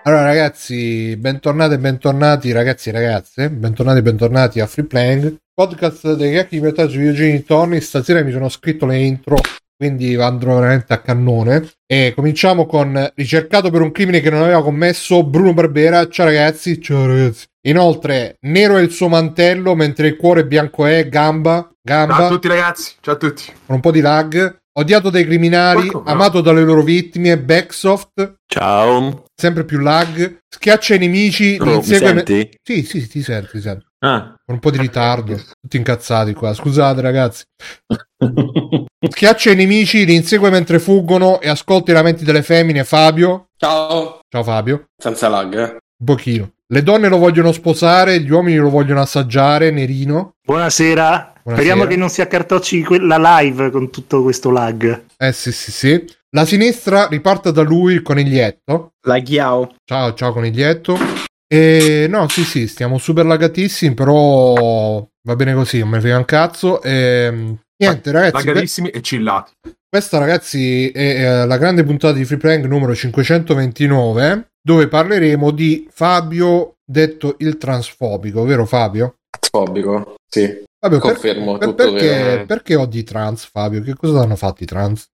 Allora ragazzi, bentornati e bentornati ragazzi e ragazze, bentornati e bentornati a Free Playing, podcast dei chiacchiere di libertà sui videogiochi torni. Stasera mi sono scritto le intro, quindi andrò veramente a cannone. E cominciamo con ricercato per un crimine che non aveva commesso Bruno Barbera. Ciao ragazzi. Ciao ragazzi. Inoltre, nero è il suo mantello, mentre il cuore bianco è Gamba. Ciao a tutti ragazzi, ciao a tutti. Con un po' di lag. Odiato dai criminali, amato dalle loro vittime, Backsoft. Ciao. Sempre più lag. Schiaccia i nemici. Mi senti? Sì, ti sento. Ah. Con un po' di ritardo. Tutti incazzati qua. Scusate ragazzi. Schiaccia i nemici, li insegue mentre fuggono e ascolta i lamenti delle femmine. Fabio. Ciao. Ciao Fabio. Senza lag. Un pochino. Le donne lo vogliono sposare, gli uomini lo vogliono assaggiare. Nerino. Buonasera. Speriamo che non si accartocci la live con tutto questo lag. Sì. La sinistra riparte da lui, il coniglietto. Laghiao. Ciao coniglietto. E no, sì, stiamo super lagatissimi, però va bene così, non me ne frega un cazzo. Niente ragazzi. Lagatissimi e chillati. Questa ragazzi è la grande puntata di Free Playing numero 529, dove parleremo di Fabio detto il transfobico, vero Fabio? Transfobico, sì. Fabio, confermo tutto perché odi trans, Fabio? Che cosa hanno fatto i trans?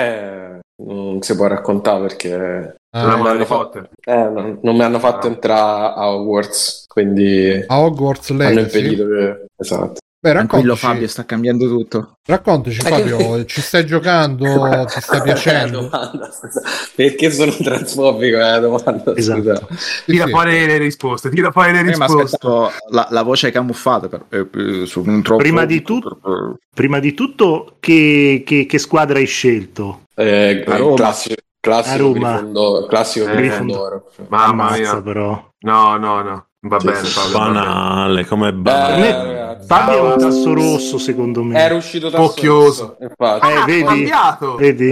Non si può raccontare perché non mi hanno fatto entrare a Hogwarts, quindi a Hogwarts hanno Legacy? impedito che... Esatto. Beh, tranquillo Fabio, sta cambiando tutto. Raccontaci Fabio, ci stai giocando? Ti sta piacendo? Perché sono transfobico è la domanda. Esatto. Tira fuori le risposte. Ma aspettavo la voce camuffata su un troppo. Prima di tutto che squadra hai scelto? Classico Grifondoro. Mamma mia. Però. No. Va bene, Fabio. Banale, come banale. Fabio è un tasso rosso, secondo me. Era uscito tasso Occhioso. rosso. Infatti. Vedi?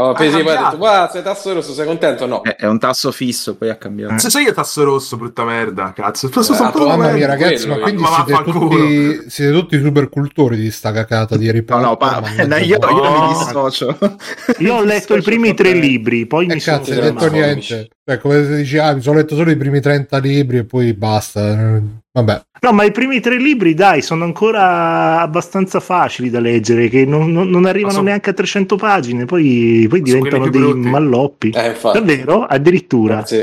Sei tasso rosso, sei contento? No. È un tasso fisso, poi ha cambiato. Se sei io tasso rosso, brutta merda, cazzo. Mamma mia, ragazzi, ma quindi siete tutti super cultori di sta cacata di Harry Potter? Io mi dissocio. Io ho letto i primi 3 libri, poi mi sono hai detto niente. Come se dici, mi sono letto solo i primi 30 libri e poi basta. Vabbè. No, ma i primi 3 libri, dai, sono ancora abbastanza facili da leggere, che non arrivano neanche a 300 pagine, poi diventano dei malloppi. Davvero? Addirittura? Sì.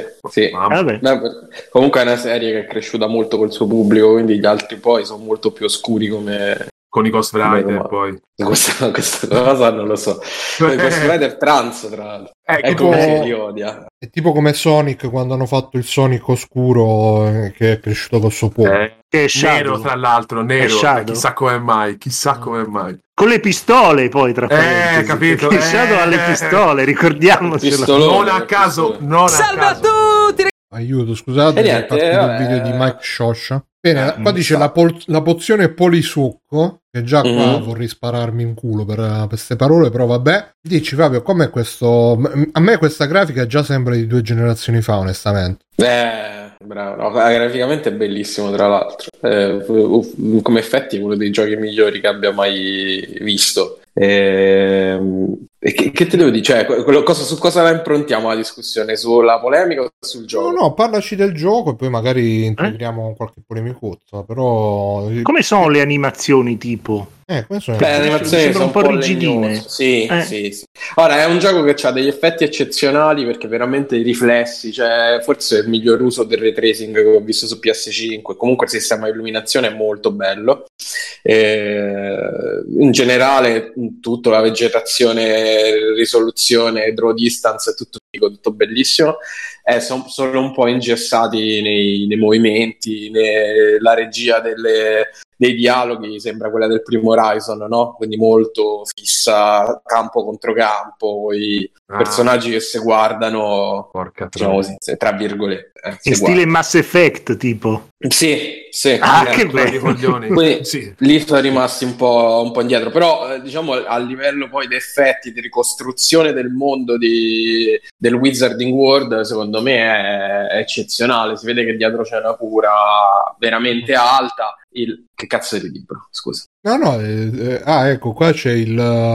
Comunque è una serie che è cresciuta molto col suo pubblico, quindi gli altri poi sono molto più oscuri come... Con i Ghost Rider poi questa cosa non lo so. Ghost Rider trans tra l'altro come li odia. È tipo come Sonic quando hanno fatto il Sonic oscuro che è cresciuto col suo pubblico. Che è nero tra l'altro, nero, chissà come mai. Con le pistole poi tra parentesi. Capito? Il Shadow ha le pistole, ricordiamocelo. Non a caso. Salve a tutti. Aiuto, scusate, è partito il video di Mike Shosha. Bene, qua dice la pozione polisucco, che già qua vorrei spararmi in culo per queste parole, però vabbè. Dici Fabio, com'è questo? A me questa grafica già sembra di 2 generazioni fa, onestamente. Bravo, no, graficamente è bellissimo tra l'altro, come effetti è uno dei giochi migliori che abbia mai visto. E che te devo dire? Cioè, su cosa la improntiamo la discussione? Sulla polemica o sul gioco? No, parlaci del gioco e poi magari integriamo qualche polemicozza, però... Come sono le animazioni tipo? Le animazioni sono un po' rigidine. Sì. Ora è un gioco che ha degli effetti eccezionali perché veramente i riflessi, cioè forse è il miglior uso del ray tracing che ho visto su PS5. Comunque il sistema di illuminazione è molto bello. In generale tutto, la vegetazione, risoluzione, draw distance è tutto figo, tutto bellissimo. Sono solo un po' ingessati nei movimenti, la regia dei dialoghi sembra quella del primo Horizon, no? Quindi molto fissa, campo contro campo, i personaggi che si guardano, diciamo così, tra virgolette. In stile Mass Effect, tipo? Sì. Che bello! Lì sono rimasti un po' indietro, però diciamo a livello poi di effetti, di ricostruzione del mondo del Wizarding World, secondo me è eccezionale. Si vede che dietro c'è una cura veramente alta. Che cazzo è di libro? Scusa. No, ecco, qua c'è il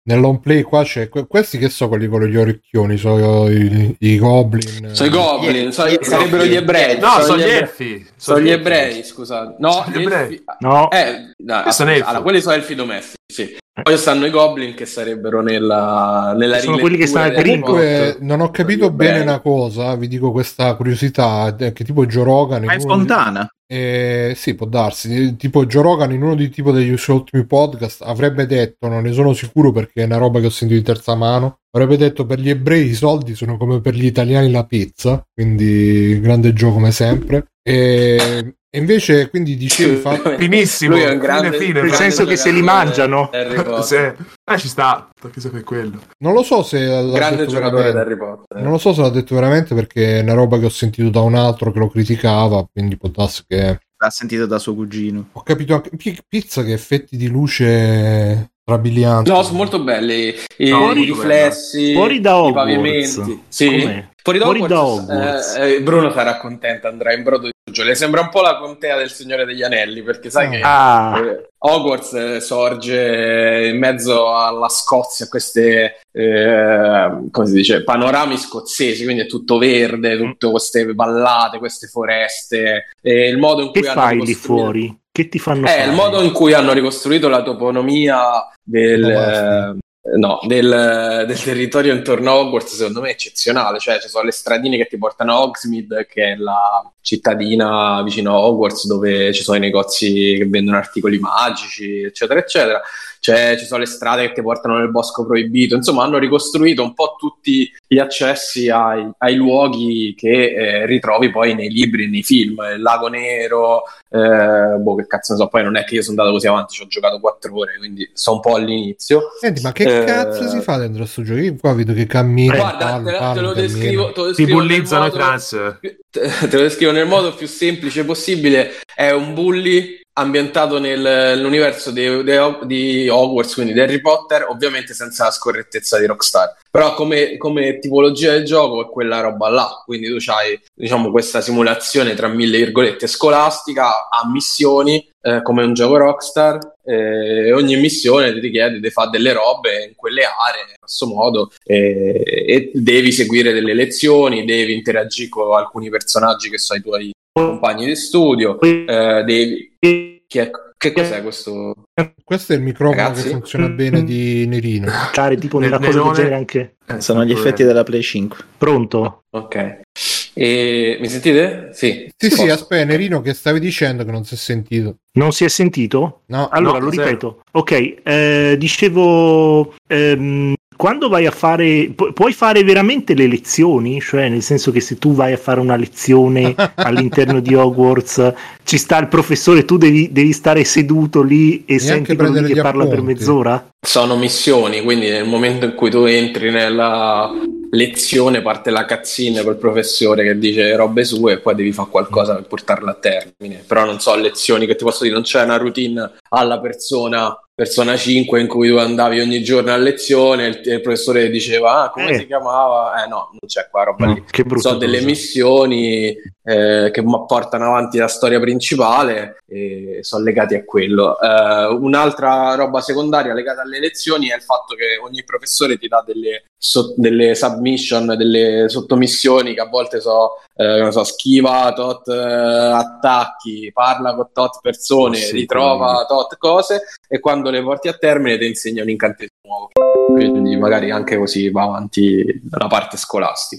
nell'home play qua c'è questi che so quelli con gli orecchioni, sono i goblin. Sono i goblin, sarebbero gli ebrei. No, sono gli elfi. Sono gli ebrei, scusate. No, gli ebrei. No. Sono elfi. Allora, quelli sono elfi domestici, sì. Poi stanno i goblin che sarebbero nella sono quelli che stanno comunque non ho capito bene una cosa, vi dico questa curiosità, che tipo Joe Rogan in Fontana sì, può darsi, tipo Joe Rogan in uno degli suoi ultimi podcast avrebbe detto, non ne sono sicuro perché è una roba che ho sentito di terza mano, avrebbe detto per gli ebrei i soldi sono come per gli italiani la pizza, quindi grande gioco come sempre. E invece quindi dicevi finissimo, lui è un grande, nel senso che se li mangiano ci sta, chissà che è quello. Non lo so se grande giocatore di Harry Potter, non lo so se l'ha detto veramente perché è una roba che ho sentito da un altro che lo criticava, quindi può darsi che l'ha sentito da suo cugino. Ho capito anche pizza che effetti di luce strabilianti. No, sono molto belli i riflessi, fuori da i pavimenti. Sì. Com'è? Fuori da Hogwarts. Bruno sarà contento, andrà in brodo di giugno. Le sembra un po' la contea del Signore degli Anelli, perché sai che Hogwarts sorge in mezzo alla Scozia, queste come si dice, panorami scozzesi, quindi è tutto verde, tutte queste vallate, queste foreste, il modo in cui che fai lì fuori? Che ti fanno fare? Il modo in cui hanno ricostruito la toponomia del territorio intorno a Hogwarts secondo me è eccezionale, cioè ci sono le stradine che ti portano a Hogsmeade, che è la cittadina vicino a Hogwarts dove ci sono i negozi che vendono articoli magici, eccetera eccetera, cioè ci sono le strade che ti portano nel bosco proibito, insomma hanno ricostruito un po' tutti gli accessi ai luoghi che ritrovi poi nei libri e nei film, il Lago Nero, che cazzo ne so, poi non è che io sono andato così avanti, ci ho giocato 4 ore, quindi sto un po' all'inizio. Senti, ma che cazzo si fa dentro sto gioco? Io qua vedo che cammina. Guarda, te lo descrivo si bullizzano i trans. Te lo descrivo nel modo più semplice possibile. È un bully ambientato nell'universo di Hogwarts, quindi di Harry Potter, ovviamente senza la scorrettezza di Rockstar, però come tipologia del gioco è quella roba là, quindi tu c'hai, diciamo, questa simulazione tra mille virgolette scolastica a missioni, come un gioco Rockstar, ogni missione ti richiede di fare delle robe in quelle aree, in questo modo, e devi seguire delle lezioni, devi interagire con alcuni personaggi che sono i tuoi compagni di studio, che cos'è questo? Questo è il microfono, ragazzi, che funziona bene di Nerino. Tipo nella cosa del genere anche. Sono gli effetti della Play 5. Pronto? Ok. E mi sentite? Sì, aspetta, Nerino, che stavi dicendo che non si è sentito? Non si è sentito? No. Allora lo ripeto. Ok, dicevo, quando vai a fare, puoi fare veramente le lezioni? Cioè, nel senso che se tu vai a fare una lezione all'interno di Hogwarts, ci sta il professore, tu devi stare seduto lì e senti quello lì che parla per mezz'ora? Sono missioni, quindi nel momento in cui tu entri nella lezione parte la cutscene col professore che dice robe sue e poi devi fare qualcosa per portarla a termine, però non so, lezioni che ti posso dire, non c'è una routine alla Persona 5 in cui tu andavi ogni giorno a lezione e il professore diceva come si chiamava, no, non c'è qua roba lì, sono delle missioni che portano avanti la storia principale e sono legati a quello. Un'altra roba secondaria legata alle lezioni è il fatto che ogni professore ti dà delle submission, delle sottomissioni che a volte schiva tot attacchi, parla con tot persone, ritrova tot cose, e quando le porti a termine ti insegna un incantesimo nuovo, quindi magari anche così va avanti la parte scolastica.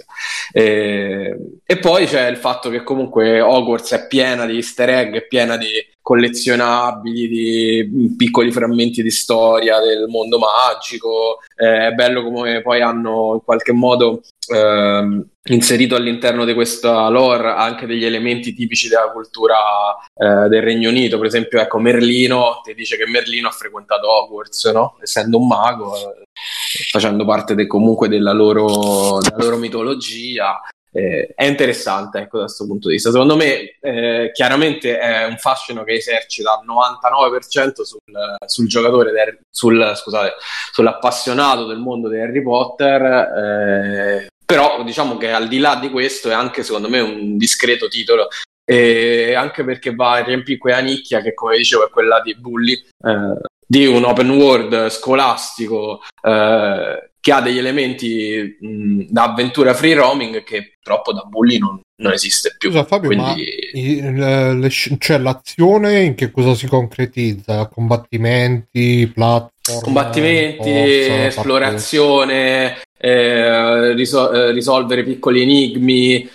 E poi c'è il fatto che comunque Hogwarts è piena di easter egg, è piena di collezionabili, di piccoli frammenti di storia del mondo magico. È bello come poi hanno in qualche modo inserito all'interno di questa lore anche degli elementi tipici della cultura del Regno Unito. Per esempio, ecco, Merlino ti dice che Merlino ha frequentato Hogwarts, no? Essendo un mago, facendo parte comunque della loro mitologia. È interessante, ecco, da questo punto di vista. Secondo me chiaramente è un fascino che esercita al 99% sul giocatore, sull'appassionato del mondo di Harry Potter, però diciamo che al di là di questo è anche, secondo me, un discreto titolo, anche perché va a riempire quella nicchia che, come dicevo, è quella di bulli, di un open world scolastico che ha degli elementi da avventura free roaming che purtroppo da Bully non esiste più. Scusa Fabio, quindi... ma cioè, l'azione in che cosa si concretizza? Combattimenti, platform? Combattimenti, esplorazione, risolvere piccoli enigmi,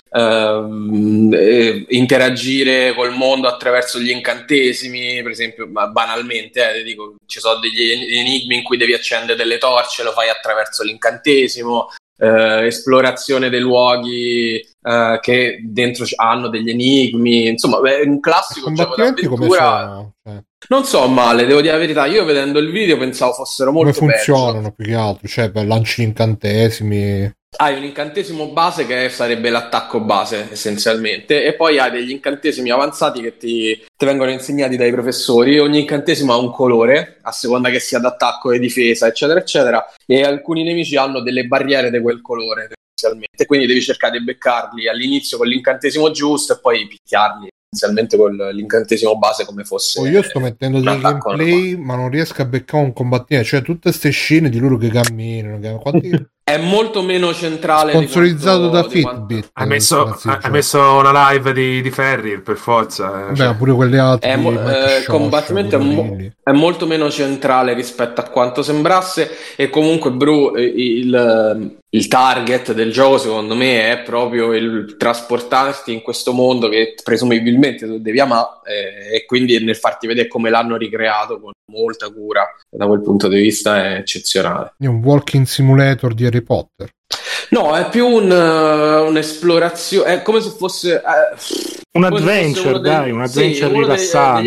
interagire col mondo attraverso gli incantesimi, per esempio, banalmente, ti dico, ci sono degli enigmi in cui devi accendere delle torce, lo fai attraverso l'incantesimo. Esplorazione dei luoghi che dentro hanno degli enigmi, insomma è un classico gioco d'avventura. Non so male, devo dire la verità, io vedendo il video pensavo fossero molto come funzionano più che altro, cioè per lanci incantesimi. Hai un incantesimo base che sarebbe l'attacco base essenzialmente, e poi hai degli incantesimi avanzati che ti vengono insegnati dai professori. Ogni incantesimo ha un colore a seconda che sia d'attacco e difesa, eccetera eccetera, e alcuni nemici hanno delle barriere di quel colore essenzialmente, quindi devi cercare di beccarli all'inizio con l'incantesimo giusto e poi picchiarli essenzialmente con l'incantesimo base come fosse. Io sto mettendo dei gameplay ma non riesco a beccare un combattimento, cioè tutte ste scene di loro che camminano. Quanti... È molto meno centrale, sponsorizzato da Fitbit. Ha messo una live di Ferri per forza. Beh, pure quelle altre. Il combattimento è molto meno centrale rispetto a quanto sembrasse, e comunque il target del gioco secondo me è proprio il trasportarti in questo mondo che presumibilmente tu devi amare, e quindi nel farti vedere come l'hanno ricreato con molta cura. Da quel punto di vista è eccezionale. È un walking simulator di Harry Potter. No, è più un'esplorazione, è come se fosse un adventure, un adventure rilassante.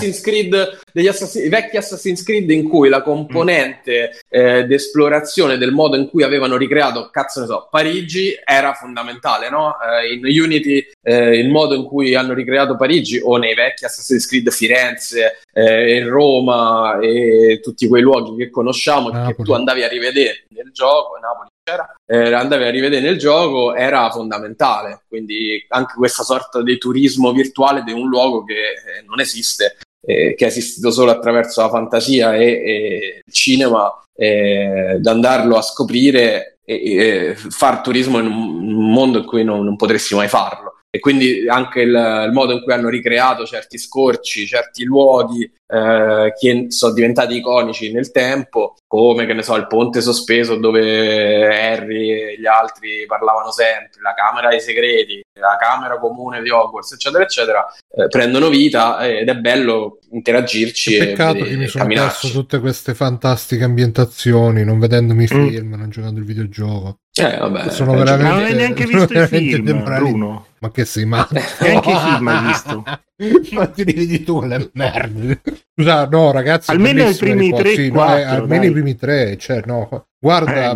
I vecchi Assassin's Creed in cui la componente d'esplorazione del modo in cui avevano ricreato, Parigi era fondamentale, no? In Unity il modo in cui hanno ricreato Parigi, o nei vecchi Assassin's Creed Firenze, Roma e tutti quei luoghi che conosciamo, che tu andavi a rivedere nel gioco, Napoli andavi a rivedere nel gioco, era fondamentale. Quindi anche questa sorta di turismo virtuale di un luogo che non esiste, che è esistito solo attraverso la fantasia e il cinema, da andarlo a scoprire e far turismo in un mondo in cui non potresti mai farlo. E quindi anche il modo in cui hanno ricreato certi scorci, certi luoghi che sono diventati iconici nel tempo, come, che ne so, il ponte sospeso dove Harry e gli altri parlavano sempre, la camera dei segreti, la camera comune di Hogwarts, eccetera eccetera, prendono vita, ed è bello interagirci. Peccato che mi sono perso tutte queste fantastiche ambientazioni non vedendomi i film, non giocando il videogioco. Vabbè, sono veramente, ma non hai neanche visto i film, Bruno? Ma che sei matto? Neanche i film hai visto? Ma ti rivedi tu le merde. Scusa, no ragazzi, almeno i primi 3-4, almeno i primi 3, cioè no. Guarda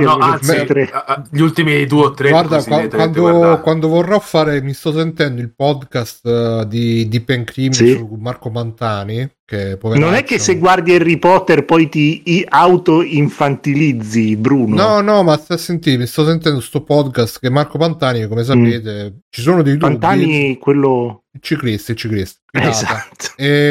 gli ultimi 2 o 3. Guarda, quando vorrò fare, mi sto sentendo il podcast di Pen Cream su Marco Pantani, che non è che se guardi Harry Potter poi ti auto-infantilizzi, Bruno. No, ma sta a sentire, mi sto sentendo sto podcast che Marco Pantani, come sapete, ci sono dei dubbi. Pantani, quello... Ciclisti. Esatto.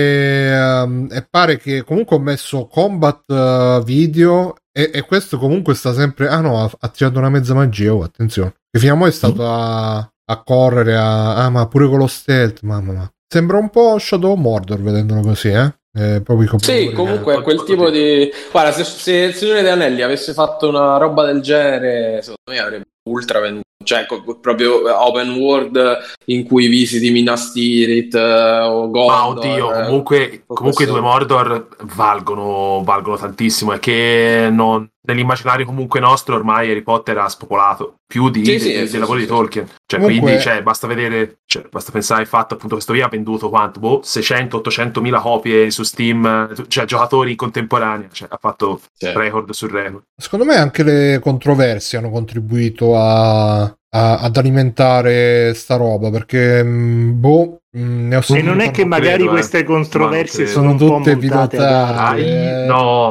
E pare che comunque ho messo Combat Video e questo comunque sta sempre... Ah no, ha tirato una mezza magia, attenzione. Che fino a mo' è stato a correre, ma pure con lo stealth, mamma. Sembra un po' Shadow of Mordor vedendolo così, proprio sì, comunque è quel tipo di... Guarda, se il Signore degli Anelli avesse fatto una roba del genere, secondo me avrebbe ultra venduto. Cioè proprio open world in cui visiti Minas Tirith o Gondor. Ma oddio, comunque i due Mordor valgono tantissimo, e che nell'immaginario comunque nostro ormai Harry Potter ha spopolato più dei lavori di Tolkien. Cioè, comunque... quindi basta vedere, basta pensare al fatto appunto che sto via ha venduto quanto? 600-800 mila copie su Steam, cioè giocatori in contemporanea, cioè ha fatto record su record. Secondo me anche le controversie hanno contribuito ad alimentare sta roba, perché ne ho e non è che magari queste controversie sono tutte pilotate.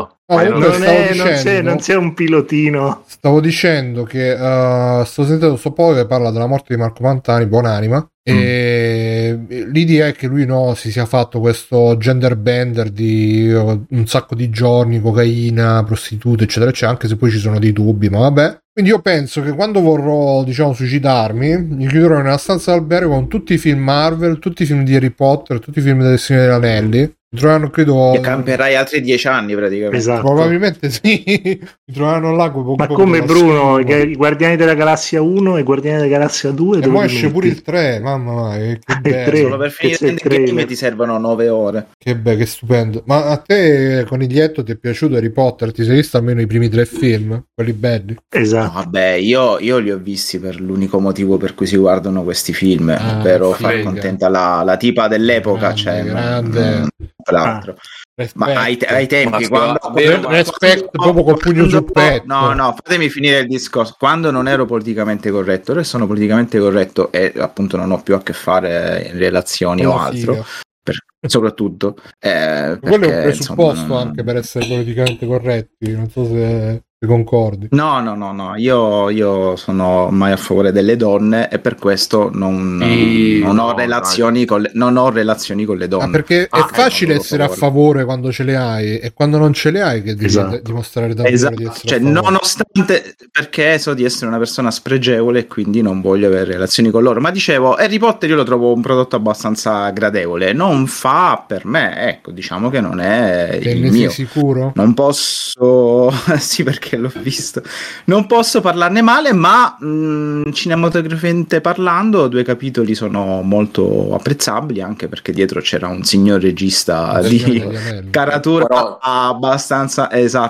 Non c'è un pilotino. Stavo dicendo che sto sentendo sto po' che parla della morte di Marco Pantani, buonanima, e l'idea è che lui si sia fatto questo gender bender di un sacco di giorni, cocaina, prostitute, eccetera, eccetera, anche se poi ci sono dei dubbi, ma vabbè. Quindi io penso che quando vorrò, diciamo, suicidarmi, mi chiuderò nella stanza d'albergo con tutti i film Marvel, tutti i film di Harry Potter, tutti i film del Signore degli Anelli. Mi troveranno, credo... E camperai altri 10 anni praticamente. Esatto. Probabilmente sì. Mi troveranno là ma come Bruno, i Guardiani della Galassia 1 e i Guardiani della Galassia 2. E poi esce pure il 3, mamma mia, che bello. Solo per finire il game ti servono 9 ore. Che bello, che stupendo. Ma a te, Coniglietto, ti è piaciuto Harry Potter? Ti sei visto almeno i primi 3 film? Quelli belli? Esatto. No, vabbè, io li ho visti per l'unico motivo per cui si guardano questi film, ovvero far contenta la tipa dell'epoca, grande. L'altro. Ma ai tempi rispetto proprio col pugno sul petto. No, fatemi finire il discorso. Quando non ero politicamente corretto, ora sono politicamente corretto e appunto non ho più a che fare in relazioni o altro, soprattutto quello è un presupposto anche per essere politicamente corretti, non so se concordi. No, io sono mai a favore delle donne e per questo non ho relazioni con le donne. Perché è facile essere a favore quando ce le hai, e quando non ce le hai che devi dimostrare davvero di essere a favore. Nonostante, perché so di essere una persona spregevole e quindi non voglio avere relazioni con loro, ma dicevo, Harry Potter io lo trovo un prodotto abbastanza gradevole, non fa per me, ecco, diciamo che non è il mio. Sei sicuro? Non posso sì, perché l'ho visto, non posso parlarne male, ma cinematograficamente parlando 2 capitoli sono molto apprezzabili, anche perché dietro c'era un signor regista di caratura abbastanza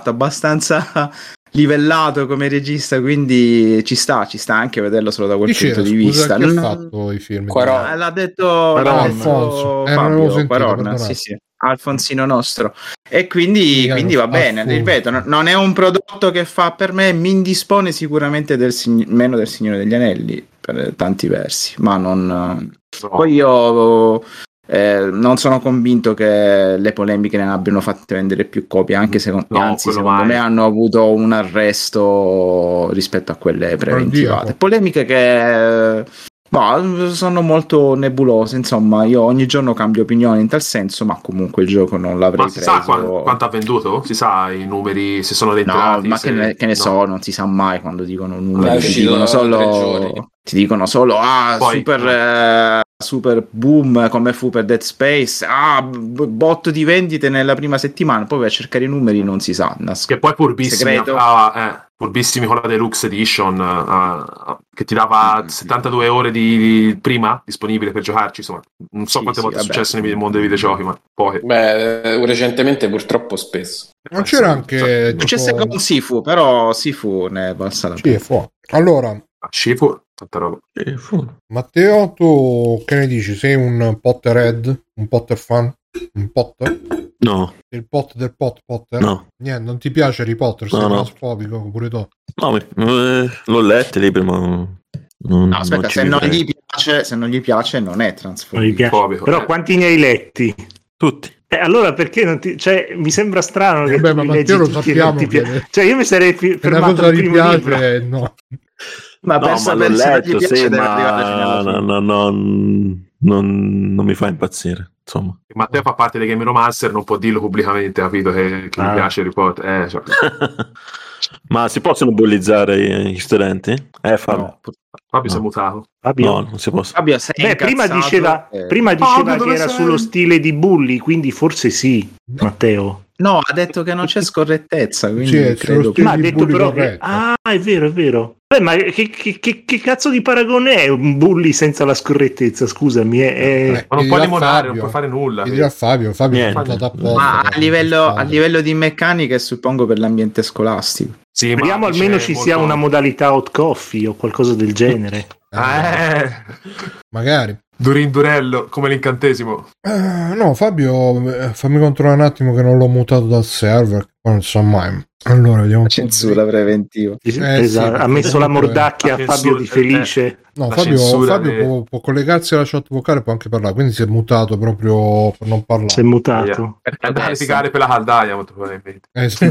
livellato come regista, di ci sta anche vederlo solo da quel punto di vista. Chi ha fatto i film? L'ha detto Alfonso, Fabio Quaron, sì. Alfonsino nostro, e quindi va bene, ripeto, non è un prodotto che fa per me, mi indispone sicuramente meno del Signore degli Anelli per tanti versi, ma non poi io non sono convinto che le polemiche ne abbiano fatte vendere più copie, anche secondo me hanno avuto un arresto rispetto a quelle preventivate. Polemiche che sono molto nebulose, insomma, io ogni giorno cambio opinione in tal senso, ma comunque il gioco non l'avrei preso. Ma si sa quanto ha venduto? Si sa i numeri, se sono entrati? No, ma che ne so, non si sa mai quando dicono numeri, ti dicono solo super boom come fu per Dead Space, botto di vendite nella prima settimana, poi vai a cercare i numeri, non si sa, che poi purbissimi con la Deluxe Edition che ti dava 72 ore di prima disponibile per giocarci, insomma non so quante volte è successo nel mondo dei videogiochi, ma poche. Recentemente purtroppo spesso. Non c'era anche successo con Sifu, però Sifu ne è valsa la pena. Allora Sifu, tanta roba. Matteo, tu che ne dici? Sei un Potterhead? Un Potter fan? Un Potter? No. Il pot del Potter? No. Niente, non ti piace Harry Potter? Sei transfobico pure tu? No, l'ho letto lì prima. Aspetta, se non gli piace non è transfobico. Però quanti ne hai letti? Tutti. Allora perché non ti... Cioè, mi sembra strano che ma Matteo lo sappiamo cioè io mi sarei fermato una cosa gli piace, no. Ma l'ho letto, sì, ma non mi fa impazzire, insomma. Matteo fa parte dei Game Romancer, non può dirlo pubblicamente, capito, che gli piace Harry Potter. Ma si possono bullizzare gli studenti? Fabio si è mutato. No, non si può. Fabio, prima diceva che era sullo stile di bulli, quindi forse sì, Matteo. No, ha detto che non c'è scorrettezza, quindi credo ma ha detto però che... è vero. Ma che cazzo di paragone è un bully senza la scorrettezza? Scusami, ma non può limonare, non può fare nulla. Ti dirà Fabio è stato apposta. Ma a livello di meccanica, suppongo per l'ambiente scolastico. Sì, speriamo almeno ci sia una modalità hot coffee o qualcosa del genere. Magari. Durello, come l'incantesimo. No, Fabio, fammi controllare un attimo che non l'ho mutato dal server. Non so mai. Allora, vediamo. Censura preventiva. Esatto. Ha messo la mordacchia a Fabio Di Felice. No, Fabio può collegarsi alla chat vocale, può anche parlare, quindi si è mutato proprio per non parlare. Si è mutato. Per litigare per la caldaia, molto probabilmente.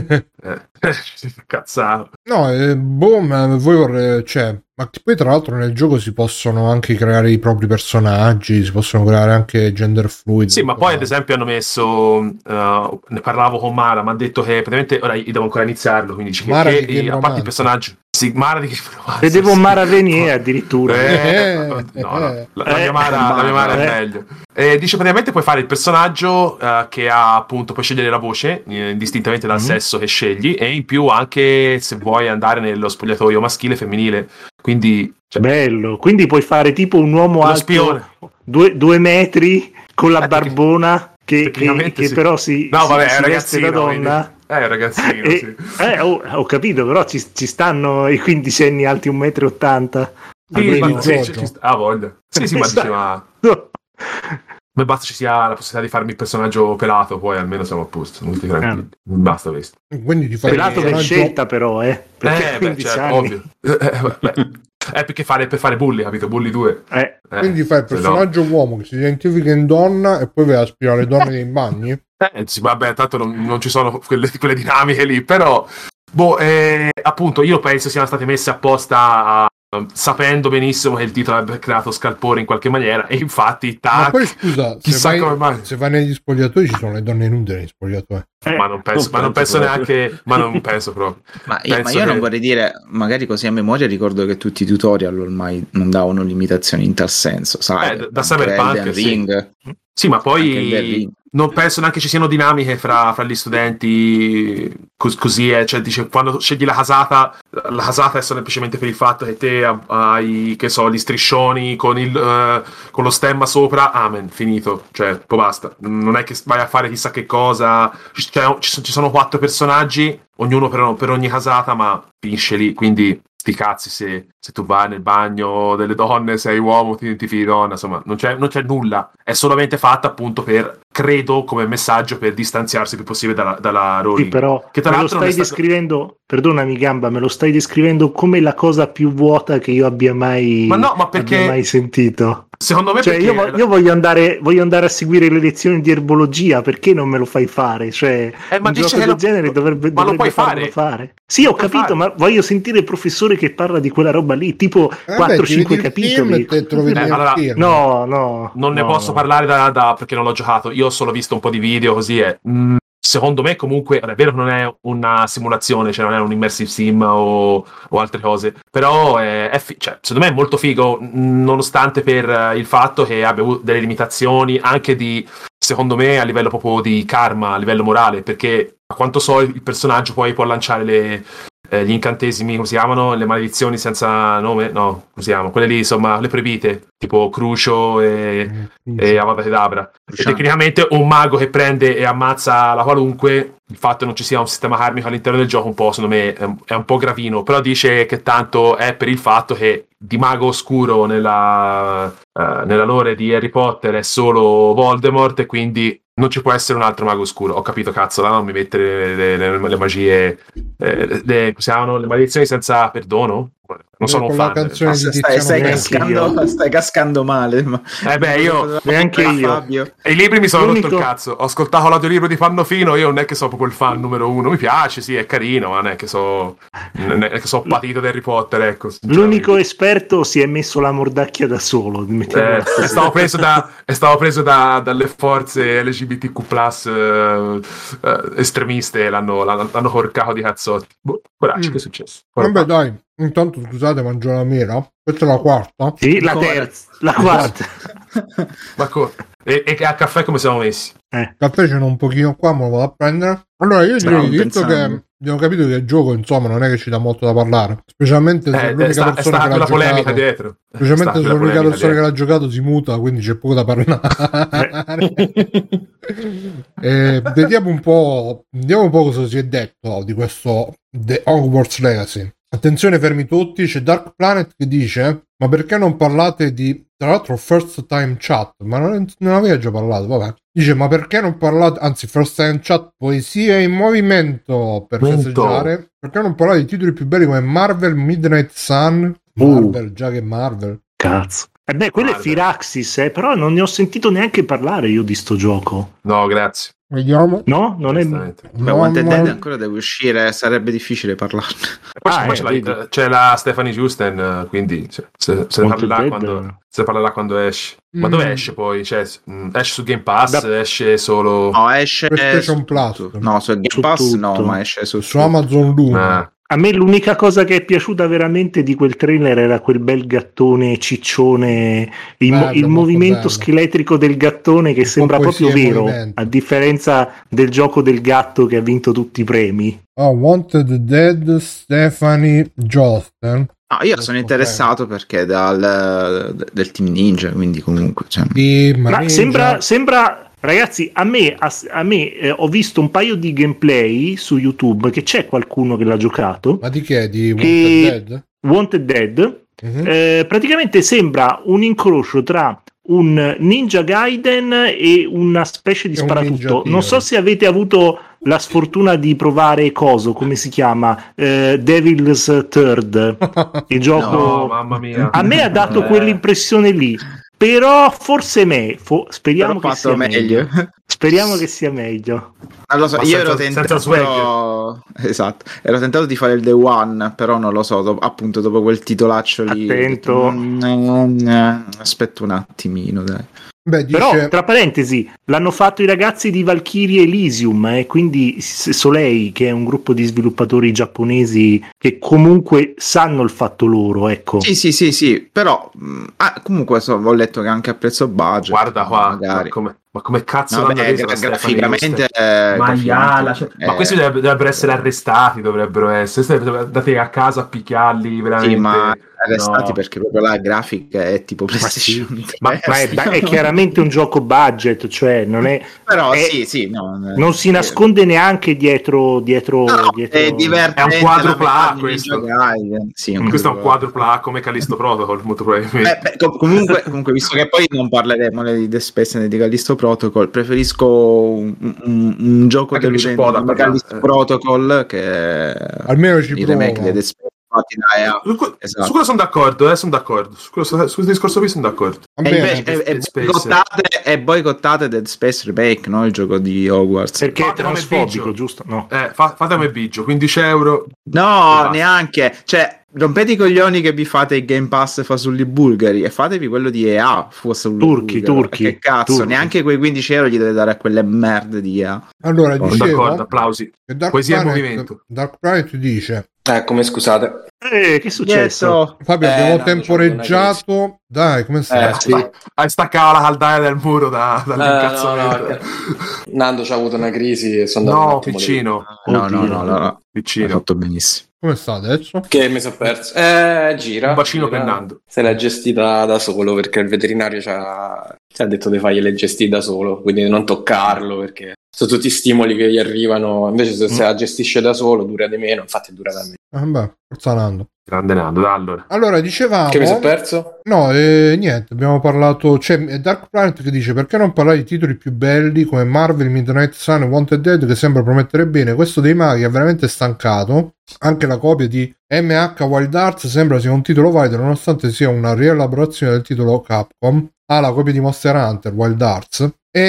Cazzato. No, ma voi ma poi tra l'altro nel gioco si possono anche creare i propri personaggi, si possono creare anche gender fluid. Sì, ma poi ad esempio hanno messo, ne parlavo con Mara, mi ha detto che praticamente, ora io devo ancora iniziarlo, quindi dice che a parte il personaggio, sì, Mara di che vedevo Mara Venier addirittura. No. La mia Mara è meglio. Dice praticamente puoi fare il personaggio che ha appunto, puoi scegliere la voce indistintamente dal sesso che scegli, e in più anche se vuoi andare nello spogliatoio maschile e femminile, quindi bello, quindi puoi fare tipo un uomo alto 2 metri con la barbona che sì. Però si veste da donna. Ragazzino, sì. Ho capito, però ci stanno i quindicenni alti 1,80 m. Voglia. Sì, ma diceva. Ma basta ci sia la possibilità di farmi il personaggio pelato, poi almeno siamo a posto. Non ti tranquilli. Basta questo. Quindi ti fai pelato per scelta, però, perché ovvio. È perché per fare Bully, capito? Bully 2. Quindi fai il personaggio uomo che si identifica in donna e poi vai a aspirare le donne nei bagni? Sì, vabbè, tanto non ci sono quelle dinamiche lì, però appunto io penso siano state messe apposta sapendo benissimo che il titolo avrebbe creato scalpore in qualche maniera, e infatti ma poi scusa, chissà come mai. Se vai negli spogliatoi ci sono le donne nude negli spogliatoi. Ma non penso neanche, ma non penso proprio. Ma io non vorrei dire, magari così a memoria ricordo che tutti i tutorial ormai non davano limitazioni in tal senso, sai? Da Cyberpunk, sì, ma poi non penso neanche ci siano dinamiche fra gli studenti così, cioè dice quando scegli la casata è semplicemente per il fatto che te hai, che so, gli striscioni con lo stemma sopra, amen, finito, cioè poi basta, non è che vai a fare chissà che cosa, ci sono 4 personaggi, ognuno per ogni casata, ma finisce lì, quindi sti cazzi se tu vai nel bagno delle donne, sei uomo, ti identifichi donna, insomma non c'è nulla, è solamente fatta appunto per, credo, come messaggio per distanziarsi il più possibile dalla Rowling. Sì, però che tra l'altro descrivendo, perdonami Gamba, me lo stai descrivendo come la cosa più vuota che io abbia mai sentito. Secondo me, cioè, io voglio andare a seguire le lezioni di erbologia, perché non me lo fai fare? Cioè, ma un gioco del genere dovrebbe lo puoi fare. Sì, ho capito, ma voglio sentire il professore che parla di quella roba lì, tipo 4-5 capitoli. No, non ne posso parlare da perché non l'ho giocato. Io ho solo visto un po' di video, così secondo me comunque è vero che non è una simulazione, cioè non è un immersive sim o altre cose, però cioè, secondo me è molto figo, nonostante per il fatto che abbia avuto delle limitazioni anche secondo me a livello proprio di karma, a livello morale, perché a quanto so il personaggio poi può lanciare gli incantesimi, come si chiamano? Le maledizioni senza nome? No, come si chiamano? Quelle lì, insomma, le proibite, tipo Crucio e Avada Kedavra. E tecnicamente un mago che prende e ammazza la qualunque, il fatto che non ci sia un sistema karmico all'interno del gioco un po', secondo me, è un po' gravino, però dice che tanto è per il fatto che di mago oscuro nella lore di Harry Potter è solo Voldemort, e quindi non ci può essere un altro mago oscuro. Ho capito, cazzo, non mi mettere le magie, le maledizioni senza perdono. Non sono un fan. Stai cascando male. Io neanche io. Fabio. E i libri mi sono rotto il cazzo. Ho ascoltato l'audiolibro di Pannofino. Io non è che so proprio il fan numero 1. Mi piace, sì, è carino, ma non è che so patito di Harry Potter, ecco. L'unico esperto si è messo la mordacchia da solo. È stato preso dalle forze LGBTQ+ estremiste, l'hanno corcato di cazzotti. Coraggio, che è successo? Vabbè, dai. Intanto scusate, mangio la mela. Questa è la quarta? Sì, la terza, la quarta. Ma e a caffè come siamo messi? Caffè ce n'ho un pochino qua, me lo vado a prendere. Allora io direi, visto che abbiamo capito che il gioco, insomma, non è che ci dà molto da parlare, specialmente se l'unica persona che l'ha giocato dietro. Specialmente se l'unica persona che l'ha giocato si muta, quindi c'è poco da parlare. Vediamo un po' cosa si è detto di questo The Hogwarts Legacy. Attenzione, fermi tutti, c'è Dark Planet che dice: ma perché non parlate di, tra l'altro, First Time Chat? Ma non aveva già parlato, vabbè. Dice: ma perché non parlate, anzi, First Time Chat, poesia in movimento per festeggiare? Perché non parlate di titoli più belli come Marvel Midnight Sun? Marvel, già che Marvel. Cazzo. Quello è Firaxis, però non ne ho sentito neanche parlare io di sto gioco. No, grazie. Vediamo. No, non è. Wanted Dead ancora deve uscire, sarebbe difficile parlarne. Poi c'è la Stephanie Houston, quindi se ne parlerà quando esce. Ma dove esce poi? Cioè, esce su Game Pass? Esce solo... No, esce PlayStation Plus. No, su Game Pass no, ma esce su Amazon Luna. A me l'unica cosa che è piaciuta veramente di quel trailer era quel bel gattone ciccione, il movimento scheletrico del gattone che sembra proprio vero, a differenza del gioco del gatto che ha vinto tutti i premi. Wanted Dead, Stephanie Josten. Io sono interessato perché del Team Ninja, quindi comunque ma sembra ragazzi, a me ho visto un paio di gameplay su YouTube, che c'è qualcuno che l'ha giocato. Ma di che? Di Wanted Dead? Uh-huh. Praticamente sembra un incrocio tra un Ninja Gaiden e una specie di sparatutto. Non so se avete avuto la sfortuna di provare come si chiama? Devil's Third, il gioco. No, mamma mia. A me ha dato quell'impressione lì. Però forse speriamo che sia meglio. Speriamo che sia meglio. Allora, io ero tentato, esatto, ero tentato di fare il Day One, però non lo so, appunto dopo quel titolaccio lì. Attento. Aspetta un attimino, dai. Beh, dice... Però, tra parentesi, l'hanno fatto i ragazzi di Valkyrie Elysium, quindi Soleil, che è un gruppo di sviluppatori giapponesi che comunque sanno il fatto loro, ecco. Sì, però comunque ho letto che anche a prezzo budget. Guarda qua, magari. Ma come cazzo l'hanno reso graficamente maiala, ma questi dovrebbero essere arrestati, dovrebbero essere andati a casa a picchiarli veramente. Sì, ma arrestati perché proprio la grafica è tipo PlayStation. Ma è chiaramente un gioco budget, cioè non è, però non si nasconde neanche dietro è divertente, è un quadrupla questo. Questo è un quadrupla quadrupla come Callisto Protocol, molto probabilmente. Comunque visto che poi non parleremo di Dead Space né di Callisto Protocol, preferisco un gioco del Callisto Protocol che almeno ci il remake di Dead Space. Esatto. Su quello sono d'accordo, sul discorso qui sono d'accordo. E boicottate Dead Space Remake, no? Il gioco di Hogwarts, perché è transfobico, giusto? No. Fate come Biggio, 15 euro. No, neanche, cioè rompete i coglioni che vi fate il Game Pass fasulli bulgari e fatevi quello di EA turchi. Che cazzo, turchi. Neanche quei 15 euro gli dovete dare a quelle merde di EA. Allora, dicevo, d'accordo, applausi. Poesia in movimento. Dark Planet dice: come scusate? Che è successo? Fabio, abbiamo temporeggiato. Dai, come stai? Hai staccato la caldaia del muro dall'incazzamento. No, Nando c'ha avuto una crisi e sono andato piccino. No. Piccino. Hai fatto benissimo. Come sta adesso? Che mi sono perso. Gira. Un bacino per Nando. Se l'ha gestita da solo perché il veterinario ci ha detto di fargliele gestire da solo, quindi di non toccarlo perché sono tutti stimoli che gli arrivano. Invece se la gestisce da solo dura di meno, infatti dura da meno. Beh, forza Nando. Grande Nando, allora dicevamo che mi sono perso? No, niente, abbiamo parlato. C'è Dark Planet che dice: perché non parlare di titoli più belli come Marvel, Midnight Sun e Wanted Dead, che sembra promettere bene. Questo dei maghi ha veramente stancato. Anche la copia di MH Wild Arts sembra sia un titolo valido nonostante sia una rielaborazione del titolo Capcom. La copia di Monster Hunter Wild Arts.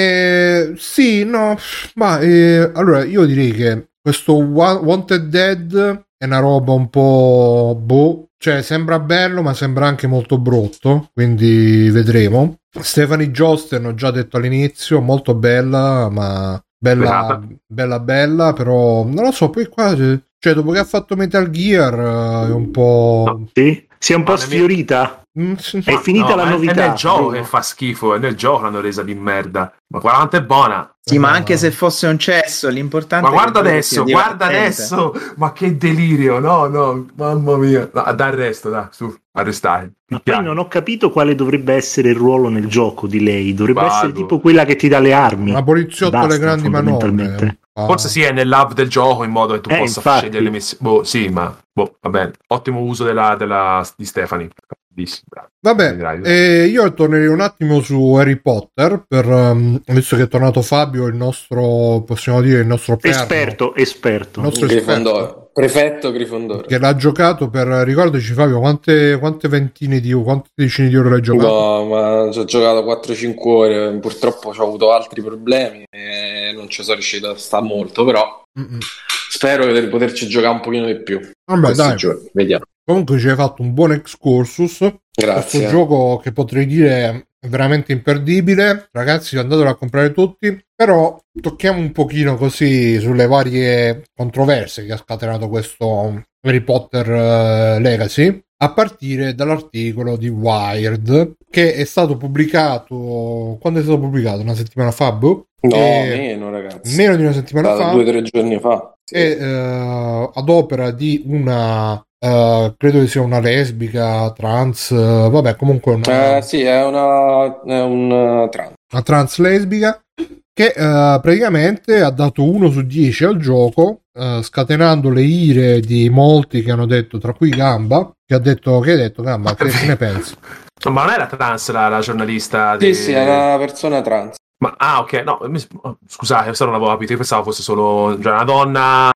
Allora io direi che questo Wanted Dead è una roba un po' cioè sembra bello ma sembra anche molto brutto, quindi vedremo. Stephanie Josten, ho già detto all'inizio, molto bella, ma bella, però non lo so, poi qua cioè dopo che ha fatto Metal Gear è un po'... Sì, si è un po' sfiorita. È finita la novità. È nel gioco che fa schifo, è nel gioco l'hanno resa di merda. Ma guarda quanto è buona. Sì, ma anche se fosse un cesso, l'importante ma guarda adesso, ma che delirio, no, mamma mia. Dai il resto, dai, su, arrestare. Ma poi non ho capito quale dovrebbe essere il ruolo nel gioco di lei. Dovrebbe essere tipo quella che ti dà le armi. Una poliziotto alle grandi manovre. Forse sì, è nell'hub del gioco in modo che tu possa scegliere le missioni. Sì, ma va bene. Ottimo uso di Stefani. Vabbè, io tornerei un attimo su Harry Potter, visto che è tornato Fabio, il nostro, possiamo dire, il nostro esperto. Il nostro Grifondoro. Prefetto Grifondoro. Che l'ha giocato per, ricordaci Fabio, quante decine di ore l'hai giocato? No, ma ci ho giocato 4-5 ore, purtroppo ho avuto altri problemi e non ci sono riuscito a stare molto, però spero di poterci giocare un pochino di più. Vabbè, dai. Giorni. Vediamo. Comunque ci hai fatto un buon excursus. Grazie. Questo gioco che potrei dire è veramente imperdibile. Ragazzi, andatelo a comprare tutti. Però tocchiamo un pochino così sulle varie controversie che ha scatenato questo Harry Potter Legacy, a partire dall'articolo di Wired, che è stato pubblicato... Quando è stato pubblicato? Una settimana fa? No, meno, ragazzi. Meno di una settimana fa. 2 o 3 giorni fa. Sì. E ad opera di una... credo che sia una lesbica, trans, vabbè, comunque sì, è un trans. Una trans lesbica che praticamente ha dato 1 su 10 al gioco, scatenando le ire di molti che hanno detto, tra cui Gamba, che ha detto, Gamba, che ne pensi? Ma non era trans la giornalista? Sì, è una persona trans. Ma ok, no, scusate, questo non l'avevo capito, io pensavo fosse solo una donna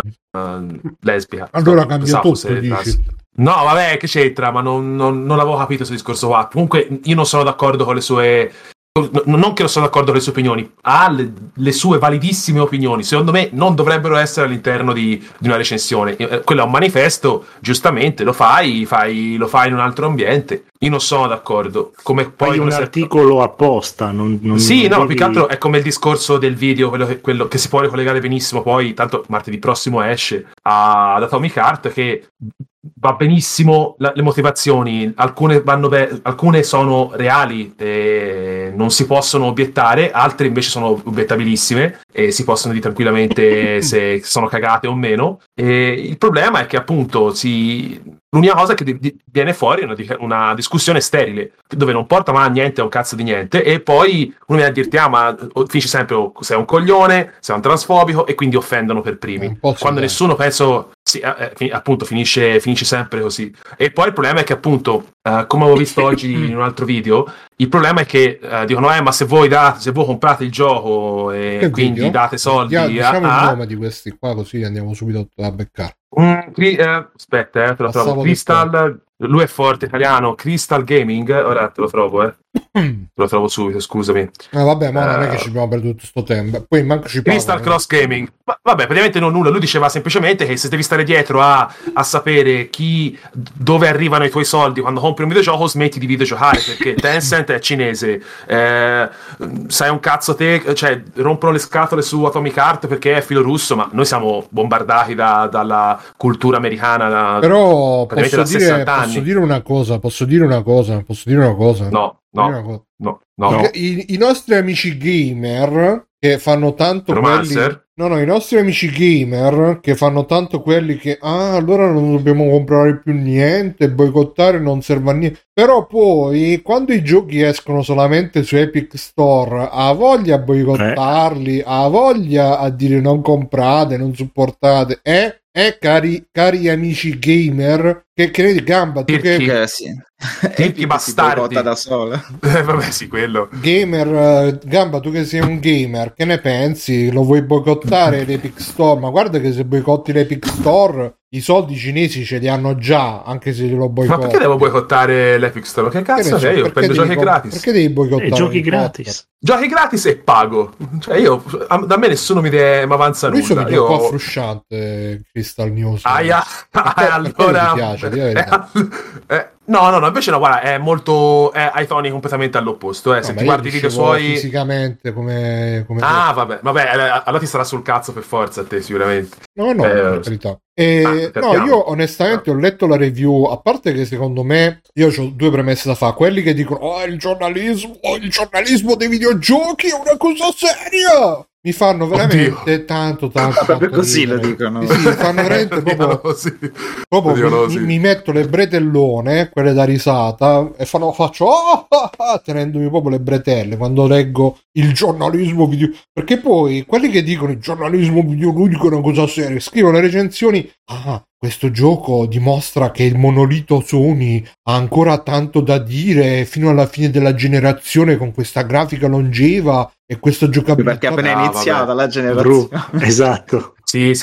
lesbica. Allora cambia tutto, dici? No, vabbè, che c'entra, ma non l'avevo capito questo discorso qua. Comunque io non sono d'accordo con le sue... Non che non sono d'accordo con le sue opinioni, ha le sue validissime opinioni. Secondo me non dovrebbero essere all'interno di una recensione. Quello è un manifesto, giustamente lo fai in un altro ambiente. Io non sono d'accordo. Come poi un articolo apposta. Sì, no, più che altro è come il discorso del video, quello che si può ricollegare benissimo. Poi, tanto martedì prossimo esce ad Atomic Heart, che va benissimo le motivazioni, alcune sono reali e non si possono obiettare, altre invece sono obiettabilissime e si possono dire tranquillamente se sono cagate o meno. E il problema è che appunto l'unica cosa che viene fuori è una discussione sterile, dove non porta mai a niente, a un cazzo di niente, e poi uno viene a dirti ma finisce sempre sei un coglione, sei un transfobico, e quindi offendono per primi, quando nessuno penso appunto finisce sempre così. E poi il problema è che appunto come avevo visto oggi in un altro video, il problema è che dicono ma se voi comprate il gioco e quindi video? Date soldi diciamo il nome di questi qua, così andiamo subito a beccare. Aspetta, te lo trovo. Crystal, lui è forte italiano. Crystal Gaming, ora te lo trovo, te lo trovo subito, scusami. Vabbè, ma non è che ci abbiamo perduto tutto sto tempo. Poi manco ci Crystal Cross Gaming. Ma, vabbè, praticamente non nulla. Lui diceva semplicemente che se devi stare dietro a sapere dove arrivano i tuoi soldi quando compri un videogioco, smetti di videogiocare, perché Tencent è cinese. Sai un cazzo te, cioè rompono le scatole su Atomic Heart perché è filo russo, ma noi siamo bombardati dalla cultura americana. Però posso dire una cosa. No. I nostri amici gamer che fanno tanto i nostri amici gamer che fanno tanto quelli che allora non dobbiamo comprare più niente, boicottare non serve a niente. Però poi quando i giochi escono solamente su Epic Store, ha voglia a boicottarli, ha voglia a dire non comprate, non supportate, cari amici gamer, che ne di Gamba, tu che Epic bastardi da sola. Vabbè, sì, quello. Gamer, Gamba, tu che sei un gamer, che ne pensi? Lo vuoi boicottare l'Epic Store? Ma guarda che se boicotti l'Epic Store, i soldi cinesi ce li hanno già, anche se lo boicotti. Ma perché devo boicottare l'Epic Store? Che cazzo c'è? Io prendo giochi gratis. Perché devi boicottare? Giochi gratis. Giochi gratis e pago. Cioè da me nessuno mi avanza nulla. Lui è un po' frusciante, Crystal News. Allora mi piace, No, invece no, guarda, è molto ai toni completamente all'opposto, se ti guardi i video suoi fisicamente come vabbè, allora ti sarà sul cazzo per forza a te sicuramente. No, per carità. Io onestamente ho letto la review, a parte che secondo me io ho 2 premesse da fare. Quelli che dicono il giornalismo dei videogiochi è una cosa seria, mi fanno veramente tanto proprio così ridere. Lo dicono. Sì, fanno veramente proprio mi metto le bretellone, quelle da risata, e faccio tenendomi proprio le bretelle quando leggo il giornalismo video, perché poi quelli che dicono il giornalismo videoludico è una cosa seria, scrivono le recensioni, questo gioco dimostra che il monolito Sony ha ancora tanto da dire fino alla fine della generazione con questa grafica longeva e questa giocabilità. Perché appena è iniziata la generazione. Esatto. Sì,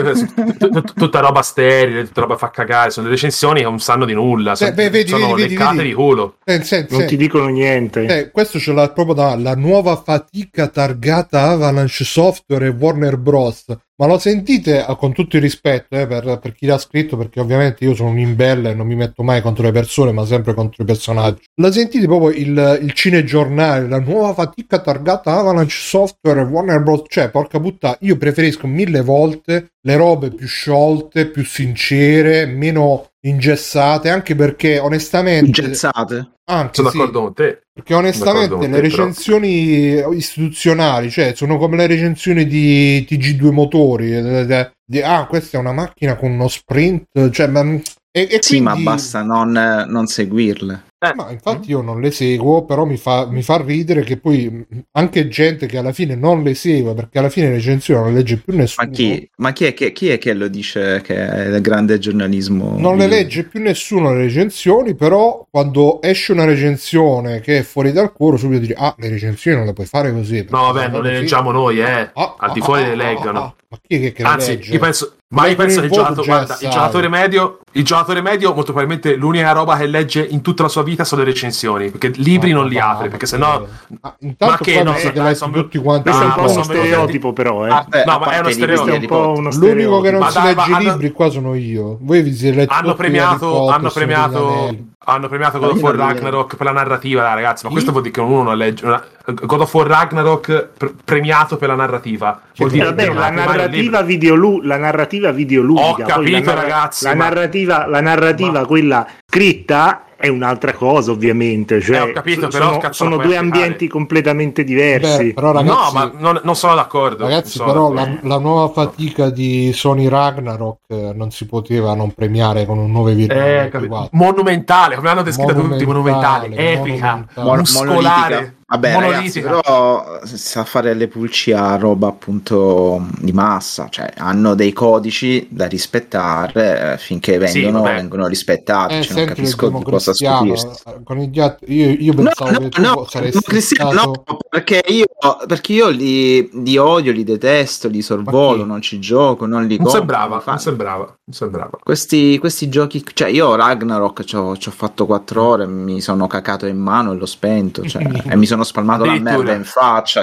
tutta roba sterile, tutta roba fa cagare, sono le recensioni che non sanno di nulla, sono leccate di culo. Non ti dicono niente. Questo ce l'ha proprio la nuova fatica targata Avalanche Software e Warner Bros. Ma lo sentite, con tutto il rispetto per chi l'ha scritto, perché ovviamente io sono un imbelle e non mi metto mai contro le persone, ma sempre contro i personaggi. La sentite proprio il cinegiornale, la nuova fatica targata Avalanche Software e Warner Bros. Cioè, porca puttana, io preferisco 1000 volte le robe più sciolte, più sincere, meno ingessate, anche perché onestamente ingessate? Sono d'accordo con te. Perché onestamente le recensioni istituzionali, cioè sono come le recensioni di TG2 Motori, questa è una macchina con uno sprint, cioè sì, quindi... ma basta non seguirle. Ma infatti io non le seguo, però mi fa ridere che poi anche gente che alla fine non le segue, perché alla fine le recensioni non le legge più nessuno. Ma chi è che lo dice che è il grande giornalismo? Non le legge più nessuno le recensioni, però quando esce una recensione che è fuori dal cuore, subito dire le recensioni non le puoi fare così. No, vabbè, non le leggiamo noi, al di fuori le leggano. Ma chi è che anzi, legge? io penso che il giocatore medio molto probabilmente l'unica roba che legge in tutta la sua vita sono le recensioni, perché libri non li apre, perché sennò intanto che no, tutti quanti. Questo è un po' uno stereotipo, però no, ma è uno stereotipo. L'unico che non si legge i libri qua sono io. Voi vi siete letti hanno premiato God of War Ragnarok per la narrativa, ragazzi, ma questo vuol dire che uno non legge God of War Ragnarok premiato per la narrativa. Vuol dire la narrativa videoludica. Ho capito, ragazzi. La narrativa quella scritta è un'altra cosa, ovviamente. Cioè, ho capito, però sono due ambienti completamente diversi. Però, ragazzi, no, ma non sono d'accordo. Ragazzi, però la nuova fatica di Sony Ragnarok non si poteva non premiare con un 9,4. Monumentale, come l'hanno descritto tutti, monumentale, epica, muscolare. Vabbè, ragazzi, però sa fare le pulci a roba appunto di massa, cioè hanno dei codici da rispettare finché vengono rispettati, non capisco di cosa stupirsi. Con io pensavo che tu saresti stato... perché io li odio, li detesto, li sorvolo, non ci gioco, non li compro. Non sembrava. Questi giochi, cioè io Ragnarok ci ho fatto 4 ore, mi sono cacato in mano e l'ho spento, cioè, e mi sono spalmato la merda in faccia,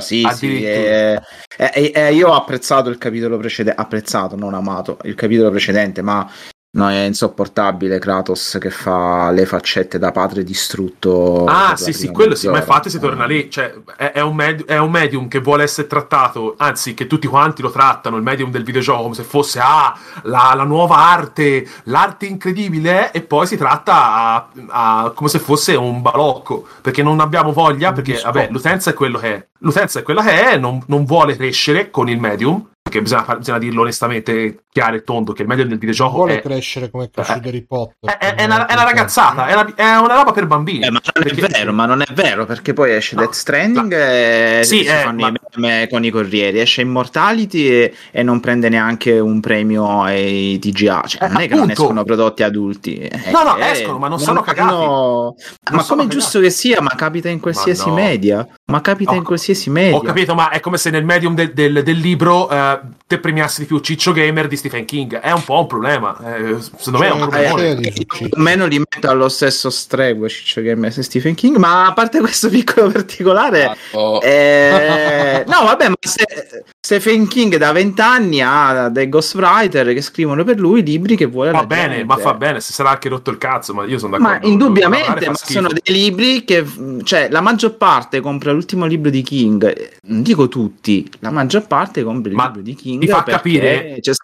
io ho apprezzato il capitolo precedente, non amato il capitolo precedente, ma no, è insopportabile Kratos che fa le faccette da padre distrutto. Sì, quello sì, ma infatti si torna lì, cioè è un medium che vuole essere trattato, anzi che tutti quanti lo trattano, il medium del videogioco, come se fosse la nuova arte, l'arte incredibile, e poi si tratta come se fosse un balocco, perché non abbiamo voglia, perché vabbè, l'utenza è quello che è, non vuole crescere con il medium, perché bisogna dirlo onestamente, chiaro e tondo, che il medium del videogioco vuole crescere come è cresciuto Harry Potter. È una ragazzata, è una roba per bambini. Ma non è vero, perché poi esce Death Stranding e si fanno i meme con i corrieri, esce Immortality e non prende neanche un premio ai TGA, cioè non è che non escono prodotti adulti. Escono, ma non sono cagati. Ma come è giusto che sia, ma capita in qualsiasi media. In qualsiasi media. Ho capito, ma è come se nel medium del libro te premiassi di più Ciccio Gamer di Stephen King. È un po' un problema. Secondo me è un problema. Meno li metto allo stesso strego Ciccio Gamer e Stephen King, ma a parte questo piccolo particolare, no, vabbè, ma Stephen King da 20 anni ha dei ghostwriter che scrivono per lui libri che vuole va bene, gente. Ma fa bene, se sarà anche rotto il cazzo, ma io sono d'accordo. Ma indubbiamente, ma sono dei libri che, cioè, la maggior parte compra l'ultimo libro di King, non dico tutti, la maggior parte compra il libro di King, mi fa capire,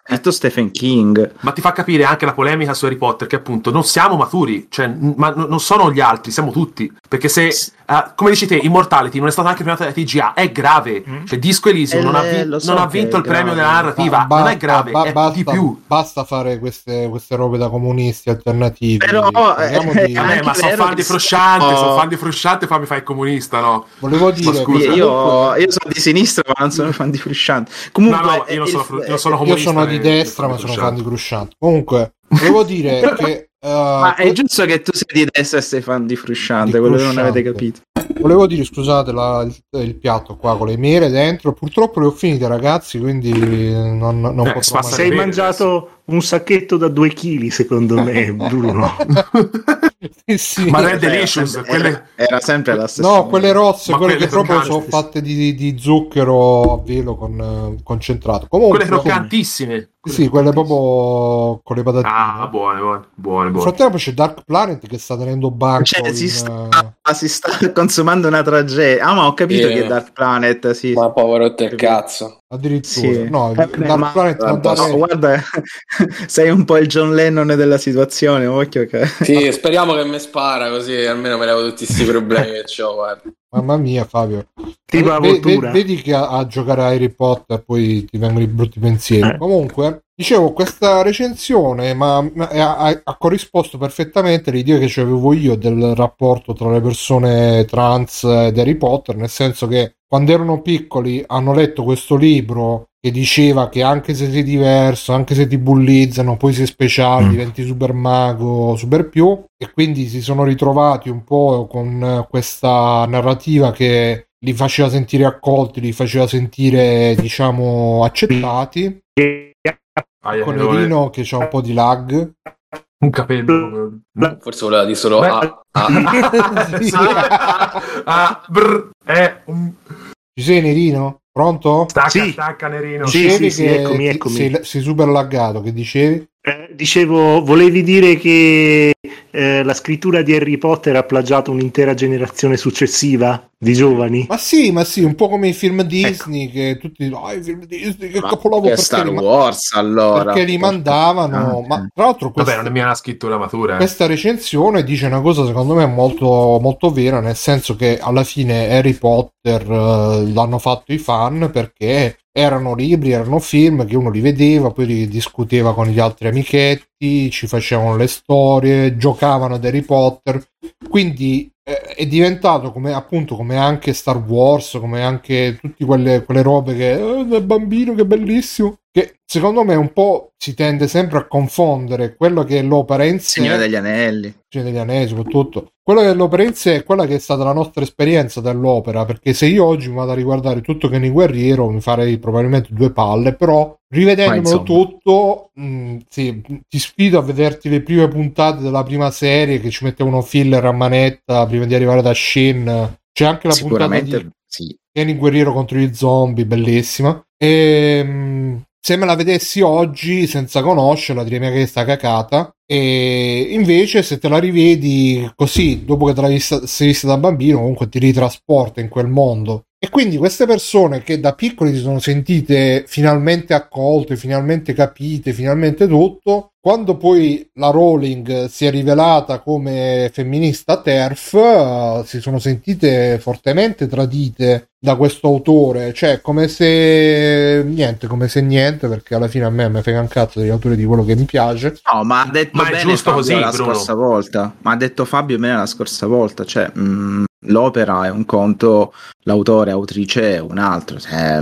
scritto Stephen King. Ma ti fa capire anche la polemica su Harry Potter, che appunto non siamo maturi, cioè ma non sono gli altri, siamo tutti. Perché se, come dici te, Immortality non è stato anche premiato da TGA, è grave. Cioè Disco Elysium non ha vinto il premio della narrativa, non è grave, è di più. Basta fare queste robe da comunisti alternativi. Però ma sono fan di Frusciante, fammi fare il comunista, no? Volevo dire, io sono di sinistra, ma non sono fan di Frusciante. Comunque, io non sono comunista. Io sono di destra, ma sono fan di Frusciante. Comunque, volevo dire che ma è giusto che tu sei di destra e sei fan di Frusciante, quello che non avete capito. Volevo dire, scusate, il piatto qua con le mele dentro, purtroppo le ho finite, ragazzi, quindi non posso. Sei mangiato un sacchetto da 2 chili, secondo me, Bruno. sì. Ma Red Delicious era sempre la stessa. No, quelle rosse, quelle che proprio sono fatte di zucchero a velo concentrato. Comunque, quelle croccantissime. Sì, quelle proprio con le patatine. Ah, buone. Nel frattempo c'è Dark Planet che sta tenendo banco. Cioè, si sta consumando una tragedia. Ma ho capito che Dark Planet, sì. Ma povero te cazzo. Addirittura. Sì. No, Dark Planet non dà guarda, sei un po' il John Lennon della situazione, occhio che... Sì, speriamo che mi spara così almeno me levo tutti questi problemi che ho, guarda. Mamma mia, Fabio. Vedi che a giocare a Harry Potter poi ti vengono i brutti pensieri. Comunque, dicevo, questa recensione ha corrisposto perfettamente all'idea che avevo io del rapporto tra le persone trans ed Harry Potter, nel senso che quando erano piccoli hanno letto questo libro che diceva che anche se sei diverso, anche se ti bullizzano, poi sei speciale, diventi super mago, super più, e quindi si sono ritrovati un po' con questa narrativa che li faceva sentire accolti, li faceva sentire, diciamo, accettati. Con Nerino che c'ha un po' di lag. Un capello. Forse voleva dire solo Ci sei, Nerino? Pronto? Stacca Nerino. Dicevi sì, eccomi. Sei super laggato, che dicevi? Dicevo, volevi dire che la scrittura di Harry Potter ha plagiato un'intera generazione successiva di giovani? Ma sì, un po' come i film Disney, che tutti dicono, i film Disney, che capolavoro, perché Star Wars, allora. Perché li mandavano, ma tra l'altro vabbè, non è mia scrittura matura. Questa recensione dice una cosa secondo me molto, molto vera, nel senso che alla fine Harry Potter l'hanno fatto i fan perché erano libri, erano film che uno li vedeva, poi li discuteva con gli altri amichetti, ci facevano le storie, giocavano ad Harry Potter, quindi è diventato come anche Star Wars, come anche tutte quelle robe che da bambino, che bellissimo, che secondo me un po' si tende sempre a confondere quello che è l'opera in sé. Signore degli Anelli soprattutto. Quello che è l'opera in sé è quella che è stata la nostra esperienza dell'opera, perché se io oggi mi vado a riguardare tutto Kenny Guerriero mi farei probabilmente 2 palle, però rivedendomelo tutto ti sfido a vederti le prime puntate della prima serie che ci mettevano filler a manetta prima di arrivare da Shin. C'è anche la puntata di Kenny Guerriero contro gli zombie, bellissima, e se me la vedessi oggi senza conoscerla direi che sta cacata, e invece se te la rivedi così dopo che te l'hai sei vista da bambino comunque ti ritrasporta in quel mondo. E quindi queste persone che da piccoli si sono sentite finalmente accolte, finalmente capite, finalmente tutto, quando poi la Rowling si è rivelata come femminista TERF, si sono sentite fortemente tradite da questo autore, cioè come se niente, perché alla fine a me mi frega un cazzo degli autori di quello che mi piace. No, ma ha detto bene giusto Fabio così, la Bruno. Scorsa volta. Ma ha detto Fabio bene la scorsa volta, cioè l'opera è un conto, l'autore, autrice è un altro,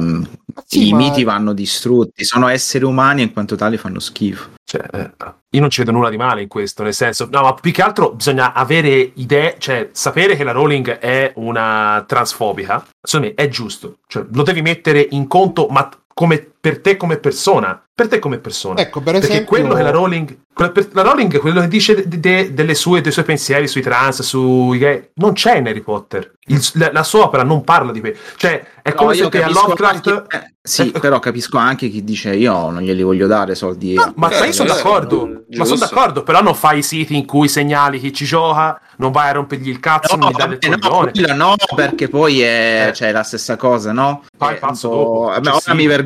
i miti vanno distrutti, sono esseri umani e in quanto tali fanno schifo. Cioè, io non ci vedo nulla di male in questo, nel senso, no, ma più che altro bisogna avere idee, cioè sapere che la Rowling è una transfobica, secondo me è giusto, cioè lo devi mettere in conto, ma come per te come persona. Ecco, per esempio, perché quello che la Rowling, quello che dice dei suoi pensieri sui trans, sui gay, non c'è in Harry Potter. La sua opera non parla di questo, cioè è come se te a Lovecraft sì, però capisco anche chi dice io non glieli voglio dare soldi. No, ma io sono d'accordo, però non fai i siti in cui segnali chi ci gioca, non vai a rompergli il cazzo, non gli dai del coglione. No, perché poi è cioè, la stessa cosa, no? Fai passo dopo. Ora mi vergogno anche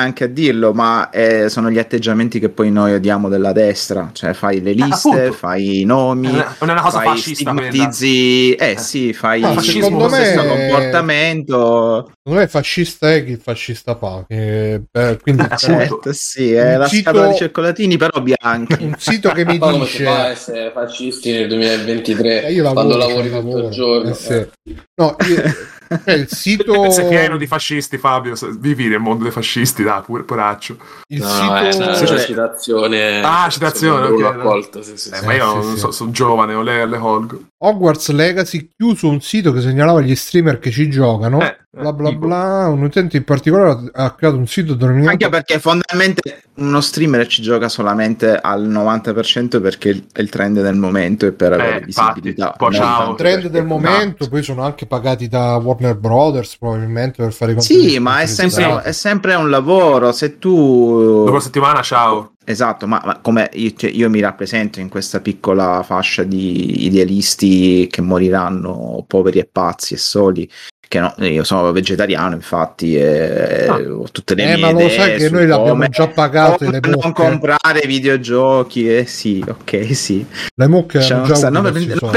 neanche a dirlo, ma sono gli atteggiamenti che poi noi odiamo della destra, cioè fai le liste, fai i nomi, non è una cosa fascista, stigmatizzi, sì, fai lo stesso comportamento. Secondo me fascista è chi fascista fa, quindi certo, sì, è la scatola di cioccolatini però bianchi. Un sito che mi come dice si fa a essere fascisti nel 2023 io quando lavori tutto il giorno. No, il sito è pieno di fascisti, Fabio, vivi nel mondo dei fascisti, dai, poraccio. Il sito c'è la citazione. Citazione, l'ho accolto, sì. Ma io sono giovane, le colgo. Hogwarts Legacy chiuso un sito che segnalava gli streamer che ci giocano, bla bla bla. Un utente in particolare ha creato un sito denominato, anche perché fondamentalmente uno streamer ci gioca solamente al 90% perché è il trend del momento e per avere visibilità. Il trend del momento, poi sono anche pagati da Warner Brothers probabilmente per fare sì, ma è sempre un lavoro. Se tu dopo settimana, ciao. Esatto, ma come io mi rappresento in questa piccola fascia di idealisti che moriranno poveri e pazzi e soli, che no, io sono vegetariano infatti ho tutte le mie ma lo sai che noi l'abbiamo già pagato le mucche. Non comprare videogiochi, sì, ok, sì. Le mucche già non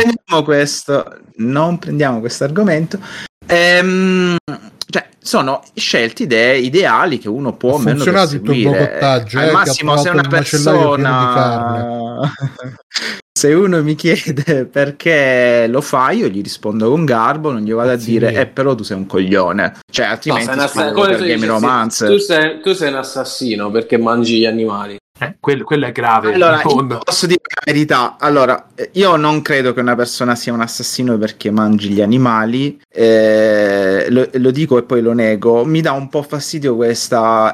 prendiamo questo argomento. Cioè, sono scelte idee ideali che uno può meno perseguire. Al massimo, se una persona se uno mi chiede perché lo fai, io gli rispondo con garbo, non gli vado a dire però tu sei un coglione, cioè altrimenti per Game Romance. Tu sei un assassino perché mangi gli animali. Quello è grave. Allora, io posso dire la verità. Allora, io non credo che una persona sia un assassino perché mangi gli animali. Lo dico e poi lo nego. Mi dà un po' fastidio questa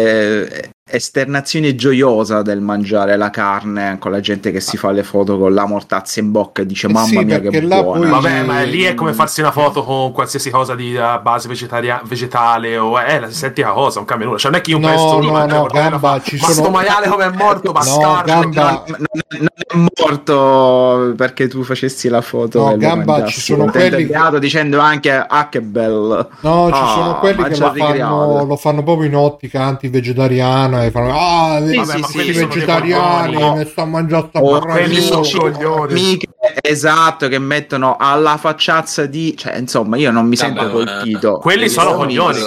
esternazione gioiosa del mangiare la carne, con la gente che si fa le foto con la mortazza in bocca e dice mamma mia che buona. Vabbè, ma lì è come farsi una foto con qualsiasi cosa di base vegetale o la identica cosa, non cambia nulla. Cioè non è che io Gamba, ci sono sto maiale come è morto, Gamba non è morto perché tu facessi la foto. Gamba, ci sono quelli dicendo anche che bello. No, ci sono quelli che lo fanno proprio in ottica anti-vegetariana e fanno ma quelli vegetariani ne sto mangiando quelli sono coglioni. Esatto, che mettono alla facciazza di, cioè insomma io non mi sento colpito. Quelli sono coglioni.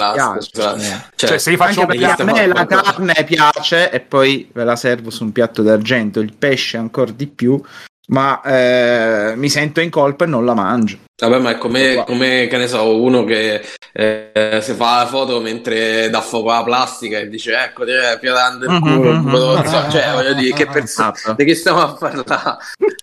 Cioè se io faccio a me la carne piace e poi ve la servo su un piatto d'argento, il pesce ancora di più, ma mi sento in colpa e non la mangio. Vabbè, ma è come che ne so, uno che si fa la foto mentre dà fuoco alla plastica e dice ecco piatando il culo, cioè voglio dire che di che stiamo a parlare?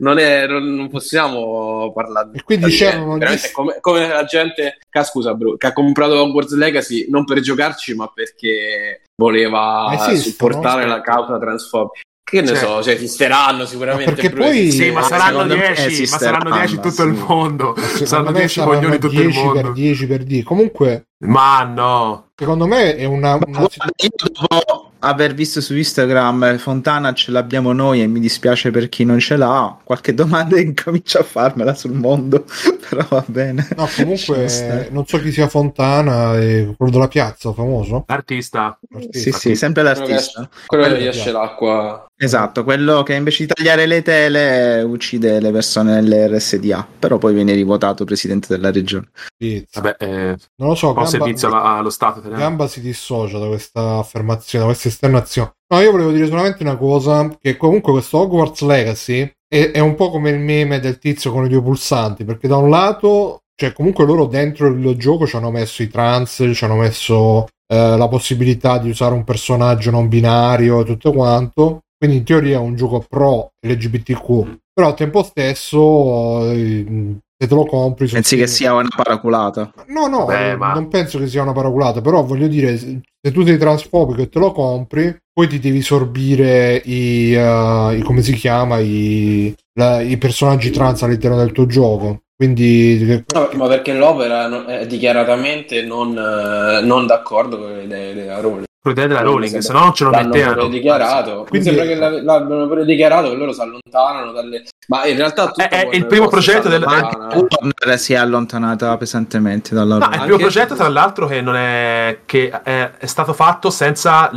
Non possiamo parlare e quindi c'erano come la gente che ha comprato Hogwarts Legacy non per giocarci ma perché voleva supportare la causa transfobica. Che ne so, cioè esisteranno sicuramente. Perché poi ma saranno 10, in tutto il mondo. Saranno 10 coglioni in tutto il mondo. Per 10 per 10. Comunque, ma no. Secondo me è una io dopo aver visto su Instagram Fontana ce l'abbiamo noi e mi dispiace per chi non ce l'ha, qualche domanda incomincia a farmela sul mondo, però va bene. No, comunque non so chi sia Fontana, è quello della piazza famoso? Artista. Sì, sempre l'artista. Quello che riesce l'acqua. Esatto, quello che invece di tagliare le tele uccide le persone nell'RSDA, però poi viene rivotato presidente della regione. Vabbè, non lo so, un servizio allo Stato. Gamba si dissocia da questa affermazione, da questa esternazione. No, io volevo dire solamente una cosa, che comunque questo Hogwarts Legacy è un po' come il meme del tizio con i due pulsanti, perché da un lato, cioè comunque loro dentro il gioco ci hanno messo i trans, ci hanno messo la possibilità di usare un personaggio non binario e tutto quanto, quindi in teoria è un gioco pro LGBTQ, però al tempo stesso se te lo compri pensi che sia una paraculata? No, non penso che sia una paraculata, però voglio dire, se tu sei transfobico e te lo compri, poi ti devi sorbire i come si chiama, i personaggi trans all'interno del tuo gioco. Quindi ma perché l'opera è dichiaratamente non d'accordo con le idee della Rowling. proprietà della Rowling, se no non ce lo mettevano. Dichiarato. Quindi sembra che l'abbiano pure dichiarato che loro si allontanano dalle... Ma in realtà è il primo progetto Warner si è allontanata pesantemente dalla Rowling. È il primo progetto, tra l'altro, che non è che è stato fatto senza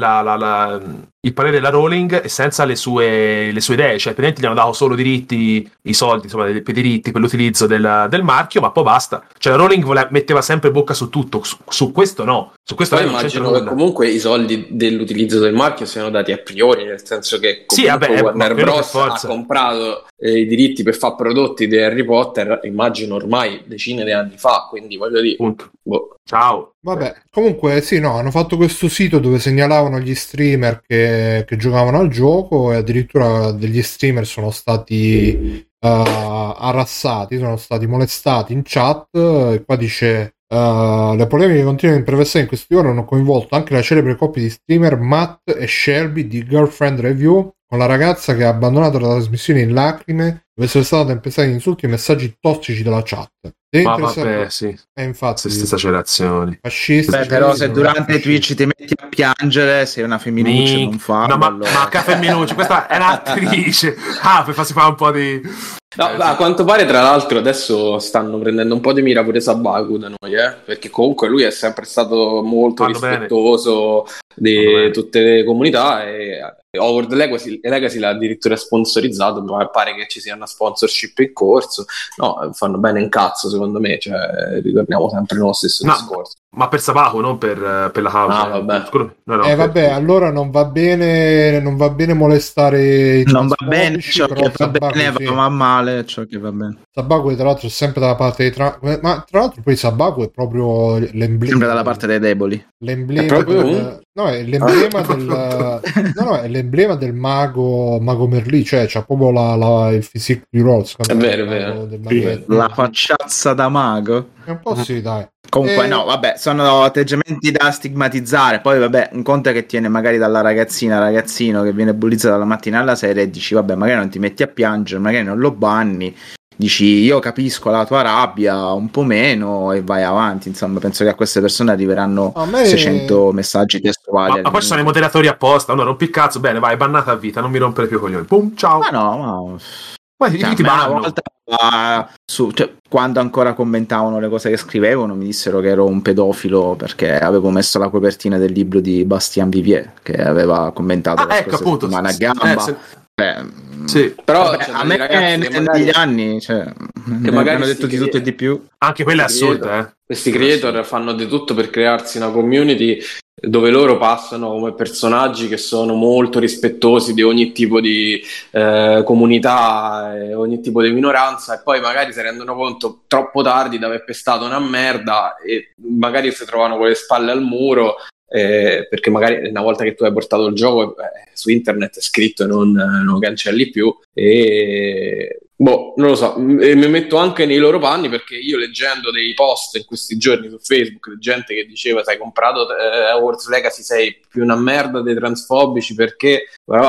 il parere della Rowling e senza le sue idee, cioè praticamente gli hanno dato solo i soldi, insomma, per i diritti per l'utilizzo del marchio, ma poi basta. Cioè la Rowling metteva sempre bocca su tutto, su questo no. Su questo poi immagino che comunque i soldi dell'utilizzo del marchio siano dati a priori, nel senso che Warner Bros. Ha comprato i diritti per fare prodotti di Harry Potter, immagino ormai decine di anni fa, quindi voglio dire... Ciao. Vabbè, comunque sì, no, hanno fatto questo sito dove segnalavano gli streamer che giocavano al gioco e addirittura degli streamer sono stati arrassati, sono stati molestati in chat, e qua dice le polemiche continue in imperversate in questi ore hanno coinvolto anche la celebre coppia di streamer Matt e Shelby di Girlfriend Review, con la ragazza che ha abbandonato la trasmissione in lacrime dove sono stati tempestati in insulti e messaggi tossici della chat. Ma vabbè, sì. Infatti queste esagerazioni fascisti. Beh, però se durante Twitch ti metti a piangere, sei una femminuccia, non fa. No, ma che femminuccia? Questa è un'attrice. Per farsi fare un po' di... No, a quanto pare, tra l'altro, adesso stanno prendendo un po' di mira pure Sabaku da noi, perché comunque lui è sempre stato molto rispettoso di tutte le comunità e Hogwarts Legacy l'ha addirittura sponsorizzato, ma pare che ci sia una sponsorship in corso. No, fanno bene in cazzo, secondo me, cioè ritorniamo sempre nello stesso discorso. Ma per Sabaku, non per la causa. Vabbè. Vabbè, allora non va bene molestare i non va bene ciò che va bene, va male ciò che va bene. Sabaku tra l'altro è sempre dalla parte dei ma tra l'altro poi Sabaku è proprio l'emblema, sempre dalla parte dei deboli. L'emblema è l'emblema è l'emblema del mago Merlì, cioè c'ha proprio il physique di Rolls. È vero. La facciazza da mago. È un po' sì, dai. Comunque no, vabbè, sono atteggiamenti da stigmatizzare. Poi vabbè, un conto è che tiene magari dalla ragazzino che viene bullizzato dalla mattina alla sera e dici vabbè, magari non ti metti a piangere, magari non lo banni, dici io capisco la tua rabbia un po' meno e vai avanti. Insomma, penso che a queste persone arriveranno 600 messaggi testuali. Ma poi ci sono i moderatori apposta. Allora rompi il cazzo, bene, vai, bannata a vita, non mi rompere più i coglioni. Pum, ciao. Ma no, poi ti una volta quando ancora commentavano le cose che scrivevano mi dissero che ero un pedofilo perché avevo messo la copertina del libro di Bastien Vivier che aveva commentato la scorsa settimana a gamba. Sì, però a me negli anni che magari hanno detto di tutto e di più. Anche quella è assurda. Questi creator fanno di tutto per crearsi una community dove loro passano come personaggi che sono molto rispettosi di ogni tipo di comunità e ogni tipo di minoranza, e poi magari si rendono conto troppo tardi di aver pestato una merda e magari si trovano con le spalle al muro, perché magari una volta che tu hai portato il gioco su internet è scritto e non lo cancelli più, e non lo so, e mi metto anche nei loro panni, perché io leggendo dei post in questi giorni su Facebook, gente che diceva se hai comprato Hogwarts Legacy sei più una merda dei transfobici perché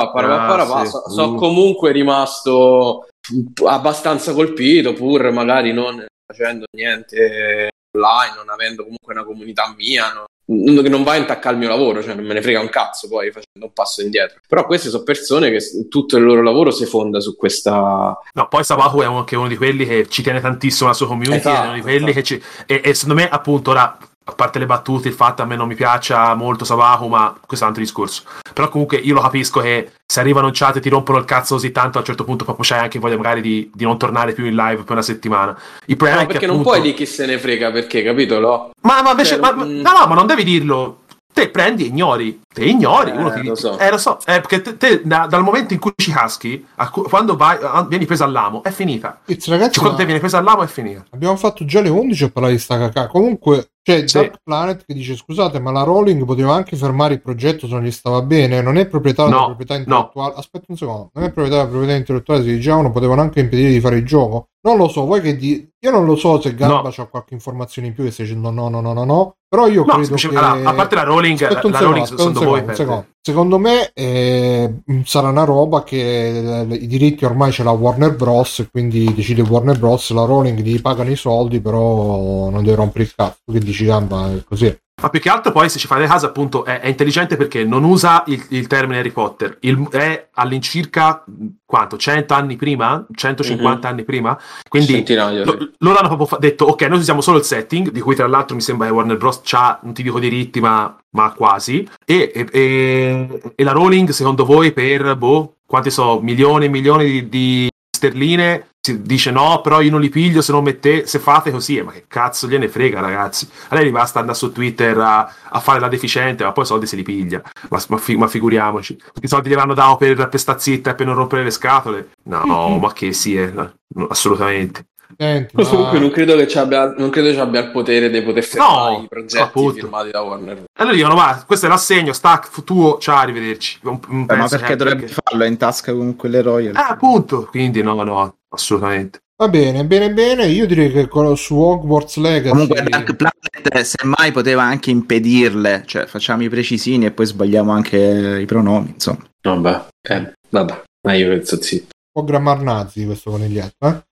sono comunque rimasto abbastanza colpito, pur magari non facendo niente online, non avendo comunque una comunità mia, che non va a intaccare il mio lavoro, cioè non me ne frega un cazzo poi facendo un passo indietro. Però queste sono persone che tutto il loro lavoro si fonda su questa... No, poi Sabaku è anche uno di quelli che ci tiene tantissimo alla sua community, è uno di quelli che e secondo me, appunto, ora, a parte le battute, il fatto a me non mi piaccia molto Sabaku, ma questo è un altro discorso. Però comunque io lo capisco che se arrivano in chat e ti rompono il cazzo così tanto, a un certo punto proprio c'hai anche voglia magari di non tornare più in live per una settimana. Il problema è perché che, non appunto, puoi di chi se ne frega, perché, capito? No? Ma invece, ma non devi dirlo. Te prendi e ignori. Te ignori. Uno ti dice, lo so. Perché te dal momento in cui ci caschi, quando vieni preso all'amo, è finita. Ragazzi, quando te vieni preso all'amo, è finita. Abbiamo fatto già le 11 a parlare di sta cacà. Comunque c'è Dark Planet che dice: scusate, ma la Rowling poteva anche fermare il progetto se non gli stava bene. Non è proprietà della proprietà intellettuale. Aspetta un secondo. Non è proprietà della proprietà intellettuale. Si dicevano potevano anche impedire di fare il gioco. Non lo so, voi che io non lo so se Gamba c'ha qualche informazione in più che stai dicendo no. Però io credo che... a parte la Rowling, sono voi. Secondo me sarà una roba che i diritti ormai ce l'ha Warner Bros, quindi decide Warner Bros, la Rowling gli pagano i soldi, però non deve rompere il cazzo. Che dici, Gamba, è così. Ma più che altro poi, se ci fate caso, appunto è intelligente perché non usa il termine Harry Potter, è all'incirca quanto? 100 anni prima? 150 anni prima? Quindi loro hanno proprio detto ok, noi usiamo solo il setting, di cui tra l'altro mi sembra che Warner Bros. C'ha, non ti dico diritti, ma quasi, e la Rowling, secondo voi, per quanti milioni e milioni di sterline, si dice no, però io non li piglio se non se fate così, ma che cazzo gliene frega, ragazzi, a lei gli basta andare su Twitter a fare la deficiente, ma poi i soldi se li piglia, ma figuriamoci, i soldi li avranno dato per sta zitta e per non rompere le scatole, no, ma che no, assolutamente. Comunque non credo che ci abbia il potere di poter fermare i progetti firmati da Warner. Allora dicono, ma questo è l'assegno, stack tuo, ciao, arrivederci. Ma perché dovrebbe farlo? È in tasca con quelle royalty. Appunto, quindi no, assolutamente. Va bene, io direi che su Hogwarts Legacy... Comunque Dark Planet semmai poteva anche impedirle, cioè facciamo i precisini e poi sbagliamo anche i pronomi, insomma. Vabbè, ma io penso sì. Un po' grammar nazi questo coniglietto,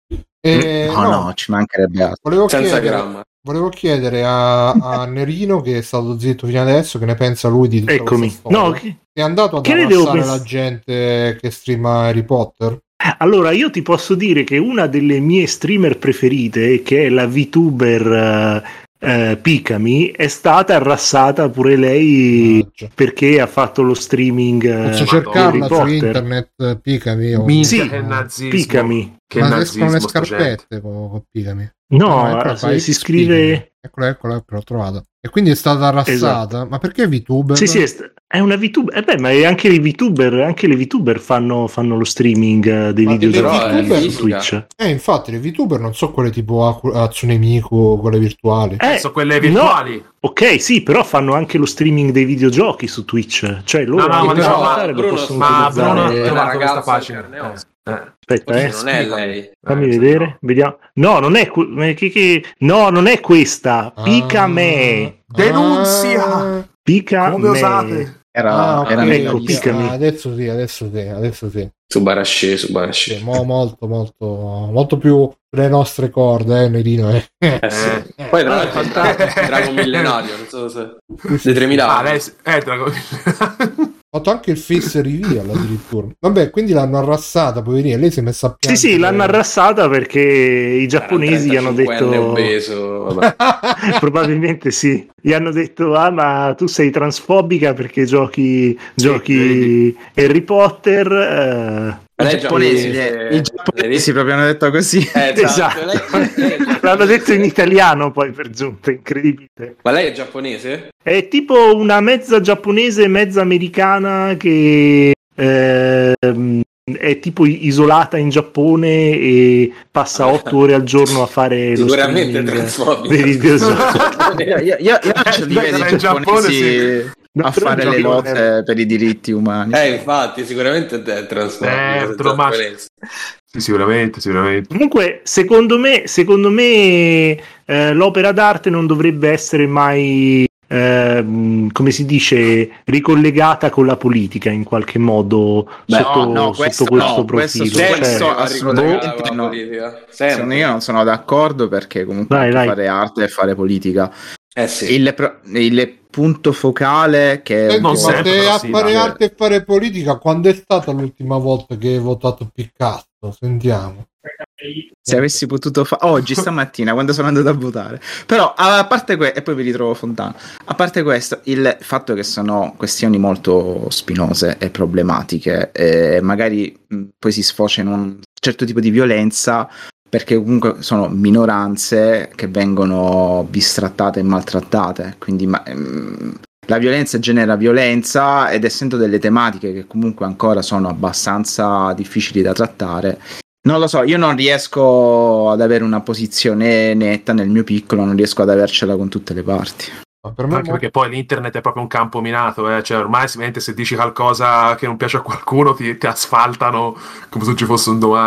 No, ci mancherebbe altro. Volevo chiedere a Nerino, che è stato zitto fino adesso, che ne pensa lui di tutta questa storia. È andato ad ammassare la gente che streama Harry Potter? Allora, io ti posso dire che una delle mie streamer preferite, che è la VTuber Picami, è stata arrassata pure lei perché ha fatto lo streaming. Posso cercarla su internet, Picami? Sì, che nazismo. Picami. Che ma escono le scarpette con Picami? No, si scrive... Eccola, l'ho trovata. E quindi è stata arrassata. Esatto. Ma perché VTuber? Sì, è una VTuber. Ma anche le VTuber fanno lo streaming dei videogiochi su Twitch. Infatti le VTuber non so quelle tipo Hatsune Miku, quelle virtuali. So quelle virtuali. No. Ok, sì, però fanno anche lo streaming dei videogiochi su Twitch. Cioè loro Bruno, è una ragazza pagina. Aspetta, non è lei. Fammi vedere, vediamo. No, non è no, non è questa. Picame. Denunzia. Picame. Come osate? Era ecco, Picami. Adesso sì. Su Barasce. Molto più le nostre corde, Nerino. Poi tra l'altro Dragon Millenario, non so se dei 3000 anni. Dragon Ho fatto anche il face reveal addirittura. Vabbè, quindi l'hanno arrassata, poverina. Lei si è messa a piangere. Sì, l'hanno arrassata perché i giapponesi gli hanno detto... obeso, vabbè. Probabilmente sì. Gli hanno detto, ma tu sei transfobica perché giochi Harry Potter... I giapponesi proprio hanno detto così. Esatto. L'hanno detto in italiano poi, per giunta, incredibile. Ma lei è giapponese? È tipo una mezza giapponese, mezza americana che è tipo isolata in Giappone e passa 8 ore al giorno a fare sicuramente lo streaming per i videogiochi. Io faccio di vedere i giapponesi a fare le lotte per i diritti umani. Infatti, sicuramente è trasformato. Sì, sicuramente. Comunque, secondo me l'opera d'arte non dovrebbe essere mai come si dice, ricollegata con la politica in qualche modo sotto questo profilo. Assolutamente no. Io non sono d'accordo, perché comunque fare arte e fare politica. Sì. Il punto focale che non fare arte e fare politica, quando è stata l'ultima volta che hai votato Picasso? Sentiamo. Se avessi potuto oggi, stamattina, quando sono andato a votare. Però a parte questo, e poi vi ritrovo Fontana, a parte questo, il fatto che sono questioni molto spinose e problematiche, magari poi si sfocia in un certo tipo di violenza, perché comunque sono minoranze che vengono bistrattate e maltrattate, quindi la violenza genera violenza, ed essendo delle tematiche che comunque ancora sono abbastanza difficili da trattare, non lo so, io non riesco ad avere una posizione netta nel mio piccolo, non riesco ad avercela con tutte le parti. Anche perché poi l'internet è proprio un campo minato, cioè ormai se dici qualcosa che non piace a qualcuno ti asfaltano come se ci fosse un domani.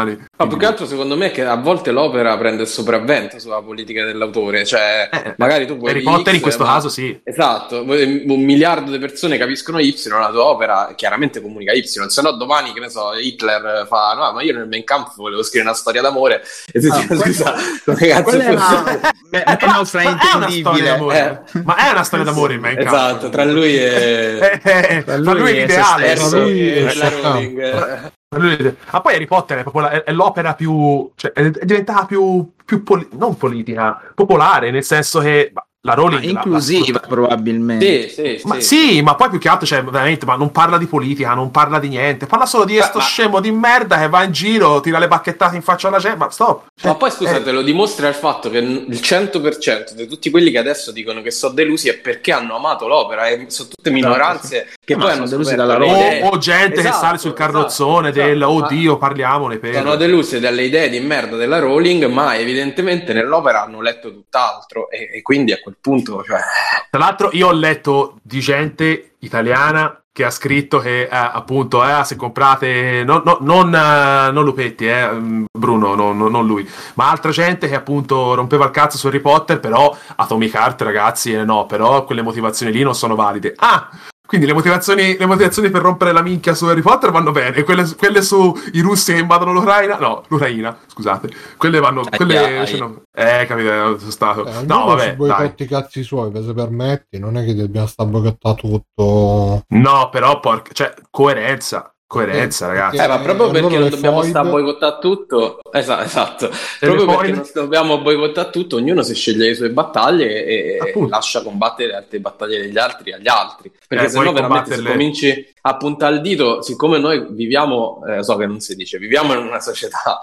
Ma più che altro secondo me è che a volte l'opera prende il sopravvento sulla politica dell'autore, cioè magari tu puoi Harry Potter in questo caso sì. Esatto, 1 miliardo di persone capiscono Y, la tua opera chiaramente comunica Y, se no domani, che ne so, Hitler fa no, ma io nel Mein Kampf volevo scrivere una storia d'amore e tu ti scusa, come cazzo è una fraintendibile. Ma è una storia d'amore il Mein Kampf. Esatto, tra lui e tra lui e l'ideale, e la Rowling. Ma poi Harry Potter è proprio è l'opera più, cioè è diventata più non politica, popolare, nel senso che la Rowling inclusiva probabilmente. Sì, ma poi più che altro, cioè, veramente, ma non parla di politica, non parla di niente, parla solo di sto scemo di merda che va in giro, tira le bacchettate in faccia alla gente, ma stop. Ma poi scusate, lo dimostra il fatto che il 100% di tutti quelli che adesso dicono che sono delusi è perché hanno amato l'opera, e sono tutte minoranze che poi hanno delusi dalla Rowling. O gente che sale sul carrozzone del oddio, parliamone per. Sono deluse dalle idee di merda della Rowling, ma evidentemente nell'opera hanno letto tutt'altro e quindi a quel punto, cioè. Tra l'altro io ho letto di gente italiana che ha scritto che appunto se comprate non Lupetti, Bruno, non lui, ma altra gente che appunto rompeva il cazzo su Harry Potter, però Atomic Heart, ragazzi, no, però quelle motivazioni lì non sono valide. Quindi le motivazioni per rompere la minchia su Harry Potter vanno bene, quelle su i russi che invadono l'Ucraina, scusate, quelle vanno, quelle capito, sono stato. No, vabbè, boicotti i cazzi suoi, se permetti, non è che dobbiamo sta boicottare tutto. No, però cioè coerenza, ragazzi. Ma proprio perché non dobbiamo sta boicottare tutto. Esatto. Proprio perché non dobbiamo boicottare tutto, ognuno si sceglie le sue battaglie e lascia combattere le battaglie degli altri agli altri. Perché se no veramente se cominci a puntare il dito, siccome noi viviamo, so che non si dice, viviamo in una società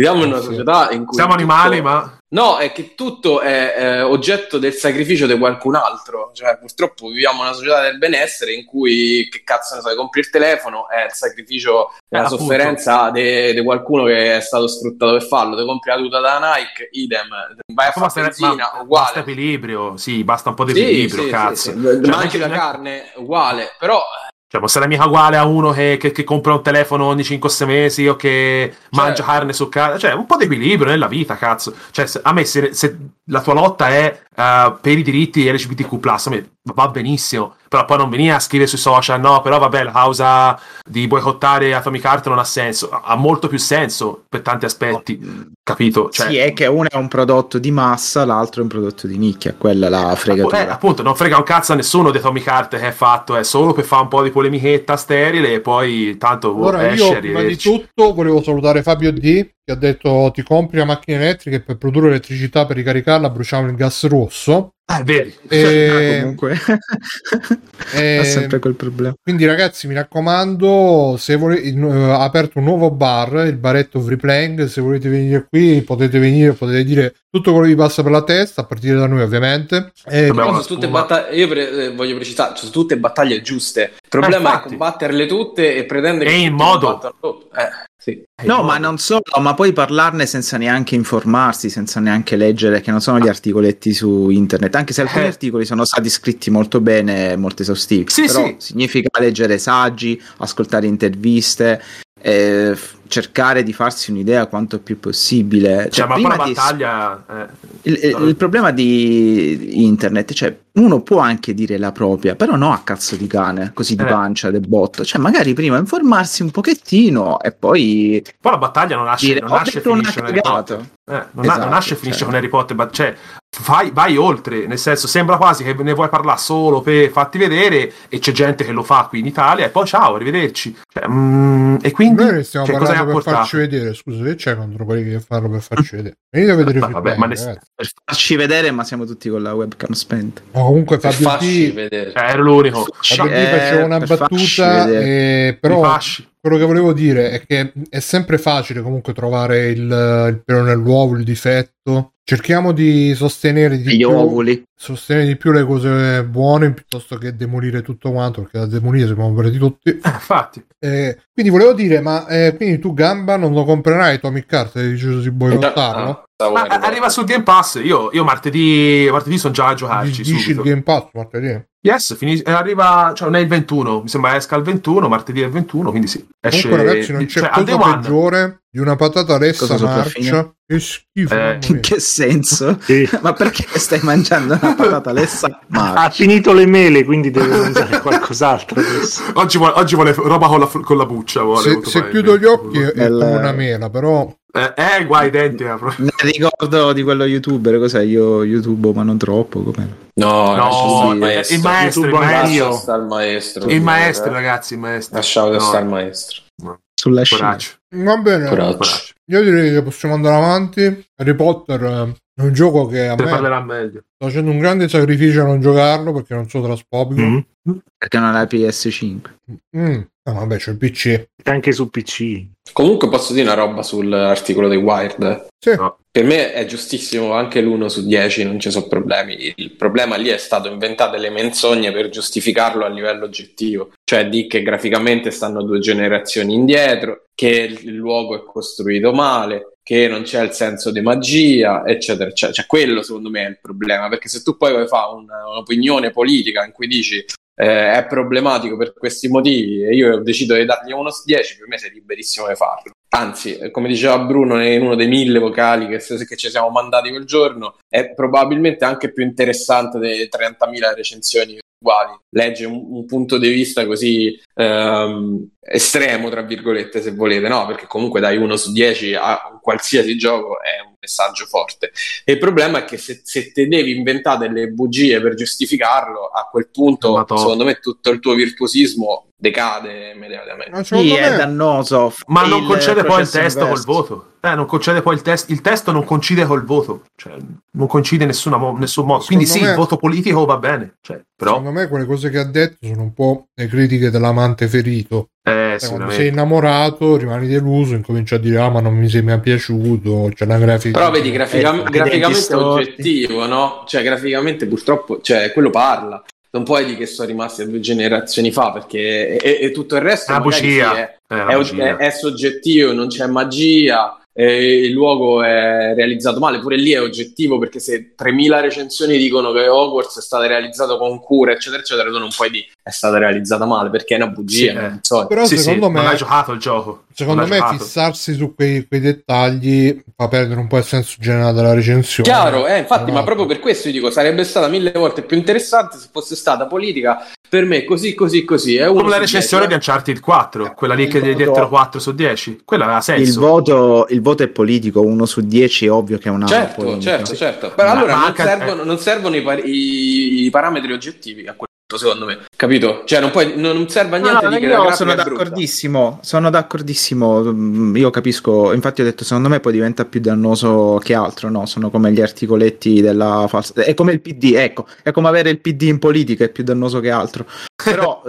in cui siamo animali, ma no, è che tutto è oggetto del sacrificio di qualcun altro. Cioè, purtroppo viviamo in una società del benessere in cui, che cazzo ne so, compri il telefono, è il sacrificio, la sofferenza di qualcuno che è stato sfruttato per farlo. Ti compri la tuta da Nike, idem, vai a fare benzina, uguale. Basta equilibrio, basta un po' di equilibrio, cazzo. Sì. Cioè, mangi la carne, uguale, però. Cioè, può essere mica uguale a uno che compra un telefono ogni 5-6 mesi o che mangia carne su casa. Cioè, un po' di equilibrio nella vita, cazzo. Cioè, a me se la tua lotta è per i diritti LGBTQ+, a me va benissimo. Però poi non venire a scrivere sui social, no, però vabbè, la causa di boicottare Atomic Heart non ha senso. Ha molto più senso per tanti aspetti, capito? Cioè, sì, è che uno è un prodotto di massa, l'altro è un prodotto di nicchia, quella è la fregatura. Appunto, non frega un cazzo a nessuno di Atomic Heart che è fatto, è solo per fare un po' di polemichetta sterile e poi tanto ora io prima di tutto volevo salutare Fabio D, che ha detto: ti compri la macchina elettrica e per produrre elettricità per ricaricarla bruciamo il gas rosso. Vedi. Comunque ha sempre quel problema. Quindi ragazzi, mi raccomando, se ha aperto un nuovo bar, il baretto Free Playing, se volete venire qui potete venire, potete dire tutto quello che vi passa per la testa, a partire da noi ovviamente. Sono tutte io voglio precisare, sono tutte battaglie giuste. Il problema è combatterle tutte e pretendere che in modo sì. No, ma non solo, ma poi parlarne senza neanche informarsi, senza neanche leggere, che non sono gli articoletti su internet, anche se alcuni articoli sono stati scritti molto bene, molto esaustivi, però significa leggere saggi, ascoltare interviste, cercare di farsi un'idea quanto più possibile. Cioè, ma prima poi la battaglia il problema di internet, cioè uno può anche dire la propria, però no a cazzo di cane, così di pancia, del botto, cioè magari prima informarsi un pochettino e poi la battaglia non nasce e finisce con Harry Potter. Non nasce e finisce con Harry Potter, cioè vai oltre, nel senso sembra quasi che ne vuoi parlare solo per farti vedere, e c'è gente che lo fa qui in Italia e poi ciao, arrivederci, cioè, e quindi noi stiamo parlando per farci vedere. Scusa, che c'è contro quelli che fanno per farci vedere? Venite a vedere per farci vedere, ma siamo tutti con la webcam spenta. Comunque Fabio D ero l'unico. Fabio D faceva una battuta, però quello che volevo dire è che è sempre facile comunque trovare il pelo nell'uovo, il difetto. Cerchiamo di sostenere di più le cose buone piuttosto che demolire tutto quanto, perché da demolire siamo presi tutti. Infatti. Quindi volevo dire, ma quindi tu Gamba non lo comprerai Atomic Heart? Hai deciso di boicottarlo? Ma arriva sul Game Pass. Io martedì sono già a giocarci. Dici il Game Pass martedì? Yes, arriva, cioè non è il 21, mi sembra esca il 21, martedì è il 21, quindi sì. Esce, comunque ragazzi non c'è cosa peggiore di una patata lessa marcia. Che schifo. In che senso? Sì. Ma perché stai mangiando una patata lessa marcia? Ha finito le mele, quindi deve mangiare qualcos'altro adesso. Oggi vuole roba con la buccia. Se chiudo gli occhi è come una mela, però... guai i denti. Ne ricordo di quello youtuber, cos'è? Io YouTube ma non troppo, com'è? No, il maestro, ragazzi, il maestro. Lasciamo stare il maestro. Sulla scena. Va bene. Coraggio. Io direi che possiamo andare avanti. Harry Potter è un gioco che a me parlerà meglio. Sto facendo un grande sacrificio a non giocarlo perché non sono trasfobico. Perché non hai PS5. No, vabbè, c'è il PC. Anche su PC. Comunque posso dire una roba sull'articolo dei Wired? Sì. No. Per me è giustissimo anche l'1 su 10, non ci sono problemi. Il problema lì è stato inventare delle menzogne per giustificarlo a livello oggettivo. Cioè di che graficamente stanno 2 generazioni indietro, che il luogo è costruito male, che non c'è il senso di magia, eccetera, eccetera. Cioè quello secondo me è il problema, perché se tu poi vuoi fare un'opinione politica in cui dici è problematico per questi motivi e io ho deciso di dargli 1 su 10, per me sei liberissimo di farlo. Anzi, come diceva Bruno in uno dei 1000 vocali che ci siamo mandati quel giorno, è probabilmente anche più interessante delle 30.000 recensioni uguali. Legge un punto di vista così estremo, tra virgolette, se volete, no? Perché comunque dai 1 su 10 a qualsiasi gioco è un messaggio forte. E il problema è che se te devi inventare delle bugie per giustificarlo, a quel punto secondo me tutto il tuo virtuosismo decade immediatamente. Sì, è dannoso. Ma non concede poi il testo col voto. Non concede poi il testo non coincide col voto, cioè non coincide in nessun modo. Quindi sì, il voto politico va bene, cioè, però secondo me quelle cose che ha detto sono un po' le critiche dell'amante ferito. Quando sei innamorato, rimani deluso, incominci a dire ma non mi sei mai piaciuto, c'è una grafica. Però vedi, graficamente è oggettivo, no? Cioè graficamente purtroppo, cioè quello parla. Non puoi dire che sono rimasti a 2 generazioni fa, perché e tutto il resto è soggettivo, non c'è magia, il luogo è realizzato male, pure lì è oggettivo, perché se 3.000 recensioni dicono che Hogwarts è stato realizzato con cura, eccetera, eccetera, tu non puoi dire è stata realizzata male, perché è una bugia. Però secondo me non hai giocato il gioco. Secondo me fissarsi su quei dettagli fa perdere un po' il senso generale della recensione. Chiaro, infatti, ma proprio per questo io dico sarebbe stata 1000 volte più interessante se fosse stata politica. Per me così. È come la recensione di Uncharted 4, quella lì che gli dettero 4 su 10. Quella aveva senso. Il voto è politico, 1 su 10 è ovvio che è una certo. Però allora non servono i parametri oggettivi a quel punto, secondo me. Capito? Cioè non serve a niente di che la grafica sono d'accordissimo. Io capisco, infatti ho detto secondo me poi diventa più dannoso che altro, no? Sono come gli articoletti della falsa, è come il PD, ecco, è come avere il PD in politica, è più dannoso che altro. Però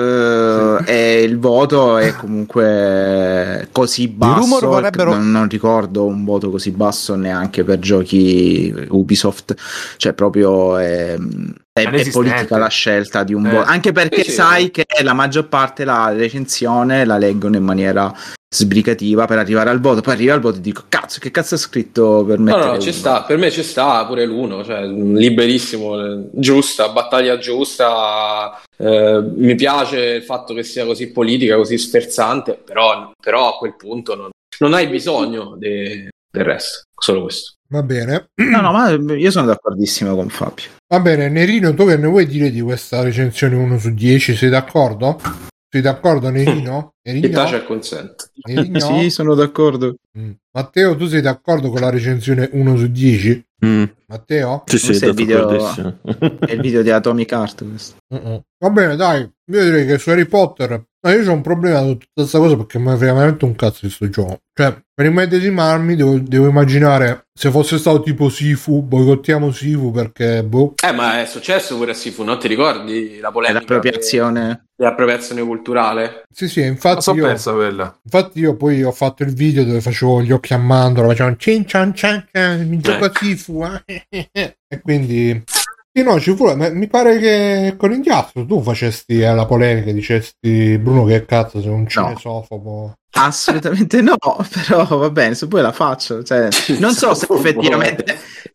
il voto è comunque così basso, non ricordo un voto così basso neanche per giochi Ubisoft, cioè proprio è politica la scelta di un voto, anche perché sai che la maggior parte la recensione la leggono in maniera sbrigativa per arrivare al voto, poi arriva al voto e dico che cazzo è scritto per me? No, ci sta, per me ci sta pure l'1, cioè liberissimo, giusta, battaglia giusta. Mi piace il fatto che sia così politica, così sferzante, però a quel punto non hai bisogno del resto, solo questo. Va bene. No, ma io sono d'accordissimo con Fabio. Va bene, Nerino, tu che ne vuoi dire di questa recensione 1 su 10? Sei d'accordo? Sei d'accordo, Nerino? Ti piace il consent? Sì, sono d'accordo. Matteo, tu sei d'accordo con la recensione 1 su 10? Matteo? Sì, è il video di Atomic Heart questo. Va bene, dai, io direi che su Harry Potter io c'ho un problema con tutta questa cosa, perché mi frega veramente un cazzo di sto gioco. Cioè, per immedesimarmi devo immaginare se fosse stato tipo Sifu, boicottiamo Sifu perché ma è successo pure a Sifu, non ti ricordi la polemica? L'appropriazione culturale? Sì, infatti persa quella. Infatti io poi ho fatto il video dove facevo gli occhi a mandorla, facevano cin cian cian, mi gioco a Sifu e quindi sì, no, ci fu, ma mi pare che con il ghiaccio tu facesti la polemica, dicesti Bruno che cazzo sei un cinesofobo. Assolutamente no, però va bene, se poi la faccio, cioè, non so se effettivamente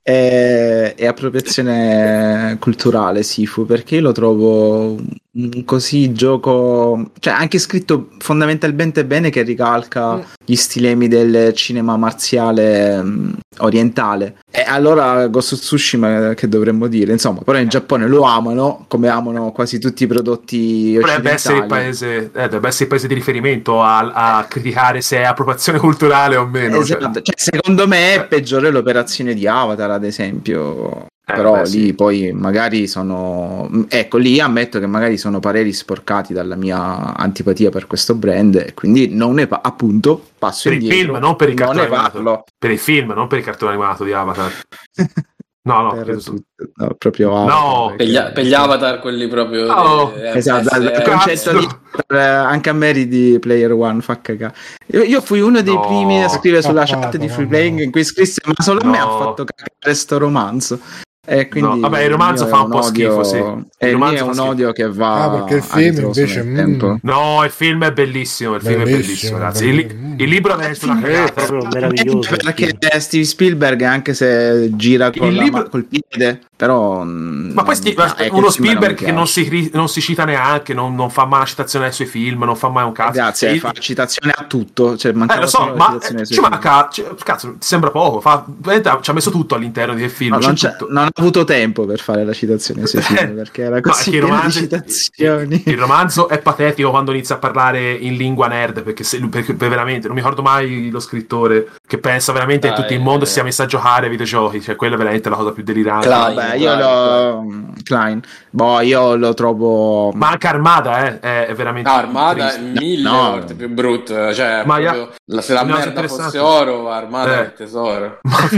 è appropriazione culturale Sifu, perché io lo trovo un così gioco, cioè anche scritto fondamentalmente bene, che ricalca gli stilemi del cinema marziale orientale. E allora Ghost of Tsushima, che dovremmo dire, insomma, però in Giappone lo amano come amano quasi tutti i prodotti occidentali. Dovrebbe essere il paese di riferimento a criticare se è appropriazione culturale o meno. Esatto. Cioè, secondo me è peggiore l'operazione di Avatar, ad esempio. Però lì sì. Poi magari sono, ecco, lì ammetto che magari sono pareri sporcati dalla mia antipatia per questo brand, e quindi non ne appunto passo per indietro. Il film, non per il cartone animato. Per il film, non per il cartone animato di Avatar. No, proprio Avatar, per gli Avatar, quelli proprio esatto, il concetto di anche a me di Player One fa cagare. Io fui uno dei primi a scrivere sulla chat di Free Playing in cui scrisse, ma solo a me ha fatto cagare sto romanzo. E quindi il romanzo fa un po' schifo, sì. Il romanzo è un odio che va perché il film invece no, il film è bellissimo, ragazzi. Il libro è una cagata, meraviglioso, perché Steven Spielberg, anche se gira col piede, però ma poi uno Spielberg che non si cita neanche, non fa mai una citazione ai suoi film, non fa mai un cazzo. Grazie, fa citazione a tutto, cioè lo so, ma ci manca, cazzo, sembra poco, ci ha messo tutto all'interno del film, non ha avuto tempo per fare la citazione ai suoi film, perché era così pieno di citazioni. Il romanzo è patetico quando inizia a parlare in lingua nerd, perché veramente non mi ricordo mai lo scrittore che pensa veramente che tutto il mondo sia messo a giocare ai videogiochi, cioè quella è veramente la cosa più delirante. Io lo trovo, ma anche Armada è veramente Armada è 1000 volte più brutto, cioè se la merda fosse oro, Armada è il tesoro.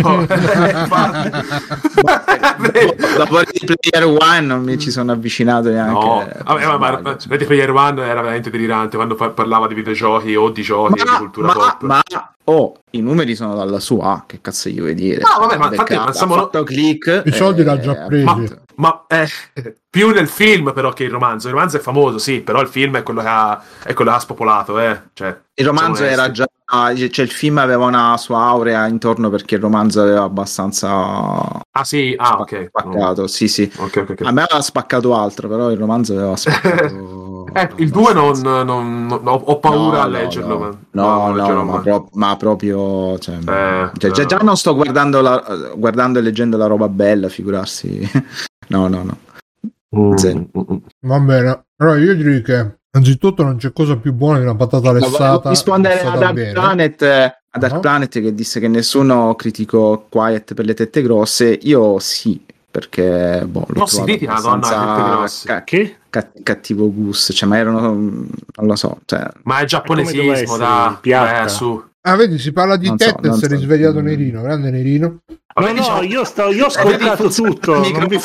Dopo di Player One non mi ci sono avvicinato neanche. Ma Player One era veramente delirante quando parlava di videogiochi o di giochi e di cultura pop. I numeri sono dalla sua, che cazzo gli vuoi dire? Ma infatti ha fatto click, i soldi l'ha già presi. Ma più nel film però che il romanzo. Il romanzo è famoso, sì, però il film è quello che ha spopolato, Cioè, il romanzo era già, cioè il film aveva una sua aurea intorno, perché il romanzo aveva abbastanza ok, spaccato, sì. Okay. A me aveva spaccato altro, però il romanzo aveva spaccato il 2 non ho paura a leggerlo. Ma proprio già non sto guardando e leggendo la roba bella, figurarsi. no. Va bene, allora io direi che innanzitutto non c'è cosa più buona di una patata lessata. Rispondere a Dark Planet che disse che nessuno criticò Quiet per le tette grosse. Io sì, perché non si critica abbastanza cattivo gusto, cioè, ma erano, non lo so, cioè, ma è giapponesismo, su. Vedi, si parla di tette e si è risvegliato Nerino, grande Nerino. Io ho ascoltato tutto.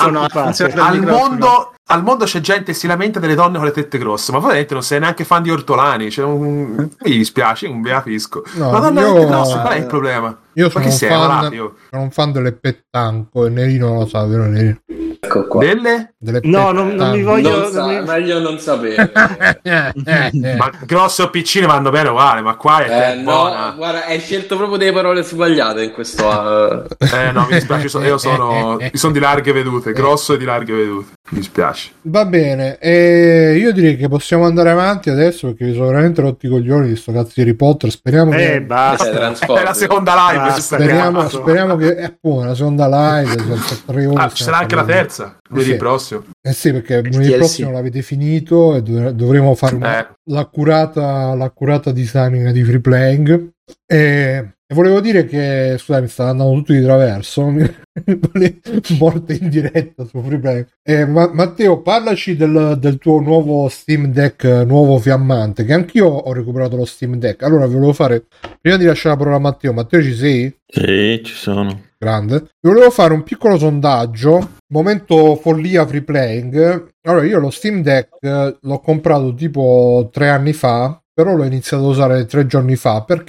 Al mondo c'è gente che si lamenta delle donne con le tette grosse, ma veramente non sei neanche fan di ortolani. Mi dispiace, non vi capisco. Qual è il problema? Io sono un fan delle pettanco, e Nerino lo sa, vero Nerino? Ecco qua. Delle non mi voglio. Meglio non sapere. Ma grosse o piccine vanno bene uguale, ma qua è guarda, hai scelto proprio delle parole sbagliate in questo. No, mi dispiace, io sono di larghe vedute, grosso e di larghe vedute. Mi dispiace. Va bene, io direi che possiamo andare avanti adesso, perché vi sono veramente rotti i coglioni di sto cazzo di Harry Potter. Speriamo che basta. È la seconda live. Speriamo che è la seconda live. 3 ore. Ci sarà anche la terza lunedì prossimo. Sì, perché lunedì prossimo l'avete finito e dovremo fare l'accurata designing di Free Playing. E volevo dire che, scusami, sta andando tutto di traverso. Morte in diretta su Free Playing. Matteo, parlaci del tuo nuovo Steam Deck nuovo fiammante, che anch'io ho recuperato lo Steam Deck. Allora vi volevo fare, prima di lasciare la parola a Matteo, ci sei? Sì, ci sono. Grande. Vi volevo fare un piccolo sondaggio, momento follia Free Playing. Allora, io lo Steam Deck l'ho comprato tipo 3 anni fa, però l'ho iniziato a usare 3 giorni fa. Perché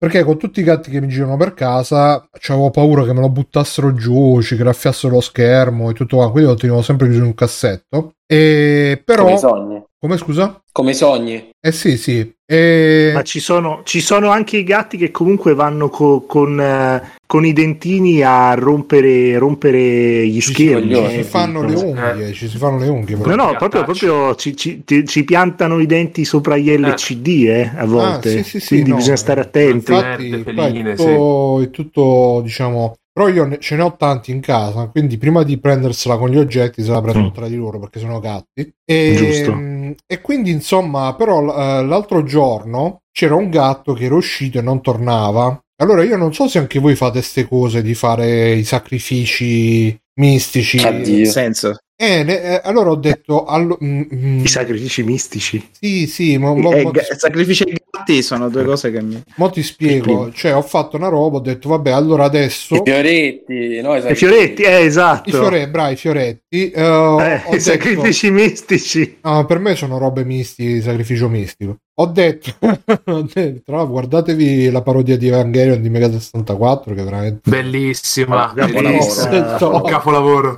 perché con tutti i gatti che mi girano per casa avevo paura che me lo buttassero giù, ci graffiassero lo schermo e tutto, quindi lo tenevo sempre chiuso in un cassetto. E però come i sogni. Come scusa? Come i sogni. Sì. Ma ci sono anche i gatti che comunque vanno con i dentini a rompere gli schermi. Ci si fanno le unghie. No, proprio ci piantano i denti sopra gli LCD a volte. Sì, quindi bisogna stare attenti. Infatti, è tutto, diciamo. Però io ce ne ho tanti in casa, quindi prima di prendersela con gli oggetti se la prendo tra di loro perché sono gatti. E quindi insomma, però l'altro giorno c'era un gatto che era uscito e non tornava. Allora io non so se anche voi fate ste cose di fare i sacrifici mistici. Addio. Senso. Allora ho detto i sacrifici mistici. Sì, sacrifici ai gatti sono due cose che mo ti spiego, cioè ho fatto una roba, ho detto vabbè, allora adesso i fioretti, no? I fioretti, esatto. I fioretti, i sacrifici mistici. No, per me sono robe mistiche, sacrificio mistico. Ho detto, guardatevi la parodia di Evangelion di Mega 64 che è veramente bellissima, un capolavoro.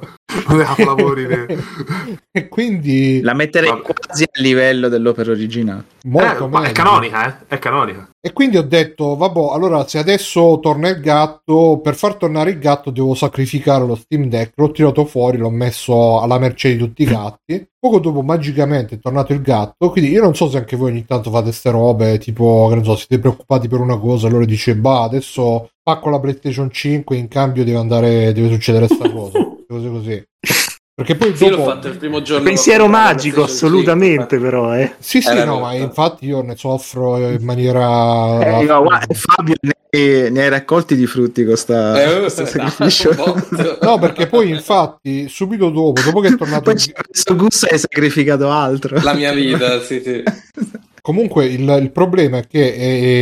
E quindi la metterei quasi a livello dell'opera originale. È canonica. E quindi ho detto vabbè, allora se adesso torna il gatto, per far tornare il gatto devo sacrificare lo Steam Deck. L'ho tirato fuori, l'ho messo alla mercé di tutti i gatti. Poco dopo magicamente è tornato il gatto. Quindi io non so se anche voi ogni tanto fate ste robe, tipo che non so, siete preoccupati per una cosa, allora dice adesso pacco la PlayStation 5, in cambio deve succedere sta cosa, cose così. Perché poi dopo l'ho fatto il primo giorno, pensiero magico assolutamente, però sì no, ma infatti io ne soffro in maniera Fabio ne hai raccolti di frutti con sta sacrificio. No, perché poi infatti subito dopo che è tornato questo gusto hai sacrificato altro, la mia vita. sì. Comunque il problema è che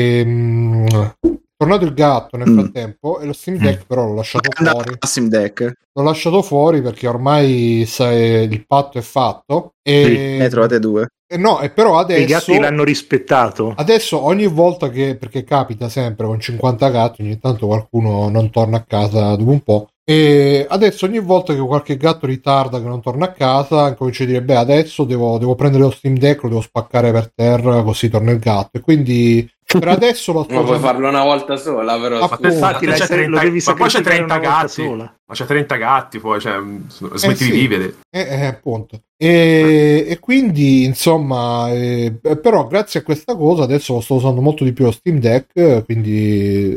è tornato il gatto nel frattempo e lo Steam Deck però l'ho lasciato fuori. L'ho lasciato fuori perché ormai il patto è fatto e ne trovate due. No, e però adesso i gatti l'hanno rispettato. Adesso ogni volta perché capita sempre con 50 gatti, ogni tanto qualcuno non torna a casa dopo un po'. E adesso ogni volta che qualche gatto ritarda, che non torna a casa, comincio a dire adesso devo prendere lo Steam Deck, lo devo spaccare per terra così torna il gatto. E quindi per adesso lo sto puoi farlo una volta sola, però infatti lo devi poi c'è 30 gatti sola. Ma c'è 30 gatti, poi smetti di vivere. Appunto. E quindi insomma però grazie a questa cosa adesso lo sto usando molto di più lo Steam Deck, quindi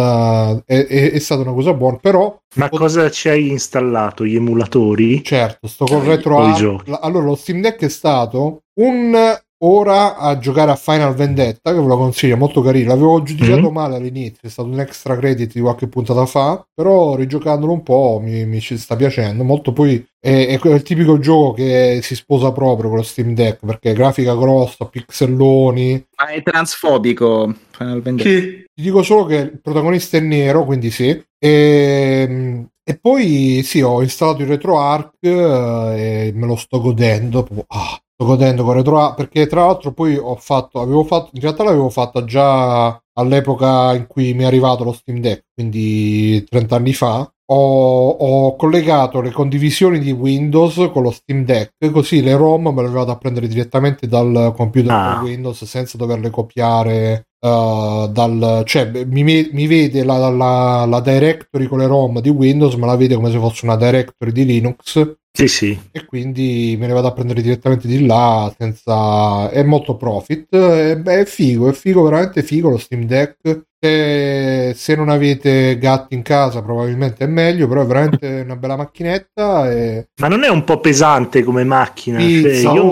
è stata una cosa buona. Però ma cosa ci hai installato? Gli emulatori? Certo, sto con RetroArch. Allora lo Steam Deck è stato ora a giocare a Final Vendetta, che ve lo consiglio, molto carino. L'avevo giudicato male all'inizio, è stato un extra credit di qualche puntata fa, però rigiocandolo un po' mi ci sta piacendo molto. Poi è il tipico gioco che si sposa proprio con lo Steam Deck, perché è grafica grossa, pixelloni. Ma è transfobico Final Vendetta? Ti dico solo che il protagonista è nero, quindi sì. E poi sì, ho installato il RetroArch e me lo sto godendo. Sto godendo con RetroArch, perché tra l'altro poi in realtà l'avevo fatta già all'epoca in cui mi è arrivato lo Steam Deck, quindi 30 anni fa. Ho collegato le condivisioni di Windows con lo Steam Deck, così le ROM me le vado a prendere direttamente dal computer con Windows senza doverle copiare cioè mi vede la directory con le ROM di Windows, ma la vede come se fosse una directory di Linux. Sì. E quindi me ne vado a prendere direttamente di là è molto profit. È figo, veramente figo lo Steam Deck. Se non avete gatti in casa probabilmente è meglio, però è veramente una bella macchinetta ma non è un po' pesante come macchina? Pizza, io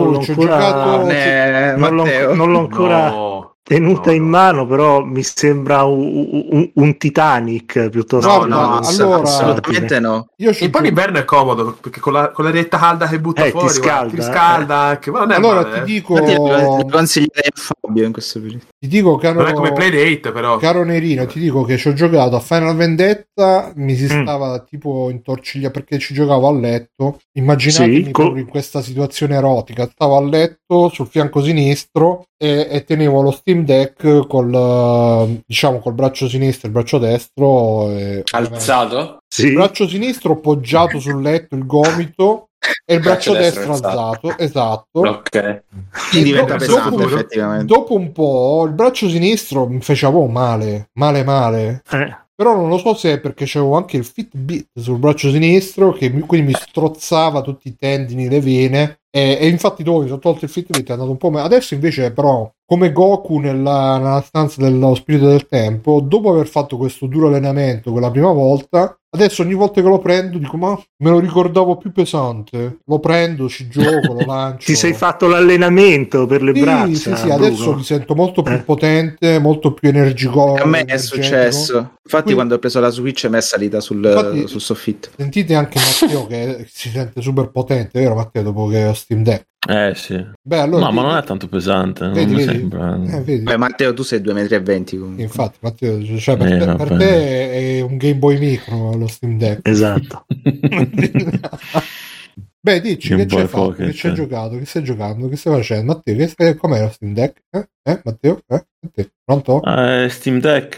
non l'ho ancora tenuta in mano, però mi sembra un Titanic piuttosto. No, assolutamente no. E poi l'inverno è comodo perché con la rietta calda che butta fuori ti riscalda anche. Ma non è allora male, ti dico, consiglierei a Fabio in questo periodo. Ti dico, non è come Playdate, però. Caro Nerino, ti dico che ci ho giocato a Final Vendetta, mi si stava tipo intorciglia perché ci giocavo a letto. Immaginatevi proprio in questa situazione erotica. Stavo a letto sul fianco sinistro e tenevo lo Steam Deck col braccio sinistro e il braccio destro alzato? Sì. Il braccio sinistro poggiato sul letto, il gomito, e il braccio destro alzato. Esatto. Ok. Quindi diventa pesante, effettivamente. Dopo un po' il braccio sinistro mi faceva male. Però non lo so se è perché c'avevo anche il Fitbit sul braccio sinistro che quindi mi strozzava tutti i tendini, le vene, e infatti dopo mi sono tolto il Fitbit, è andato un po' meglio. Adesso invece però, come Goku nella stanza dello spirito del tempo, dopo aver fatto questo duro allenamento quella prima volta, adesso ogni volta che lo prendo dico ma me lo ricordavo più pesante, lo prendo, ci gioco, lo lancio. Ti sei fatto l'allenamento per le braccia? Sì, adesso mi sento molto più potente, molto più energico. A me è successo, infatti quando ho preso la Switch mi è salita sul soffitto. Sentite anche Matteo che si sente super potente, vero Matteo, dopo che ho Steam Deck? Sì. Beh, allora, no, ma non è tanto pesante, non mi sembra. Beh, Matteo, tu sei 2,20 m comunque. Infatti, Matteo, cioè, per te è un Game Boy Micro lo Steam Deck. Esatto. Beh, dici che c'hai fatto, che c'hai giocato, che stai giocando, che stai facendo? Matteo, com'è lo Steam Deck? Matteo? Pronto? Steam Deck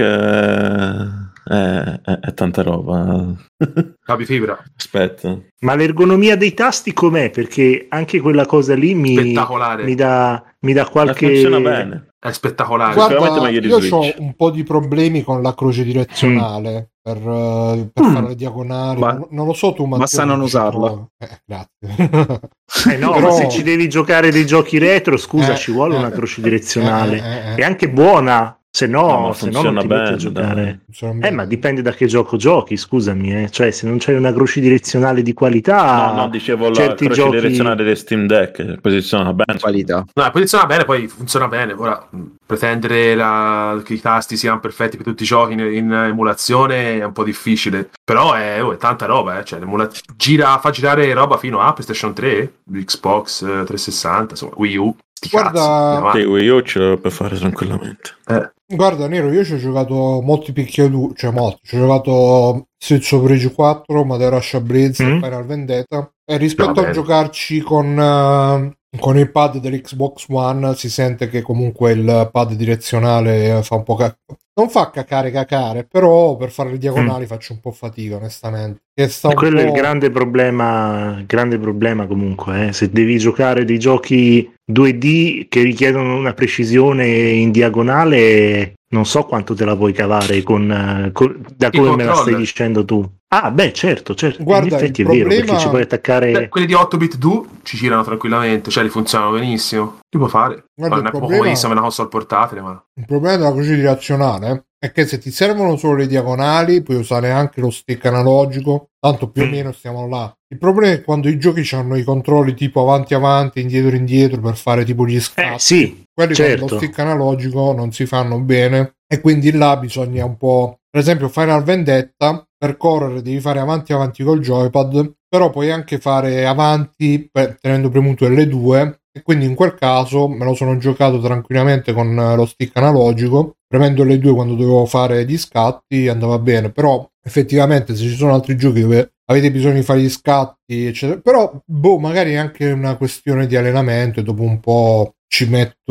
è tanta roba. Capi fibra. Aspetta. Ma l'ergonomia dei tasti com'è? Perché anche quella cosa lì mi dà qualche... funziona bene. È spettacolare. Guarda, io ho un po' di problemi con la croce direzionale per fare le diagonali. Non lo so tu, Matteo. Basta non usarlo. Grazie. No, però... ma se ci devi giocare dei giochi retro, scusa, ci vuole una croce direzionale. È anche buona. Se no non ti metti a giocare. Ma dipende da che gioco giochi, scusami. Cioè, se non c'hai una croce direzionale di qualità. No, dicevo la croce direzionale del Steam Deck posiziona bene. Qualità. No, posiziona bene, poi funziona bene. Ora, pretendere che i tasti siano perfetti per tutti i giochi in emulazione è un po' difficile. Però è tanta roba, Cioè, fa girare roba fino a PlayStation 3, Xbox 360, insomma, Wii U. Guarda, Wii U ce l'ho per fare tranquillamente. Guarda, Nero, io ci ho giocato molti picchiaduri, ci ho giocato Streets of Rage 4, Madara Russia Blitz, Final Vendetta, e rispetto a giocarci con il pad dell'Xbox One si sente che comunque il pad direzionale fa un po' non fa cacare, però per fare le diagonali faccio un po' fatica, onestamente. Quello è il grande problema comunque, se devi giocare dei giochi 2D che richiedono una precisione in diagonale, non so quanto te la puoi cavare da come me la stai dicendo tu. Ah, beh, certo. Guarda, in effetti è vero, perché ci puoi attaccare. Quelli di 8-bit Do ci girano tranquillamente, cioè li funzionano benissimo. Li può fare. Guarda, non è proprio comodissimo, è una console portatile, ma il problema della croce direzionale è che se ti servono solo le diagonali puoi usare anche lo stick analogico, tanto più o meno stiamo là. Il problema è quando i giochi hanno i controlli tipo avanti, indietro per fare tipo gli scatti. Sì, quelli certo. con lo stick analogico non si fanno bene e quindi là bisogna un po', per esempio Final Vendetta, per correre devi fare avanti col joypad, però puoi anche fare avanti tenendo premuto L2, e quindi in quel caso me lo sono giocato tranquillamente con lo stick analogico, premendo L2 quando dovevo fare gli scatti andava bene. Però effettivamente se ci sono altri giochi dove avete bisogno di fare gli scatti eccetera, però magari è anche una questione di allenamento e dopo un po' ci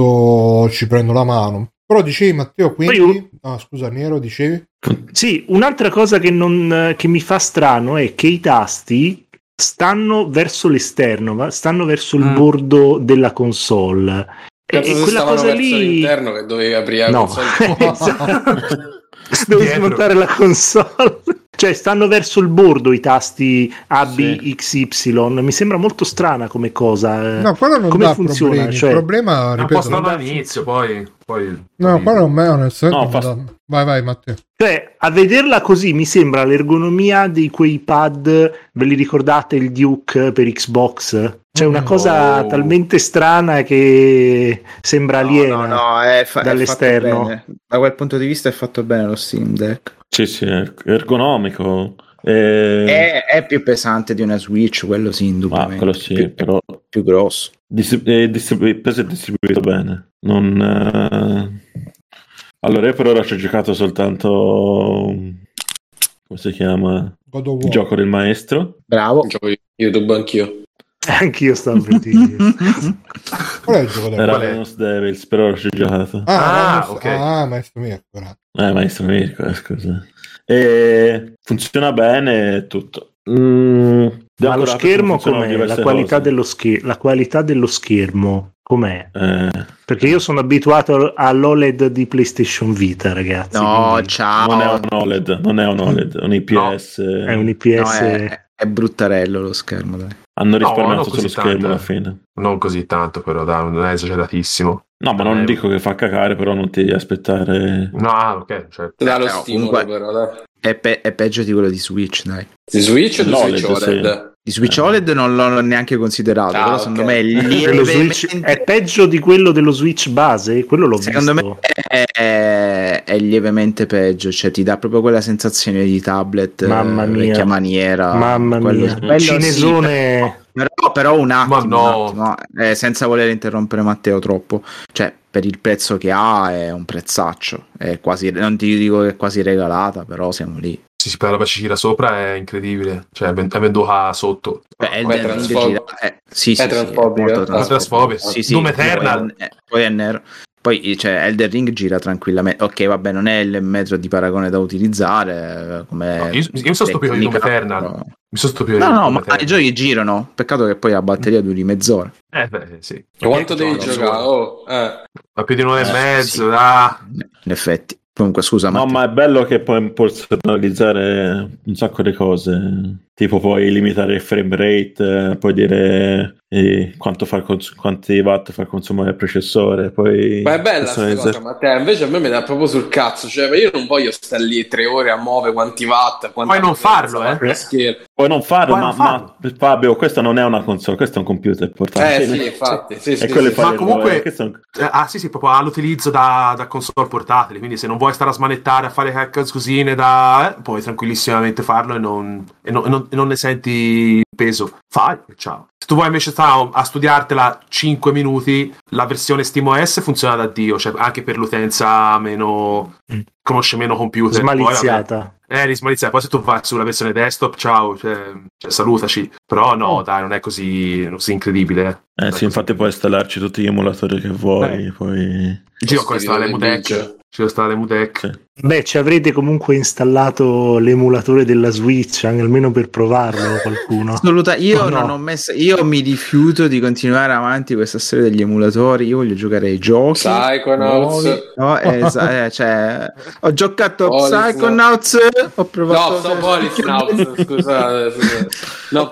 prendo la mano. Però dicevi, Matteo, quindi scusa Nero, dicevi? Sì, un'altra cosa che mi fa strano è che i tasti stanno verso l'esterno, stanno verso il bordo della console. E quella cosa lì verso l'interno che dovevi aprire la console. Devi smontare la console. Cioè stanno verso il bordo i tasti A, B, X, Y. Mi sembra molto strana come cosa. No, quello non come dà funziona? Problemi. Cioè, il problema, ripeto, un po' strano all'inizio, poi no, quello non è onestamente. Vai Matteo. Cioè, a vederla così mi sembra l'ergonomia di quei pad, ve li ricordate, il Duke per Xbox? C'è una cosa talmente strana che sembra aliena dall'esterno. Da quel punto di vista è fatto bene lo Steam Deck. Sì, è ergonomico. È più pesante di una Switch, quello sì, indubbiamente. Quello sì, però più grosso. Peso è distribuito bene. Allora, io per ora ci ho giocato soltanto, come si chiama? God of War. Il gioco del maestro. Bravo. Gioco YouTube anch'io. Anch'io stavo per dire. Qual è il gioco Era Venus Devils, però l'ho giocato. Ok. Maestro Mirko. Maestro Mirko, scusa. Funziona bene tutto. Ma lo schermo com'è? La qualità dello schermo com'è? Perché io sono abituato all'OLED di PlayStation Vita, ragazzi. No, quindi... ciao. Non è un OLED, è un IPS. No, è un IPS. No, è bruttarello lo schermo, dai. Hanno risparmiato sullo schermo alla fine. Non così tanto, però, dai, non è esageratissimo. No, ma non dico che fa cacare, però non ti devi aspettare. No, ok, certo. Dà lo stimolo, però, dai. È peggio di quello di Switch, dai. Di Switch o di Switch OLED? Sì. Di Switch OLED non l'ho neanche considerato, però secondo me è peggio di quello dello Switch base, quello l'ho secondo visto. Me è lievemente peggio, cioè ti dà proprio quella sensazione di tablet vecchia maniera. Mamma mia, cinesone. Sì, però un attimo, senza voler interrompere Matteo troppo, cioè per il prezzo che ha è un prezzaccio, è quasi, non ti dico che è quasi regalata, però siamo lì. Sì, per la roba ci gira sopra è incredibile, cioè è venduta sotto. È transfobica. È transfobica. Doom Eternal. Poi è nero. Poi Elden Ring gira tranquillamente. Ok, vabbè, non è il metro di paragone da utilizzare. Come io mi sono stupito di Doom Eternal. Però... Mi sono stupito No, ma i giochi girano. Peccato che poi la batteria duri mezz'ora. Sì. Quanto devi giocare? Ma più di 1 ore e mezzo, sì. In effetti. Comunque, scusa, no, ma è bello che puoi personalizzare un sacco di cose. Tipo puoi limitare il frame rate, puoi dire quanti watt fa il consumo del processore. Poi ma è bella questa cosa, Matteo. Invece a me dà proprio sul cazzo. Cioè, io non voglio stare lì 3 ore a muovere quanti watt. Puoi non farlo, Puoi non farlo, ma Fabio, questa non è una console, questo è un computer portatile. Sì, infatti. Sì, ma comunque, sì, proprio all'utilizzo da console portatili. Quindi se non vuoi stare a smanettare, a fare cosine, puoi tranquillissimamente farlo e non ne senti peso. Fai, ciao. Se tu vuoi invece stare a studiartela 5 minuti, la versione SteamOS funziona da Dio, cioè anche per l'utenza meno conosce meno computer. Smaliziata. Rismaliziata. Poi se tu vai sulla versione desktop, ciao, cioè salutaci. Però no, dai, non è così incredibile. Sì, infatti puoi installarci tutti gli emulatori che vuoi. Poi... Ci devo installare l'emudec. Beh, ci avrete comunque installato l'emulatore della Switch, almeno per provarlo qualcuno. Io non ho messo. Io mi rifiuto di continuare avanti questa storia degli emulatori. Io voglio giocare ai giochi. Psychonauts. Cioè, ho giocato Psychonauts. Ho provato. No, Polysnauts, scusate. No,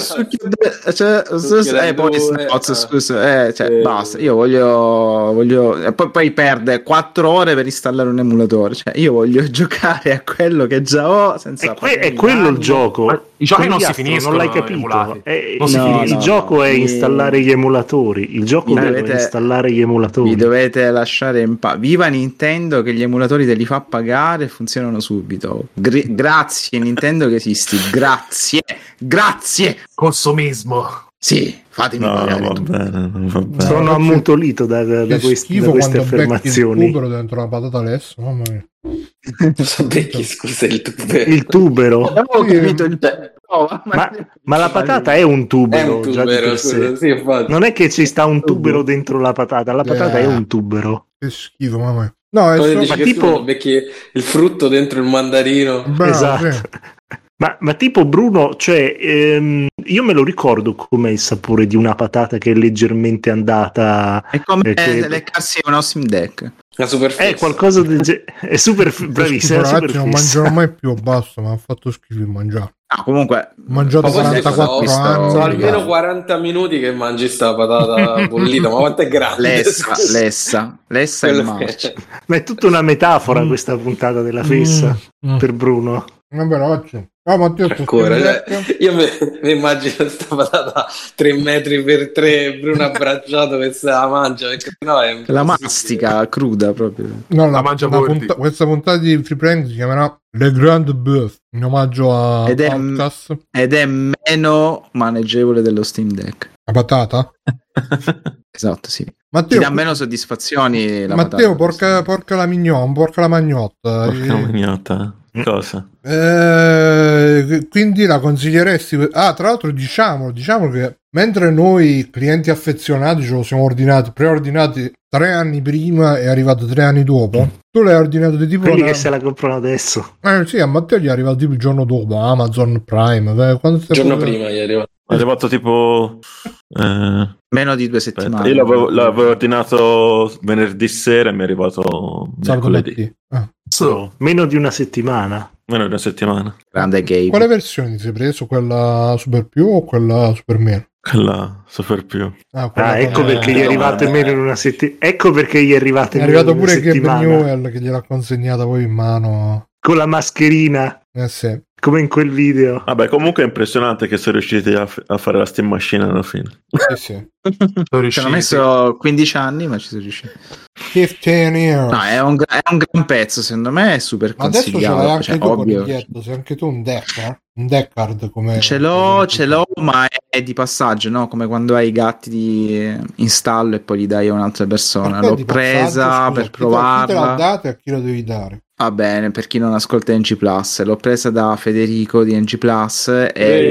Polysnauts, scusa. Basta. Io voglio. Poi perde 4 ore per installare un emulatore. Cioè, io voglio giocare a quello che già ho senza è quello il gioco. Ma i giochi non si finiscono, non l'hai capito. Il gioco è installare gli emulatori. Il gioco è installare gli emulatori. Vi dovete lasciare in pace. Viva Nintendo che gli emulatori te li fa pagare e funzionano subito. Grazie Nintendo che esisti. Grazie. Consumismo. Sì, fatemi pagare. Va bene. Sono ammutolito da queste affermazioni. Il tubero dentro la patata adesso, mamma mia. Scusa, il tubero. Ho capito il ma la patata è un tubero, già di per sé. Sì, non è che ci sta un tubero dentro la patata è un tubero. Che schifo, mamma mia. No, ma tipo perché il frutto dentro il mandarino. Esatto. Sì. Ma tipo Bruno, cioè io me lo ricordo come il sapore di una patata che è leggermente andata. È come leccarsi uno Steam Deck. La superficie. È qualcosa del è super bravissimo. Ragazzi, non mangerò mai più, basta, mi ha fatto schifo mangiare. Comunque ho mangiato 44 anni. Sono almeno 40 minuti che mangi sta patata bollita, ma quanto è grande? Lessa e marcia. Ma è tutta una metafora questa puntata della fessa per Bruno. Vabbè, oggi. Matteo, io mi immagino questa patata 3 metri per 3, Bruno abbracciato che se la mangia, perché no è la mastica cruda proprio. No, la mangia questa puntata di Free Playing si chiamerà Le Grand Bœuf, in omaggio a ed è meno maneggevole dello Steam Deck. La patata? Esatto, sì. Matteo, ti dà meno soddisfazioni la Matteo, patata, porca la mignon, porca la magnotta. Porca la magnotta. Cosa? quindi la consiglieresti? Tra l'altro diciamo che mentre noi clienti affezionati ce lo siamo preordinati 3 anni prima e è arrivato 3 anni dopo, tu l'hai ordinato di tipo quelli che se la comprano adesso. Sì, a Matteo gli è arrivato tipo il giorno dopo, Amazon Prime. Il giorno prima gli è arrivato tipo meno di 2 settimane. Io l'avevo ordinato venerdì sera e mi è arrivato mercoledì. Meno di una settimana. Grande game. Quale versione ti sei preso? Quella Super Più o quella Super Meno? Quella Super Più. Ecco perché gli è arrivato in meno di una settimana. Ecco perché gli è arrivato in meno di una settimana. È arrivato pure Gabe Newell che gliel'ha consegnata poi in mano. Con la mascherina. Sì. Come in quel video. Vabbè, comunque è impressionante che sono riusciti a fare la Steam Machine alla fine. Sì. Ci hanno messo 15 anni, ma ci sono riusciti. 15 years. No, è un gran pezzo, secondo me è super consigliato. Ma adesso ce l'hai anche tu, Coniglietto, sei anche tu un Deckard come... Ce l'ho, ma è di passaggio, no? Come quando hai i gatti di installo e poi li dai a un'altra persona. L'ho presa per provarla. Chi te l'ha data e a chi lo devi dare? Va bene, per chi non ascolta NG Plus, l'ho presa da Federico di NG Plus e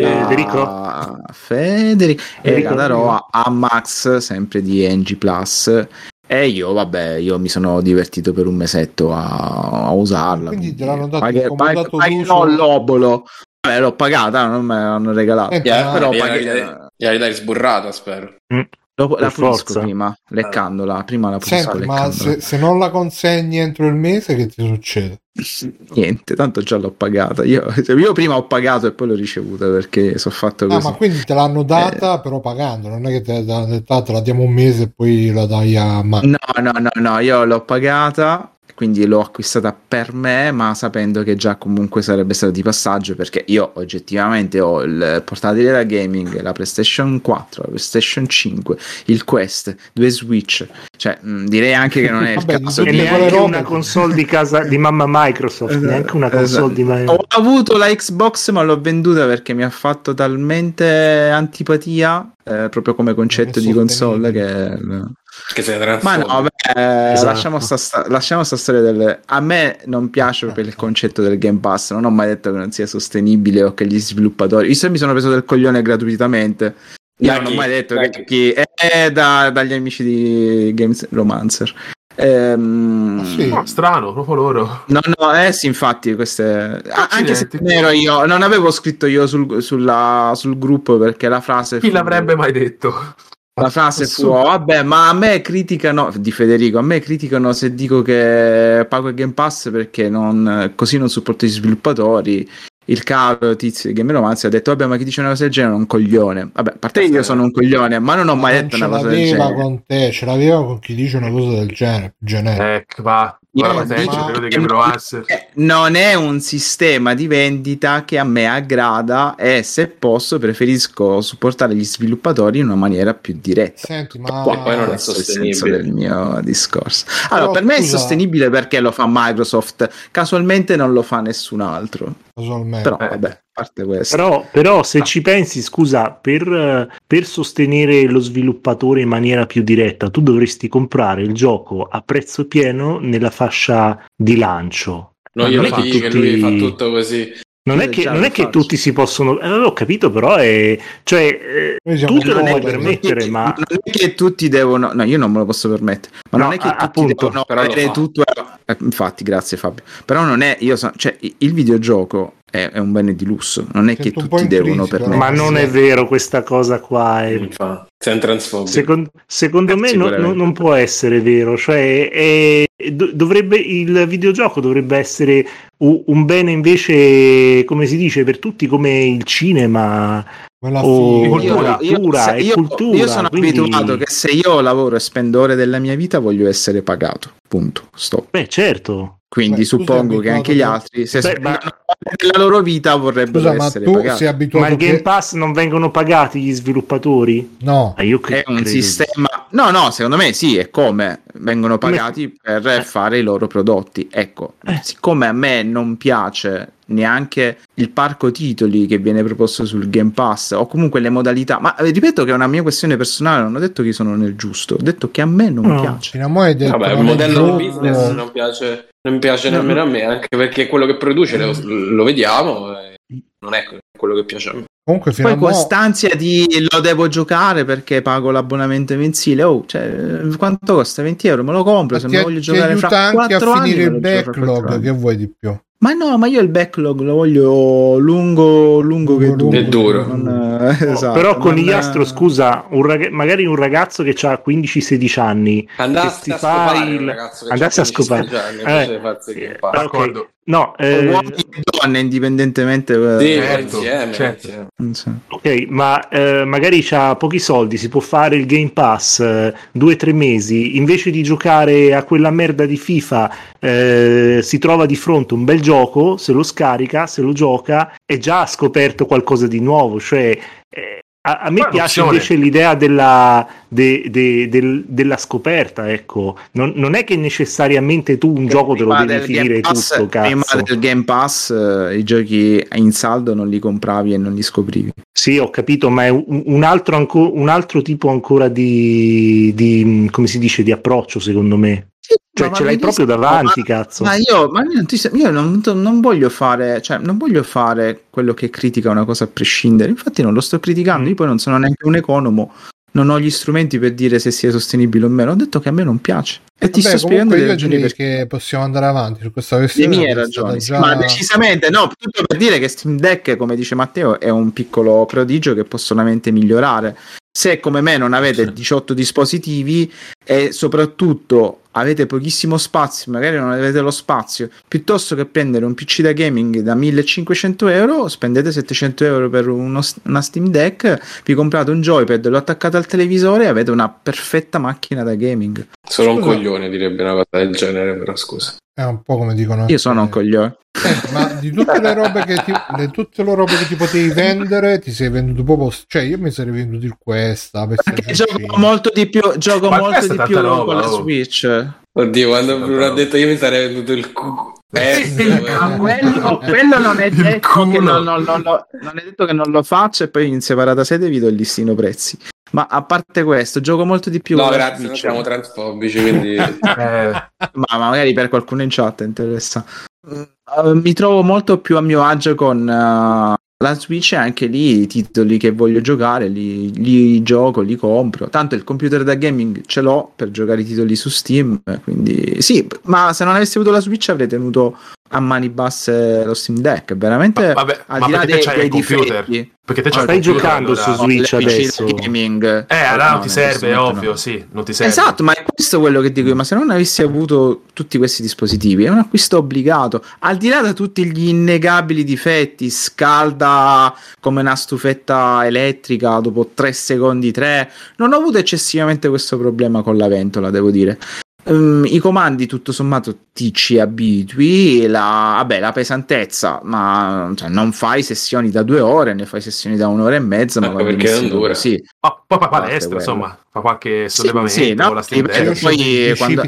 la darò a Max, sempre di NG Plus. E io mi sono divertito per un mesetto a usarla. Quindi te l'hanno dato non l'obolo. Vabbè, l'ho pagata, non me l'hanno regalato. Però gliel'hai sburrata, spero. La pulisco prima, leccandola. Prima la pulisco ma se non la consegni entro il mese, che ti succede? Niente, tanto già l'ho pagata. Io prima ho pagato e poi l'ho ricevuta perché sono fatto così. Ma quindi te l'hanno data però pagando, non è che te la diamo un mese e poi la dai a Max. No, io l'ho pagata, quindi l'ho acquistata per me, ma sapendo che già comunque sarebbe stato di passaggio, perché io oggettivamente ho il portatile da gaming, la PlayStation 4, la PlayStation 5, il Quest, 2 Switch, cioè direi anche che non è il caso e neanche una console di casa di mamma Microsoft, neanche una console di Microsoft. Ho avuto la Xbox ma l'ho venduta perché mi ha fatto talmente antipatia, proprio come concetto di console che se ne ma no, vabbè, esatto. lasciamo sta storia a me non piace proprio il concetto del Game Pass, non ho mai detto che non sia sostenibile o che gli sviluppatori, visto che mi sono preso del coglione gratuitamente, io non ho mai detto che chi è dagli amici di Games Romancer. Strano, proprio loro. No, sì, infatti queste anche se io non avevo scritto io sul gruppo, perché la frase chi l'avrebbe mai detto? La frase fu: vabbè, ma a me criticano, di Federico, a me criticano se dico che pago il Game Pass perché così non supporto gli sviluppatori. Il caro tizio di Game Romancer ha detto: vabbè, ma chi dice una cosa del genere è un coglione. Vabbè, a parte io sono un coglione, ma non ho mai detto una cosa del genere. Con te, ce l'aveva con chi dice una cosa del genere. Va. Non è un sistema di vendita che a me aggrada e, se posso, preferisco supportare gli sviluppatori in una maniera più diretta. Senti, ma poi non è sostenibile del mio discorso. Allora, per me è sostenibile perché lo fa Microsoft, casualmente non lo fa nessun altro. Però vabbè, a parte questo. Però se ci pensi, scusa, per sostenere lo sviluppatore in maniera più diretta, tu dovresti comprare il gioco a prezzo pieno nella fascia di lancio. Io lo dico che lui fa tutto così. Non è che tutti si possono. Ho capito, però tu te lo puoi permettere, ma non è che tutti devono. No, io non me lo posso permettere. Ma non è che tutti devono avere tutto. Infatti, grazie Fabio. Però non è. Cioè, il videogioco è un bene di lusso. Non è che tutti devono permettere. Ma non è vero questa cosa qua. Sei un transfobico. Secondo me non può essere vero. Cioè, il videogioco dovrebbe essere un bene invece, come si dice, per tutti, come il cinema o cultura. Io sono abituato che se io lavoro e spendo ore della mia vita voglio essere pagato, punto, stop. Beh, certo. Quindi suppongo che anche gli altri, se nella loro vita, vorrebbero essere pagati. Ma il Game Pass non vengono pagati gli sviluppatori? No, è un sistema. No, secondo me sì, è come vengono pagati per fare i loro prodotti. Ecco, siccome a me non piace neanche il parco titoli che viene proposto sul Game Pass, o comunque le modalità, ma ripeto che è una mia questione personale, non ho detto che sono nel giusto, ho detto che a me non piace. Vabbè, il modello business non piace nemmeno a me, anche perché quello che produce lo vediamo, non è quello che piace a me. Comunque poi quest'ansia di lo devo giocare perché pago l'abbonamento mensile, quanto costa? 20 euro, me lo compro, se me lo voglio giocare fra 4 anni, finire il backlog, che vuoi di più? Ma no, ma io il backlog lo voglio lungo che duro. Esatto, però con Iastro, scusa, magari un ragazzo che ha 15-16 anni, andassi a scopare. D'accordo. No, uomini e donne indipendentemente. Certo. Ok, ma magari c'ha pochi soldi, si può fare il Game Pass 2-3 mesi, invece di giocare a quella merda di FIFA si trova di fronte un bel gioco, se lo scarica, se lo gioca, e già ha scoperto qualcosa di nuovo, cioè a me piace invece l'idea della scoperta, ecco. Non è che necessariamente tu un gioco te lo devi finire tutto, cazzo. Prima del Game Pass i giochi in saldo non li compravi e non li scoprivi. Sì, ho capito, ma è un altro tipo ancora di come si dice, di approccio, secondo me. Cioè ce l'hai proprio davanti, cazzo. Ma io non voglio fare, cioè non voglio fare quello che critica una cosa a prescindere. Infatti non lo sto criticando, io poi non sono neanche un economo, non ho gli strumenti per dire se sia sostenibile o meno. Ho detto che a me non piace e ti sto spiegando le ragioni perché possiamo andare avanti su questa questione. Le mie ragioni, ma decisamente no, tutto per dire che Steam Deck, come dice Matteo, è un piccolo prodigio che può solamente migliorare. Se come me non avete 18 dispositivi e soprattutto avete pochissimo spazio, magari non avete lo spazio, piuttosto che prendere un PC da gaming da 1500 euro, spendete 700 euro per una Steam Deck, vi comprate un joypad, lo attaccate al televisore e avete una perfetta macchina da gaming. Sono un coglione, direbbe una cosa del genere, però scusa. È un po' come dicono io sono un coglione. Ma di tutte le robe che ti potevi vendere, ti sei venduto proprio, cioè io mi sarei venduto il Quest, gioco molto di più con la Switch. Oddio, quando Bruno ha detto io mi sarei venduto il culo. Quello non è detto che non è detto che non lo faccia, e poi in separata sede vi do il listino prezzi. Ma a parte questo, gioco molto di più. No, grazie, non siamo transfobici, quindi ma magari per qualcuno in chat interessa. Mi trovo molto più a mio agio con la Switch, e anche lì i titoli che voglio giocare li gioco, li compro. Tanto il computer da gaming ce l'ho per giocare i titoli su Steam, quindi sì, ma se non avessi avuto la Switch avrei tenuto a mani basse lo Steam Deck, veramente. Al di là dei difetti, perché te stai giocando su Switch adesso gaming. Allora non ti serve, è ovvio, sì, non ti serve. Esatto, ma è questo quello che dico io, ma se non avessi avuto tutti questi dispositivi è un acquisto obbligato, al di là da tutti gli innegabili difetti, scalda come una stufetta elettrica dopo 3 secondi, non ho avuto eccessivamente questo problema con la ventola, devo dire. I comandi tutto sommato ti ci abitui, la pesantezza, ma cioè, non fai sessioni da 2 ore, ne fai sessioni da 1 ora e mezza, ma perché non dura. Sì. Poi fa palestra, insomma, fa qualche sollevamento con la Steam Deck. Poi quando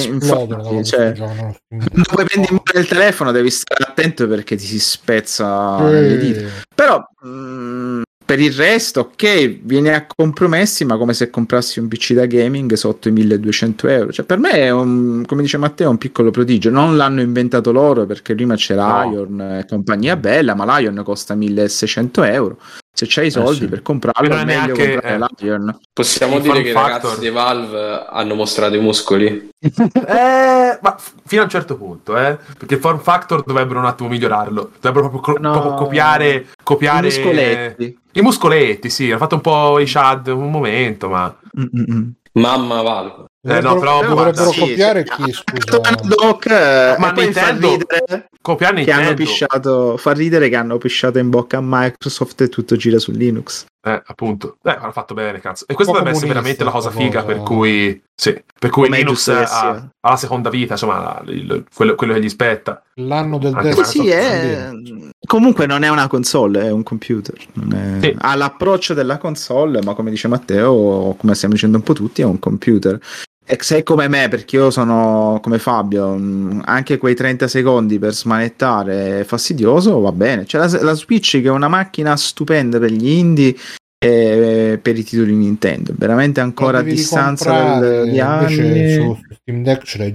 poi prendi in mano il telefono devi stare attento perché ti si spezza le dita. Però per il resto, ok, viene a compromessi, ma come se comprassi un PC da gaming sotto i 1200 euro. Cioè, per me è come dice Matteo, un piccolo prodigio. Non l'hanno inventato loro, perché prima c'era Ion e compagnia bella, ma l'Ion costa 1600 euro. Se c'hai i soldi per comprarlo, è meglio comprare l'Ion. Possiamo dire che i ragazzi di Valve hanno mostrato i muscoli? Ma fino a un certo punto, perché il form factor dovrebbero un attimo migliorarlo, dovrebbero proprio copiare i muscoletti, sì, hanno fatto un po' i shad un momento, ma mamma Valve. No, però dovrebbero copiare chi, scusa? Ma Nintendo copiare Nintendo fa ridere che hanno pisciato in bocca a Microsoft e tutto gira su Linux. Appunto, hanno fatto bene, cazzo. E questa dovrebbe essere veramente la cosa figa per cui Linux ha la seconda vita, insomma, quello che gli spetta. L'anno del comunque non è una console, è un computer. Ha l'approccio della console, ma come dice Matteo, come stiamo dicendo un po' tutti, è un computer. E se come me, perché io sono come Fabio, anche quei 30 secondi per smanettare è fastidioso, va bene. C'è la Switch, che è una macchina stupenda per gli indie e per i titoli Nintendo, veramente ancora a distanza di anni. Su Steam Deck ce l'hai già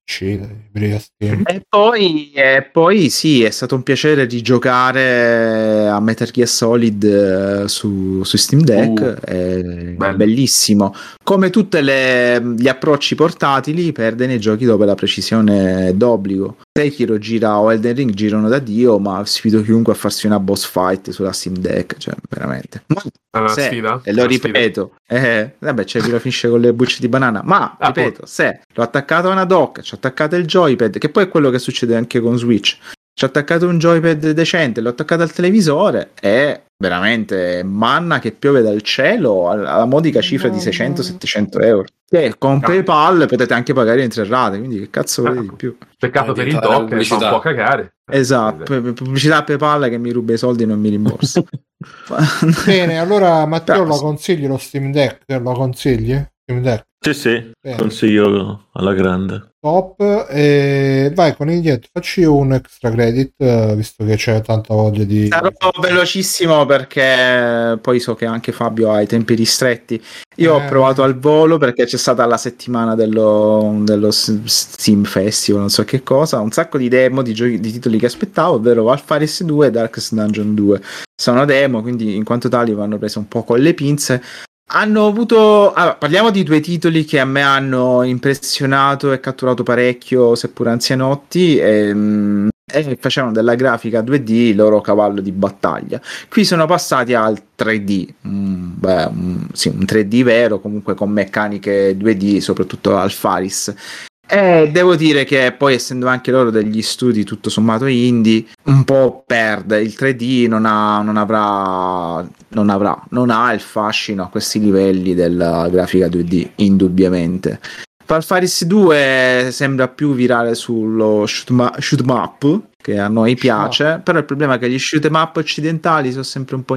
E poi sì, è stato un piacere rigiocare a Metal Gear Solid su Steam Deck, è bellissimo. Come tutti gli approcci portatili, perde nei giochi dove la precisione è d'obbligo. Sekiro gira o Elden Ring girano da Dio, ma sfido chiunque a farsi una boss fight sulla Steam Deck, cioè veramente. Sfida? E lo ripeto, vabbè, c'è chi lo finisce con le bucce di banana, ma ripeto, se l'ho attaccato a una dock, ci ho attaccato il joypad, che poi è quello che succede anche con Switch, ci ho attaccato un joypad decente, l'ho attaccato al televisore, è veramente manna che piove dal cielo alla modica cifra di 600-700 euro. Che con PayPal potete anche pagare in 3 rate, quindi che cazzo volete di più? Peccato per il doc, che fa un po' cagare. Esatto, pubblicità a PayPal che mi ruba i soldi e non mi rimborsa. Bene, allora Matteo, lo consigli lo Steam Deck? Lo consigli? Steam Deck? Sì, consiglio alla grande. Top. E vai con indietro, facci io un extra credit, visto che c'è tanta voglia di... Sarò velocissimo perché poi so che anche Fabio ha i tempi ristretti. Io ho provato al volo perché c'è stata la settimana dello Steam Festival, non so che cosa, un sacco di demo di titoli che aspettavo, ovvero Valfaris 2 e Darkest Dungeon 2. Sono demo, quindi in quanto tali vanno prese un po' con le pinze. Hanno avuto parliamo di 2 titoli che a me hanno impressionato e catturato parecchio, seppur anzianotti, e facevano della grafica 2D il loro cavallo di battaglia. Qui sono passati al 3D, un 3D vero, comunque con meccaniche 2D, soprattutto al Faris. E devo dire che poi, essendo anche loro degli studi tutto sommato indie, un po' perde il 3D, non ha il fascino a questi livelli della grafica 2D, indubbiamente. Valfaris 2 sembra più virare sullo shoot 'em up, che a noi piace, però il problema è che gli shoot 'em up occidentali sono sempre un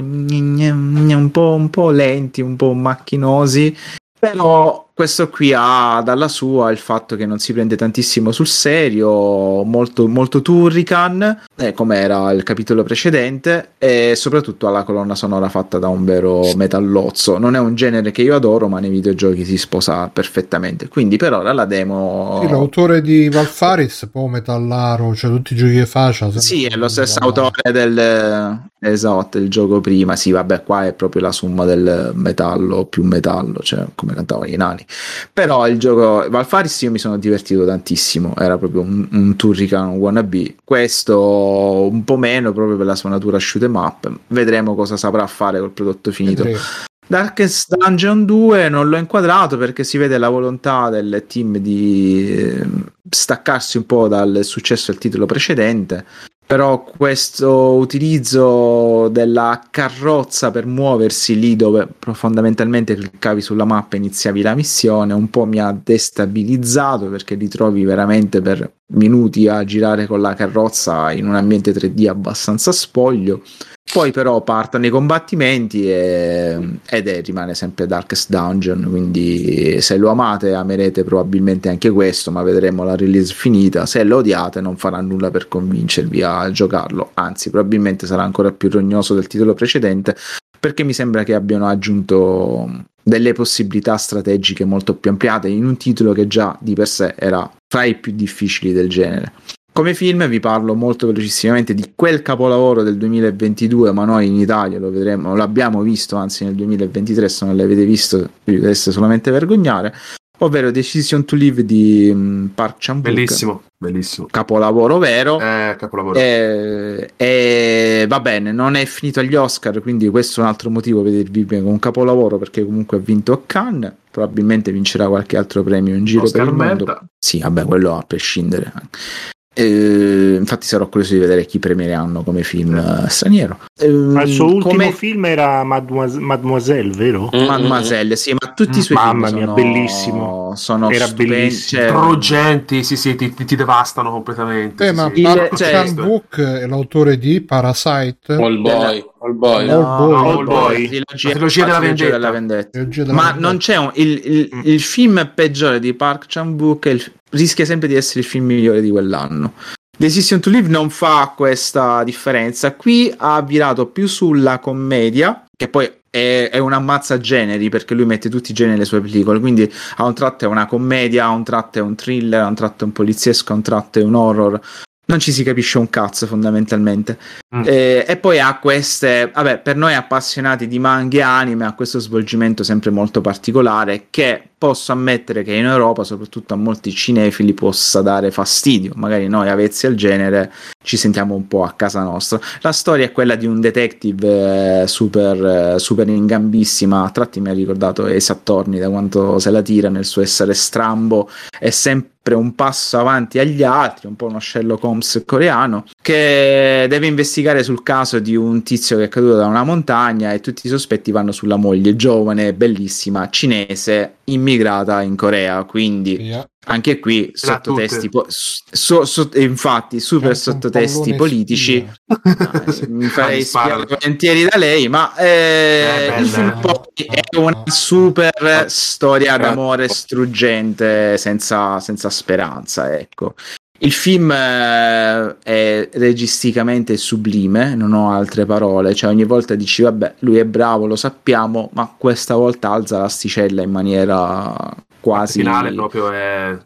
po' lenti, un po' macchinosi. Però questo qui ha dalla sua il fatto che non si prende tantissimo sul serio, molto, molto Turrican, come era il capitolo precedente, e soprattutto ha la colonna sonora fatta da un vero metallozzo. Non è un genere che io adoro, ma nei videogiochi si sposa perfettamente. Quindi per ora la demo... Sì, l'autore di Valfaris, poi metallaro, cioè tutti i giochi che fa... Sì, è lo stesso autore del... Esatto, il gioco prima. Sì, vabbè, qua è proprio la somma del metallo più metallo, cioè come cantavano i nani. Però il gioco Valfaris io mi sono divertito tantissimo, era proprio un Turrican wannabe. Questo un po' meno, proprio per la sua natura shoot 'em up. Vedremo cosa saprà fare col prodotto finito. Darkest Dungeon 2 non l'ho inquadrato perché si vede la volontà del team di staccarsi un po' dal successo del titolo precedente. Però questo utilizzo della carrozza per muoversi lì dove fondamentalmente cliccavi sulla mappa e iniziavi la missione un po' mi ha destabilizzato, perché li trovi veramente per minuti a girare con la carrozza in un ambiente 3D abbastanza spoglio. Poi però partono i combattimenti ed rimane sempre Darkest Dungeon, quindi se lo amate amerete probabilmente anche questo, ma vedremo la release finita. Se lo odiate non farà nulla per convincervi a giocarlo, anzi probabilmente sarà ancora più rognoso del titolo precedente, perché mi sembra che abbiano aggiunto delle possibilità strategiche molto più ampliate in un titolo che già di per sé era fra i più difficili del genere. Come film vi parlo molto velocissimamente di quel capolavoro del 2022, ma noi in Italia lo vedremo, l'abbiamo visto anzi nel 2023, se non l'avete visto vi dovreste solamente vergognare, ovvero Decision to Live di Park Chan-wook. Bellissimo. Capolavoro vero. Capolavoro. E va bene, non è finito agli Oscar, quindi questo è un altro motivo per vedervi come un capolavoro, perché comunque ha vinto a Cannes, probabilmente vincerà qualche altro premio in giro Oscar per il mondo. merda. Sì, vabbè, quello a prescindere. Infatti sarò curioso di vedere chi premieranno come film straniero. Ma il suo ultimo film era Mademoiselle, vero? Mademoiselle, sì, ma tutti i suoi film mamma mia, bellissimo. Era stupendi, bellissimo. cioè... Struggenti, sì, ti devastano completamente. Ma sì. Park Chan-wook è l'autore di Parasite. All Boy. La trilogia della vendetta. Ma non c'è il film peggiore di Park Chan-wook rischia sempre di essere il film migliore di quell'anno. Decision to Live non fa questa differenza. Qui ha virato più sulla commedia, che poi è un ammazza generi, perché lui mette tutti i generi nelle sue pellicole, quindi a un tratto è una commedia, a un tratto è un thriller, a un tratto è un poliziesco, a un tratto è un horror. Non ci si capisce un cazzo fondamentalmente. E poi ha queste, vabbè, per noi appassionati di manga e anime, ha questo svolgimento sempre molto particolare, che posso ammettere che in Europa, soprattutto a molti cinefili, possa dare fastidio. Magari noi avvezzi al genere ci sentiamo un po' a casa nostra. La storia è quella di un detective super in gambissima. A tratti mi ha ricordato Ace Attorney, da quanto se la tira nel suo essere strambo, è sempre un passo avanti agli altri, un po' uno Sherlock Holmes coreano, che deve investigare sul caso di un tizio che è caduto da una montagna, e tutti i sospetti vanno sulla moglie giovane, bellissima, cinese, immigrata in Corea. Quindi anche qui sottotesti infatti super sottotesti politici. Mi farei spiare volentieri da lei, ma il film poi è una super storia d'amore struggente, senza speranza, ecco. Il film è registicamente sublime, non ho altre parole, cioè ogni volta dici vabbè, lui è bravo, lo sappiamo, ma questa volta alza l'asticella in maniera quasi... Il finale proprio è...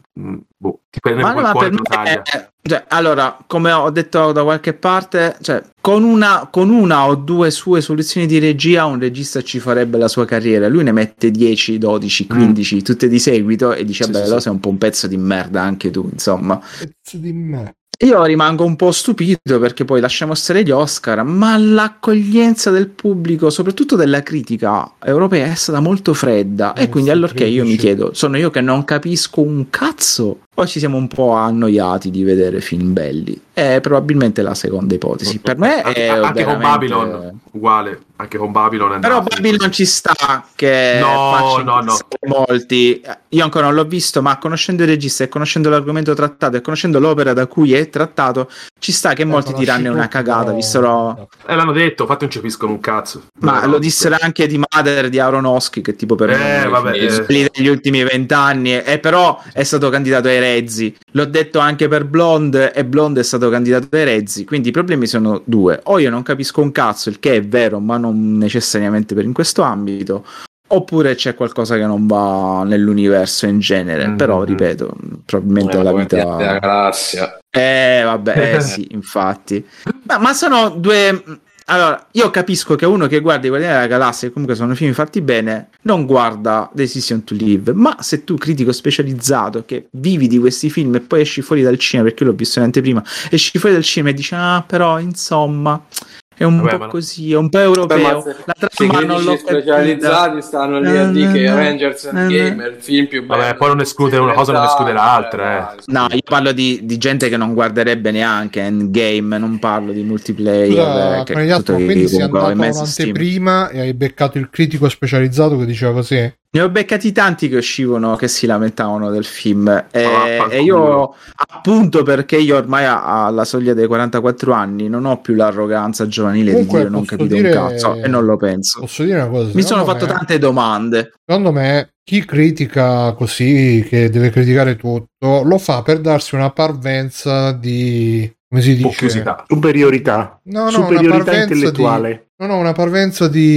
ti prende ma quel cuore d'Italia. Cioè, allora, come ho detto da qualche parte, cioè, con una o due sue soluzioni di regia un regista ci farebbe la sua carriera. Lui ne mette 10, 12, 15 tutte di seguito e dice vabbè, sei un po' un pezzo di merda anche tu, insomma. Pezzo di merda. Io rimango un po' stupito, perché poi lasciamo stare gli Oscar, ma l'accoglienza del pubblico, soprattutto della critica europea, è stata molto fredda. E quindi allorché io mi chiedo, sono io che non capisco un cazzo o ci siamo un po' annoiati di vedere film belli? È probabilmente la seconda ipotesi. Per me è anche con Babylon uguale, anche con Babylon però Babylon ci sta che no. molti. Io ancora non l'ho visto, ma conoscendo il regista e conoscendo l'argomento trattato e conoscendo l'opera da cui è trattato, ci sta che molti diranno una cagata, vissero l'hanno detto, infatti non ci capiscono un cazzo. Ma lo dissero anche di Mother di Aronofsky, che tipo per me degli ultimi 20 anni, e però è stato candidato ai Rezzi. L'ho detto anche per Blonde, e Blonde è stato candidato ai Rezzi. Quindi i problemi sono due: o io non capisco un cazzo, il che è vero, ma non necessariamente in questo ambito, oppure c'è qualcosa che non va nell'universo in genere. Però ripeto, probabilmente la vita la galassia. Vabbè, sì, infatti. Ma sono due. Allora, io capisco che uno che guarda i Guardiani della Galassia, che comunque sono film fatti bene, non guarda Decision to Live. Ma se tu, critico specializzato, che vivi di questi film e poi esci fuori dal cinema, perché l'ho visto in anteprima, esci fuori dal cinema e dici però insomma è un po' così, è un po' europeo. La trama non l'ho specializzati stanno lì a dire che Avengers Endgame è il film più bello. Vabbè, poi non esclude una cosa, non esclude l'altra. No, io parlo di gente che non guarderebbe neanche Endgame, non parlo di multiplayer. Quindi sei andato un'anteprima e hai beccato il critico specializzato che diceva così? Ne ho beccati tanti che uscivano, che si lamentavano del film, e io, appunto, perché io ormai alla soglia dei 44 anni non ho più l'arroganza giovanile di dire non capito un cazzo, e non lo penso. Posso dire una cosa? Mi sono fatto tante domande. Secondo me chi critica così, che deve criticare tutto, lo fa per darsi una parvenza di... come si dice? Curiosità. Superiorità. Superiorità intellettuale. Una parvenza di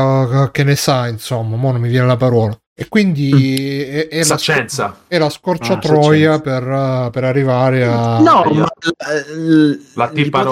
che ne sa, insomma, mo non mi viene la parola. E quindi è la scorciatoia per arrivare a... No, ma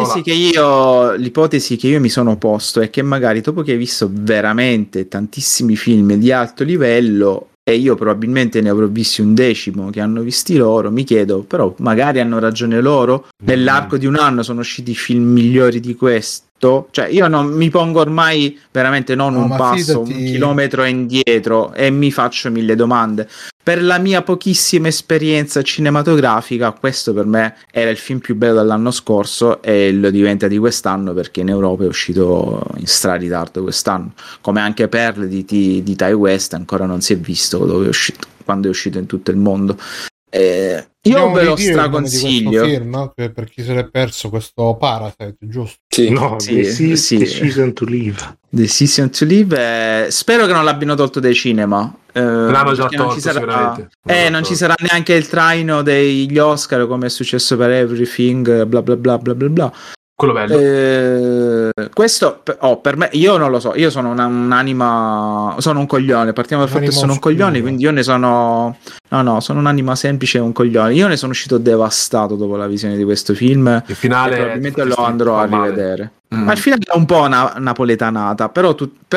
l'ipotesi che io mi sono posto è che magari dopo che hai visto veramente tantissimi film di alto livello, e io probabilmente ne avrò visti un decimo che hanno visti loro, mi chiedo, però magari hanno ragione loro, nell'arco di un anno sono usciti film migliori di questo. Cioè io non mi pongo ormai veramente un passo, un chilometro indietro, e mi faccio 1000 domande. Per la mia pochissima esperienza cinematografica, questo per me era il film più bello dell'anno scorso, e lo diventa di quest'anno, perché in Europa è uscito in straritardo quest'anno, come anche Pearl di Ty West ancora non si è visto dove è uscito, quando è uscito in tutto il mondo. Io ve lo straconsiglio film, per chi se l'è perso, questo Parasite, giusto? Sì. No, Decision to Live. Decision to Live, spero che non l'abbiano tolto dai cinema. L'hanno già tolto sicuramente. Non ci sarà neanche il traino degli Oscar, come è successo per Everything, bla bla bla bla bla bla. quello bello. Questo per me, io non lo so, io sono un'anima, sono un coglione, partiamo dal fatto che sono un coglione, quindi io ne sono sono un'anima semplice e un coglione. Io ne sono uscito devastato dopo la visione di questo film. Il finale probabilmente lo andrò a rivedere. Ma il finale è un po' una napoletanata, però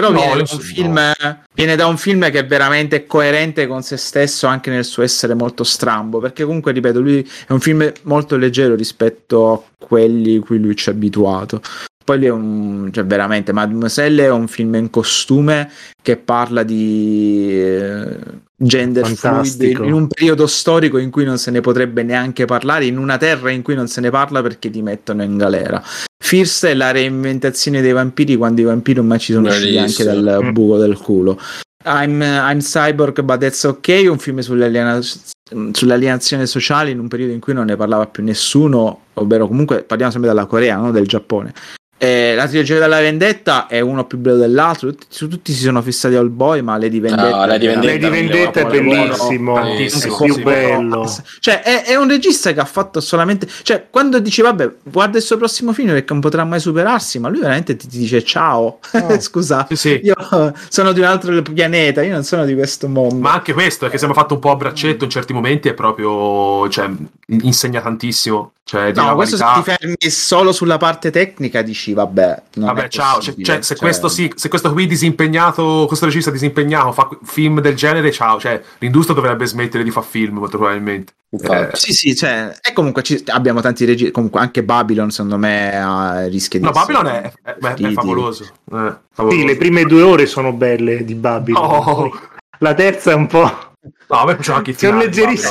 viene da un film che è veramente coerente con se stesso anche nel suo essere molto strambo, perché comunque, ripeto, lui è un film molto leggero rispetto a quelli cui lui ci ha abituato. Poi lui è veramente Mademoiselle è un film in costume che parla di gender fluid in un periodo storico in cui non se ne potrebbe neanche parlare, in una terra in cui non se ne parla perché ti mettono in galera. Fierce è la reinventazione dei vampiri quando i vampiri ormai ci sono usciti anche dal buco del culo. I'm Cyborg but that's okay, un film sull'alienazione sociale in un periodo in cui non ne parlava più nessuno, ovvero comunque parliamo sempre della Corea, non del Giappone. La trilogia della vendetta è uno più bello dell'altro, tutti si sono fissati al boy, ma Lady Vendetta è bellissimo, più bello. Cioè è un regista che ha fatto solamente, cioè quando dice vabbè guarda il suo prossimo film perché non potrà mai superarsi, ma lui veramente ti dice ciao, scusa, io sono di un altro pianeta, io non sono di questo mondo. Ma anche questo è che siamo fatto un po' a braccetto in certi momenti, è proprio, cioè, insegna tantissimo. Cioè, questo se ti fermi solo sulla parte tecnica dici vabbè ciao, se questo qui disimpegnato, questo regista disimpegnato fa film del genere, ciao, cioè l'industria dovrebbe smettere di fare film molto probabilmente. Sì, cioè, e comunque abbiamo tanti registi, comunque anche Babylon secondo me rischia di Babylon è favoloso. Sì, le prime 2 ore sono belle di Babylon, la terza è un po'. No, a me piaceva anche il finale,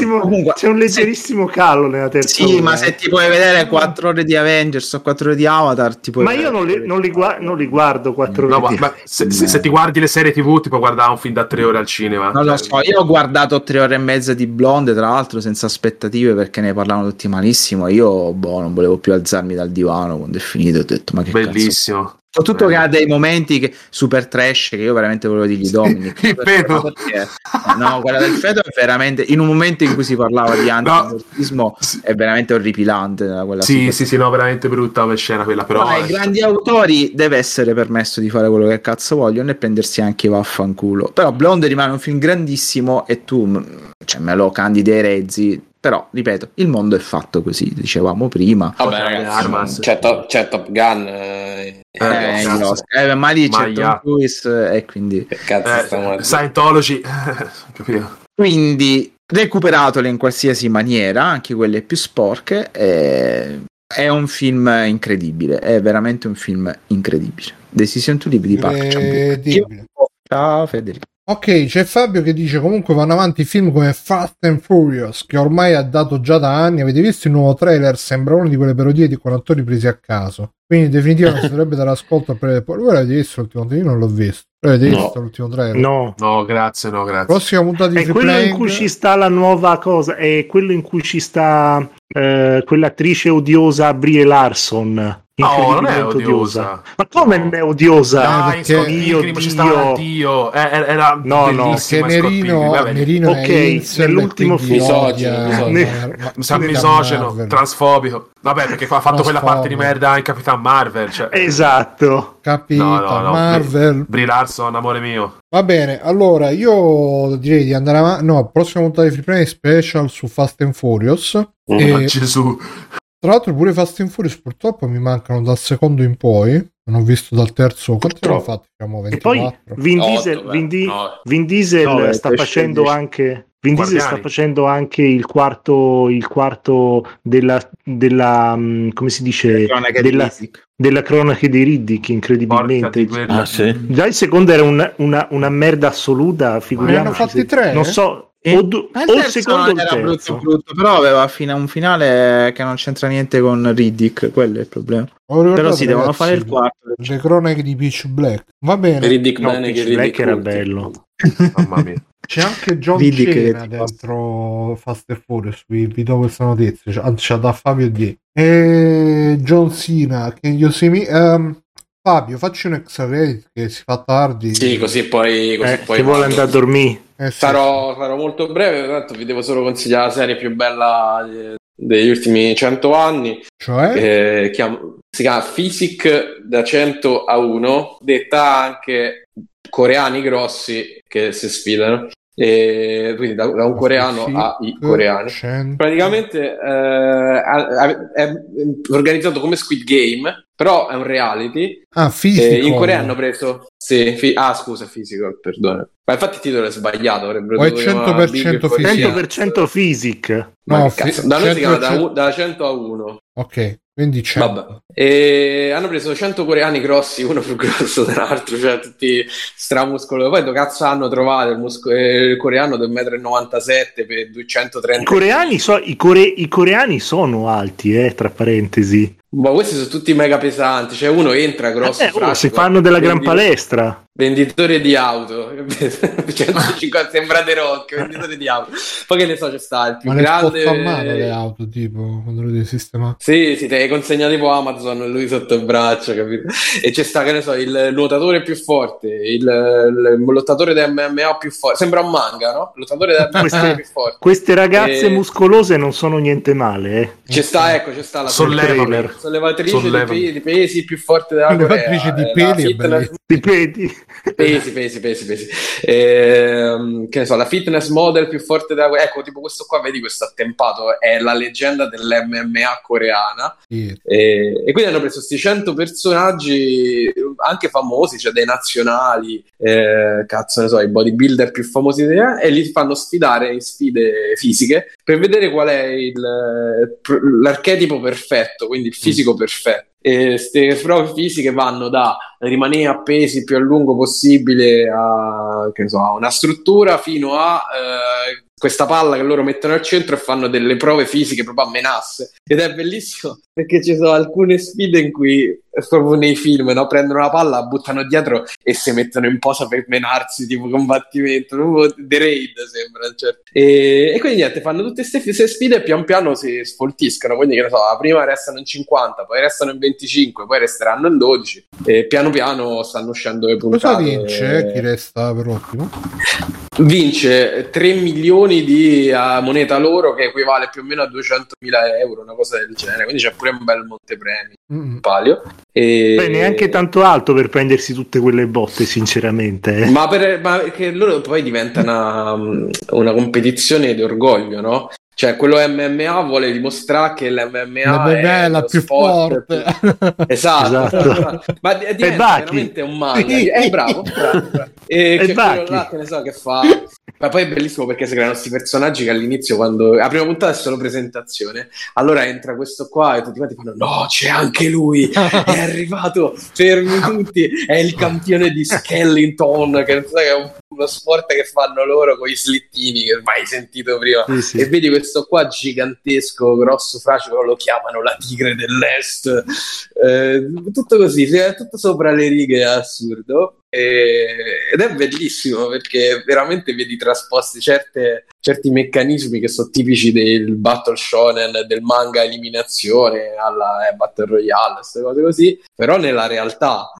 c'è un leggerissimo calo nella terza ora. Ma se ti puoi vedere 4 ore di Avengers o 4 ore di Avatar ma io non li guardo 4 ore ma se ti guardi le serie TV ti puoi guardare un film da 3 ore al cinema. Non lo so, io ho guardato 3 ore e mezza di Blonde, tra l'altro senza aspettative perché ne parlavano tutti malissimo, io non volevo più alzarmi dal divano quando è finito, ho detto ma che bellissimo cazzo. Soprattutto che ha dei momenti super trash che io veramente volevo dirgli Dominic. Il feto. No, quella del feto è veramente, in un momento in cui si parlava di antiabortismo, è veramente orripilante. Sì, no, veramente brutta come scena quella, però. Ai grandi autori deve essere permesso di fare quello che cazzo vogliono e prendersi anche vaffanculo. Però Blonde rimane un film grandissimo e tu me lo candidi ai rezzi. Però, ripeto, il mondo è fatto così, dicevamo prima. Vabbè, ragazzi, c'è Top Gun. Ma lì c'è Tom Cruise e quindi... Che cazzo stiamo Scientology. Quindi, recuperatele in qualsiasi maniera, anche quelle più sporche, è un film incredibile, è veramente un film incredibile. Decision to Live di Park. Ciao Federico. Ok, c'è Fabio che dice comunque vanno avanti film come Fast and Furious che ormai ha dato già da anni. Avete visto il nuovo trailer? Sembra una di quelle parodie con attori presi a caso, quindi in definitiva non si dovrebbe dare ascolto voi avete visto l'ultimo trailer? Io non l'ho visto. Avete visto l'ultimo trailer? No, grazie. Prossima puntata di Free quello Playing. In cui ci sta la nuova cosa, è quello in cui ci sta quell'attrice odiosa Brie Larson. No, non è odiosa. Ma come non è odiosa? Dai, Dio. Era bellissima. Nerino ok, nell'ultimo film misogeno, transfobico. Vabbè, perché ha fatto quella parte di merda in Capitan Marvel, cioè. Esatto. Capitan Marvel. Brie Larson, amore mio. Va bene, allora io direi di andare avanti. No, prossima puntata di Free Play special su Fast and Furious. Gesù. Tra l'altro pure Fast and Furious purtroppo mi mancano dal secondo in poi. Non ho visto dal terzo. Quanti ne ho fatti? Siamo 24. E poi Vin Diesel sta facendo anche... Vin Diesel sta facendo anche il quarto della come si dice, della cronache di Riddick, incredibilmente. Sì. Già il secondo era una merda assoluta, figuriamoci. Ne hanno fatti 3? Non so. O il secondo non era brutto, però aveva un finale che non c'entra niente con Riddick, quello è il problema. Però si devono fare il quarto. Le cronache di Pitch Black. Va bene. Riddick Black era bello. Mamma mia. C'è anche John Cena dentro Fast and Furious. Vi do questa notizia. C'è da Fabio D. E John Cena che io Fabio, facci un extra credit che si fa tardi. Sì, così poi che vuole andare a dormire. Sarò molto breve, tanto vi devo solo consigliare la serie più bella degli ultimi 100 anni, cioè? Si chiama Physic da 100 a 1, detta anche coreani grossi che si sfidano. E quindi da un coreano ai coreani. Praticamente è organizzato come Squid Game, però è un reality. In Corea hanno preso Physical, perdono. Ma infatti il titolo è sbagliato, o è 100% Physic. No, da noi si chiama da 100 a 1. Ok, quindi 100. Vabbè. E hanno preso 100 coreani grossi, uno più grosso dell'altro, cioè tutti stramuscolo. Poi dove cazzo hanno trovato il coreano del 1,97 m per 230. I coreani sono alti, tra parentesi. Ma questi sono tutti mega pesanti, cioè uno entra grosso, si fanno della gran palestra. Venditore di auto 150, sembra The Rock, venditore di auto. Poi che ne so, c'è sta il più grande a mano le auto, tipo quando lo devi sistemare. Sì, te le consegna tipo Amazon, lui sotto il braccio, capito? E c'è sta, che ne so, il nuotatore più forte, il lottatore da MMA più forte, sembra un manga, no? Lottatore da MMA più forte. Queste ragazze muscolose non sono niente male, C'è sta la sollevatrice di pesi più forte della Corea. Sollevatrice di peli pesi. Che ne so, la fitness model più forte della Corea. Ecco, tipo questo qua, vedi questo attempato, è la leggenda dell'MMA coreana. E quindi hanno preso questi 100 personaggi anche famosi, cioè dei nazionali, cazzo ne so, i bodybuilder più famosi e li fanno sfidare in sfide fisiche per vedere qual è l'archetipo perfetto, quindi il fisico perfetto. E queste prove fisiche vanno da rimanere appesi più a lungo possibile a, che ne so, a una struttura, fino a questa palla che loro mettono al centro e fanno delle prove fisiche proprio a menasse. Ed è bellissimo perché ci sono alcune sfide in cui proprio nei film, no? Prendono la palla, la buttano dietro e si mettono in posa per menarsi, tipo combattimento, proprio The Raid sembra, cioè. E quindi niente, fanno tutte queste sfide e pian piano si sfoltiscono, quindi che ne so, prima restano in 50, poi restano in 25, poi resteranno in 12 e piano piano stanno uscendo le puntate. Cosa vince? Chi resta per ultimo? Vince 3 milioni di moneta loro, che equivale più o meno a 200.000 euro, una cosa del genere, quindi c'è pure un bel montepremi, palio. Beh, neanche tanto alto per prendersi tutte quelle botte, sinceramente. Ma che loro poi diventa una competizione di orgoglio, no? Cioè, quello MMA vuole dimostrare che l'MMA è la più forte. Esatto. Ma diventa veramente un manga. È bravo. E che quello là, che ne so, che fa. Ma poi è bellissimo perché si creano questi personaggi che all'inizio, quando la prima puntata è solo presentazione, allora entra questo qua e tutti quanti fanno: no, c'è anche lui, è arrivato, fermi tutti, è il campione di Skellington, che non so, che è uno sport che fanno loro con i slittini, che mai sentito prima. Sì. E vedi questo qua gigantesco, grosso, fracico, lo chiamano la tigre dell'est, tutto così, è tutto sopra le righe, è assurdo. Ed è bellissimo perché veramente vedi trasposti certi meccanismi che sono tipici del battle shonen, del manga eliminazione alla battle royale, queste cose così, però nella realtà,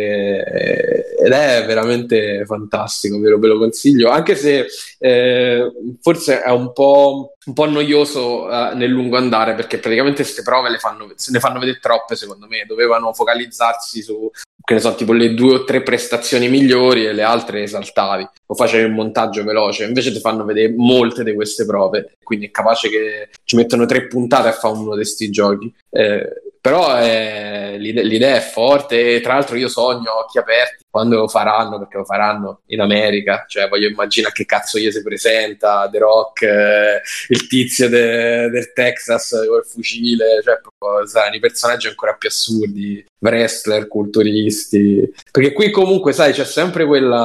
ed è veramente fantastico, ve lo consiglio, anche se forse è un po' noioso nel lungo andare, perché praticamente queste prove ne fanno vedere troppe, secondo me. Dovevano focalizzarsi su, che ne so, tipo le 2 o 3 prestazioni migliori e le altre esaltavi o facevi un montaggio veloce. Invece ti fanno vedere molte di queste prove, quindi è capace che ci mettono 3 puntate a fare uno di questi giochi. Però l'idea è forte, e tra l'altro io sogno occhi aperti quando lo faranno, perché lo faranno in America, cioè voglio immaginare che cazzo gli si presenta The Rock, il tizio del Texas col fucile, cioè proprio saranno i personaggi ancora più assurdi, wrestler, culturisti, perché qui comunque sai c'è sempre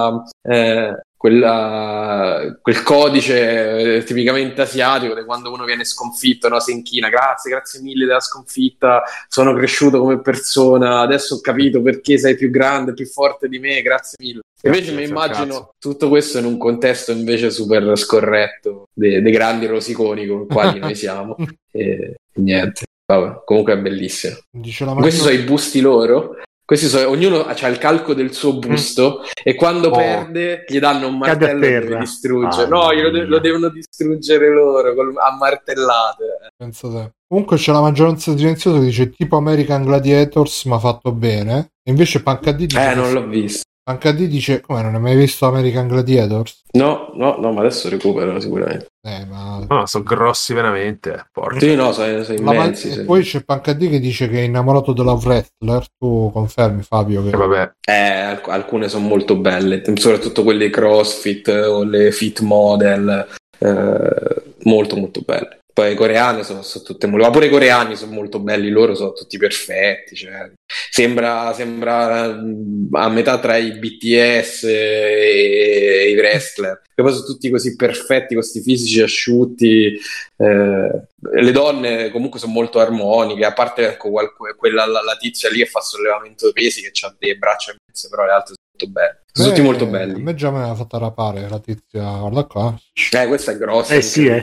quel codice tipicamente asiatico di quando uno viene sconfitto, no? Si inchina, grazie mille della sconfitta, sono cresciuto come persona, adesso ho capito perché sei più grande, più forte di me, grazie mille. Invece mi immagino tutto questo in un contesto invece super scorretto dei grandi rosiconi con i quali noi siamo, e niente, vabbè, comunque è bellissimo. Questi sono i busti loro. ognuno ha il calco del suo busto e quando perde gli danno un martello e deve distruggere. Lo devono distruggere loro a martellate. Penso te. Comunque c'è la maggioranza silenziosa che dice tipo American Gladiators ma fatto bene, e invece PancaD dice non l'ho visto. PancaD dice come, non hai mai visto American Gladiators? No, ma adesso recupero sicuramente. No, sono grossi veramente. Sì, no, sono immensi. E poi c'è PancaD che dice che è innamorato della wrestler. Tu confermi, Fabio? Che... vabbè. Alcune sono molto belle, soprattutto quelle CrossFit o le fit model, molto molto belle. Poi i coreani sono tutte molto, ma pure i coreani sono molto belli, loro sono tutti perfetti, cioè, sembra a metà tra i BTS e i wrestler, che poi sono tutti così perfetti, con questi fisici asciutti. Le donne comunque sono molto armoniche, a parte quella la tizia lì che fa sollevamento pesi, che ha delle braccia immense, però le altre sono molto belle. Sono tutti molto belli. A me già me l'ha fatta rapare la tizia, guarda qua. Questa è grossa.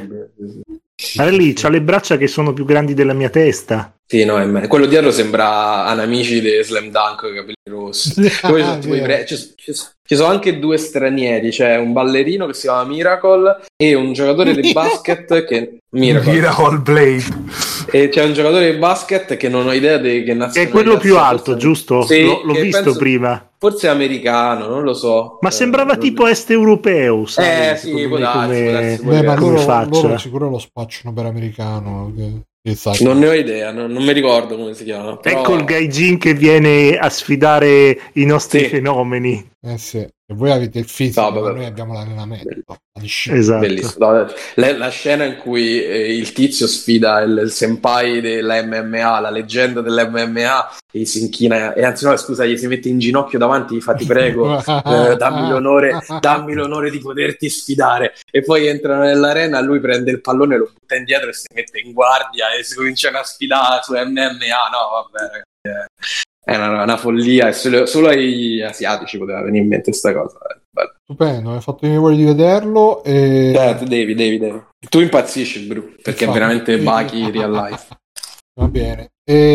Lì c'ha le braccia che sono più grandi della mia testa. Sì, no, quello dietro sembra Anamici di Slam Dunk con i capelli rossi. Poi ci sono anche due stranieri, c'è un ballerino che si chiama Miracle e un giocatore di basket che Miracle Blade. E c'è un giocatore di basket che non ho idea di che nazionalità. È quello più alto, giusto? Sì, l'ho visto prima. Forse è americano, non lo so. Ma sembrava tipo est europeo, sai? Sì, può darsi. Ma loro sicuro lo spacciano per americano. Non ne ho idea, non mi ricordo come si chiama. Però... Ecco il gaijin che viene a sfidare i nostri fenomeni. Sì. E voi avete il fisico, ma noi abbiamo l'allenamento. Esatto. Bellissimo. La scena in cui il tizio sfida il senpai della MMA, la leggenda dell'MMA, e si inchina, e anzi no, scusa, gli si mette in ginocchio davanti, gli fa ti prego, dammi l'onore di poterti sfidare, e poi entrano nell'arena, lui prende il pallone, lo butta indietro e si mette in guardia e si cominciano a sfidare su MMA. No, vabbè, ragazzi, è una follia, e solo ai asiatici poteva venire in mente questa cosa. Bello. Stupendo, mi hai fatto venire voglia di vederlo e... Devi. Tu impazzisci, Bru, perché è veramente Baki real life. Va bene.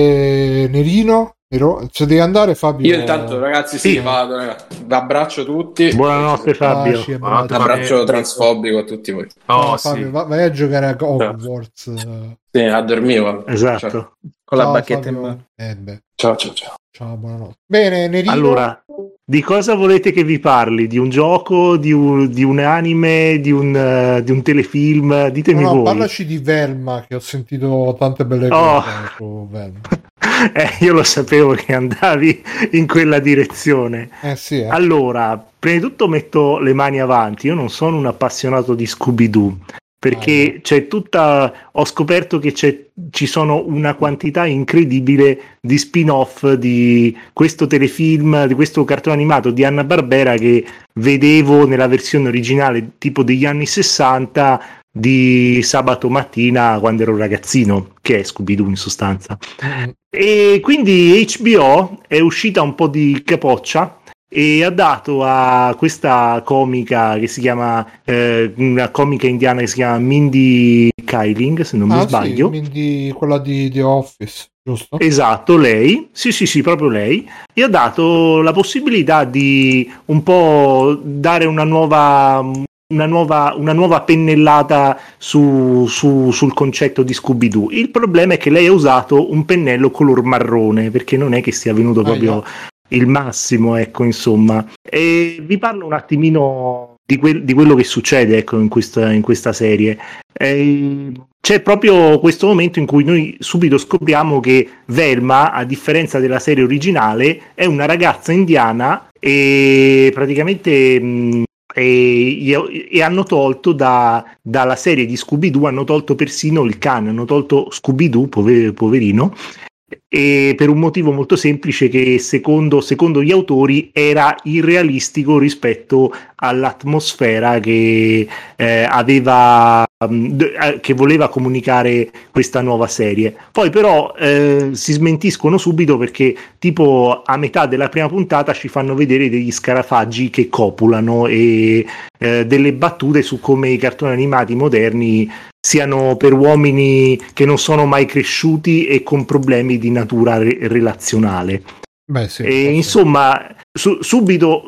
E Nerino? Se devi andare, Fabio. Io intanto, ragazzi, vado, ragazzi. Abbraccio tutti. Buonanotte, Fabio. Abbraccio transfobico a tutti voi. Fabio, vai a giocare a Hogwarts. Sì, a dormire. Esatto. Ciao. Con la bacchetta in mano. Ciao. Ciao, buonanotte. Bene, Nerino. Allora, di cosa volete che vi parli? Di un gioco, di un anime, di un telefilm? Ditemi voi. Parlaci di Velma, che ho sentito tante belle cose su Velma. Io lo sapevo che andavi in quella direzione. Sì. Allora, prima di tutto metto le mani avanti. Io non sono un appassionato di Scooby-Doo, perché ho scoperto che ci sono una quantità incredibile di spin-off di questo telefilm, di questo cartone animato di Hanna-Barbera che vedevo nella versione originale tipo degli anni 60 di sabato mattina quando ero ragazzino, che è Scooby-Doo in sostanza. E quindi HBO è uscita un po' di capoccia e ha dato a questa comica che si chiama una comica indiana che si chiama Mindy Kaling, se non mi sbaglio. Sì, Mindy, quella di The Office, giusto? Esatto, lei, sì, proprio lei, e ha dato la possibilità di un po' dare una nuova pennellata sul concetto di Scooby-Doo. Il problema è che lei ha usato un pennello color marrone, perché non è che sia venuto proprio il massimo, ecco, insomma. E vi parlo un attimino di quello che succede, ecco, in questa serie. C'è proprio questo momento in cui noi subito scopriamo che Velma, a differenza della serie originale, è una ragazza indiana e praticamente e hanno tolto dalla serie di Scooby-Doo, hanno tolto persino il cane, hanno tolto Scooby-Doo, poverino, e per un motivo molto semplice, che secondo gli autori era irrealistico rispetto all'atmosfera che che voleva comunicare questa nuova serie. Poi però si smentiscono subito, perché tipo a metà della prima puntata ci fanno vedere degli scarafaggi che copulano e delle battute su come i cartoni animati moderni siano per uomini che non sono mai cresciuti e con problemi di natura relazionale. Beh, sì, e insomma subito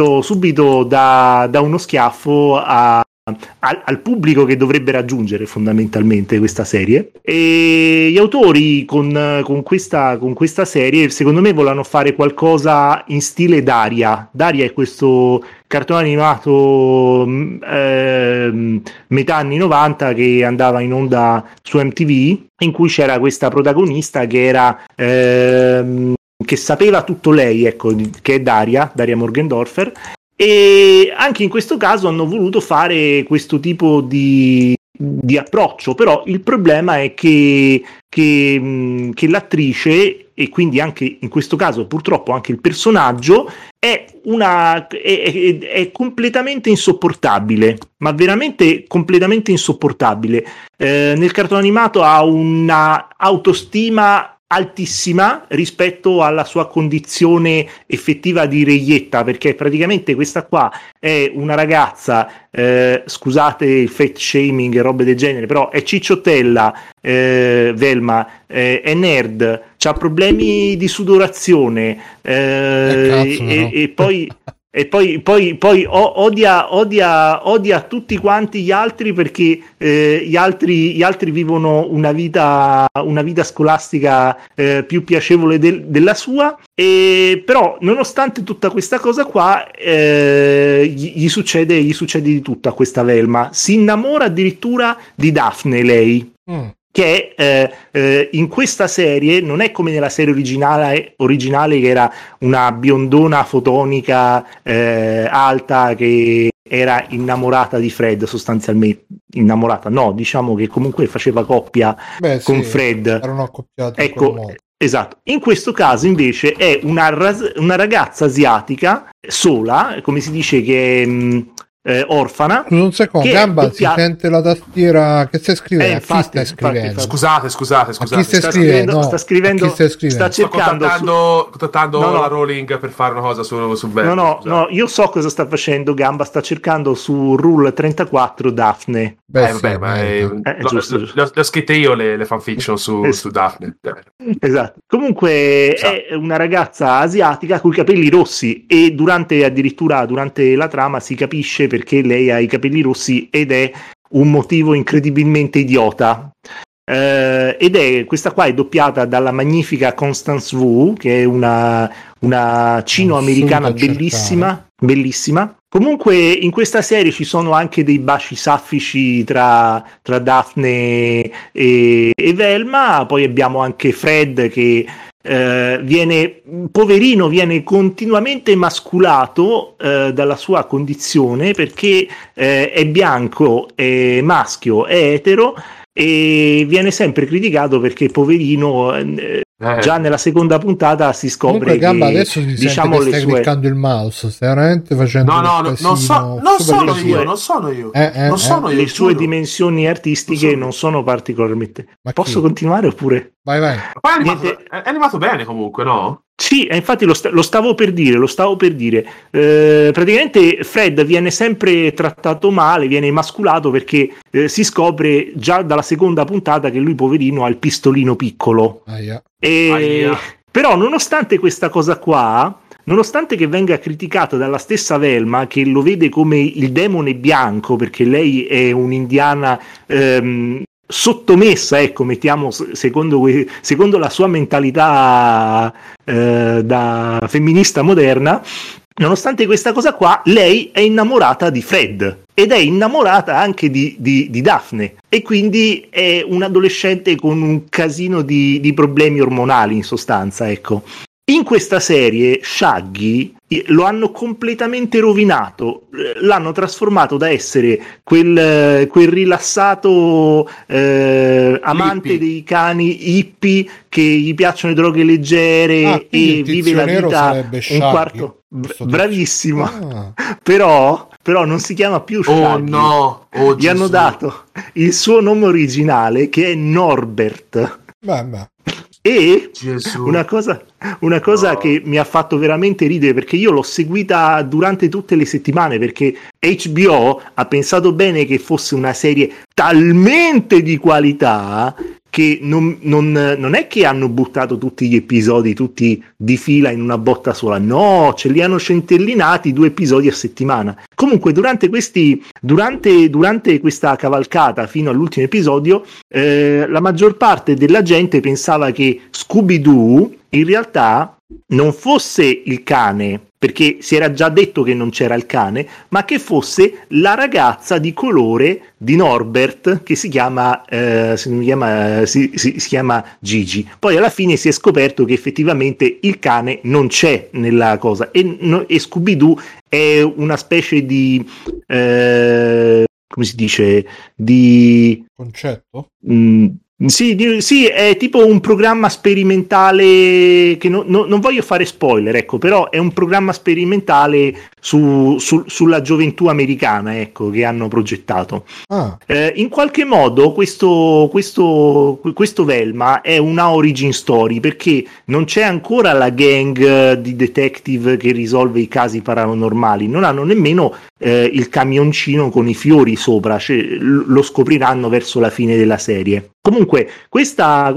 da uno schiaffo al pubblico che dovrebbe raggiungere fondamentalmente questa serie. E gli autori con questa serie secondo me volevano fare qualcosa in stile Daria. Daria è questo cartone animato metà anni 90 che andava in onda su MTV, in cui c'era questa protagonista che era che sapeva tutto lei, ecco, che è Daria Morgendorfer. E anche in questo caso hanno voluto fare questo tipo di approccio, però il problema è che l'attrice, e quindi anche in questo caso purtroppo anche il personaggio, è completamente insopportabile, ma veramente completamente insopportabile. Nel cartone animato ha una autostima altissima rispetto alla sua condizione effettiva di reietta, perché praticamente questa qua è una ragazza, scusate il fat shaming e robe del genere, però è cicciottella, Velma, è nerd, c'ha problemi di sudorazione, e poi odia tutti quanti gli altri perché gli altri vivono una vita scolastica più piacevole della sua, e però nonostante tutta questa cosa qua gli succede di tutto a questa Velma. Si innamora addirittura di Daphne, lei. Che in questa serie non è come nella serie originale che era una biondona fotonica alta che era innamorata di Fred, sostanzialmente innamorata, no, diciamo che comunque faceva coppia con Fred. Erano accoppiati. Ecco, esatto. In questo caso invece è una ragazza asiatica sola, come si dice, che è orfana. Un secondo, Gamba, si sente la tastiera che stai scrivendo? A chi stai scrivendo? Scusate. A chi stai scrivendo? Sta scrivendo. Sta cercando. Contattando la Rowling per fare una cosa su Bell. No, io so cosa sta facendo. Gamba sta cercando su Rule 34 Daphne. Giusto. Le ho scritte io le fanfiction su Daphne. Esatto. Comunque è una ragazza asiatica con i capelli rossi, e addirittura durante la trama si capisce perché lei ha i capelli rossi, ed è un motivo incredibilmente idiota. Ed è questa qua è doppiata dalla magnifica Constance Wu, che è una cino-americana bellissima. Comunque in questa serie ci sono anche dei baci saffici tra Daphne e Velma. Poi abbiamo anche Fred che viene continuamente emasculato dalla sua condizione, perché è bianco, è maschio, è etero, e viene sempre criticato perché poverino già nella seconda puntata si scopre. Comunque, Gamba, adesso si sente che stai cliccando il mouse, stai veramente facendo non sono io. Le sue dimensioni artistiche non sono particolarmente. Posso continuare oppure? Vai. È animato bene comunque, no? Sì, infatti lo stavo per dire. Praticamente Fred viene sempre trattato male, viene emasculato, perché si scopre già dalla seconda puntata che lui poverino ha il pistolino piccolo. Però nonostante questa cosa qua, nonostante che venga criticato dalla stessa Velma, che lo vede come il demone bianco perché lei è un'indiana sottomessa, ecco, mettiamo, secondo la sua mentalità da femminista moderna, nonostante questa cosa qua, lei è innamorata di Fred ed è innamorata anche di Daphne, e quindi è un adolescente con un casino di problemi ormonali, in sostanza, ecco. In questa serie Shaggy lo hanno completamente rovinato, l'hanno trasformato da essere quel rilassato amante dei cani hippie che gli piacciono le droghe leggere e vive la vita un quarto. Bravissimo. Però non si chiama più Shaggy. Gli hanno dato il suo nome originale, che è Norbert. E una cosa che mi ha fatto veramente ridere, perché io l'ho seguita durante tutte le settimane, perché HBO ha pensato bene che fosse una serie talmente di qualità che non è che hanno buttato tutti gli episodi tutti di fila in una botta sola, no, ce li hanno centellinati 2 episodi a settimana. Comunque durante questa cavalcata fino all'ultimo episodio la maggior parte della gente pensava che Scooby-Doo in realtà non fosse il cane, perché si era già detto che non c'era il cane, ma che fosse la ragazza di colore di Norbert, che si chiama si chiama Gigi. Poi alla fine si è scoperto che effettivamente il cane non c'è nella cosa, e Scooby-Doo è una specie di come si dice, di concetto? Sì, è tipo un programma sperimentale che non voglio fare spoiler, ecco, però è un programma sperimentale sulla gioventù americana, ecco, che hanno progettato. In qualche modo questo Velma è una origin story, perché non c'è ancora la gang di detective che risolve i casi paranormali, non hanno nemmeno il camioncino con i fiori sopra, cioè, lo scopriranno verso la fine della serie. Comunque questa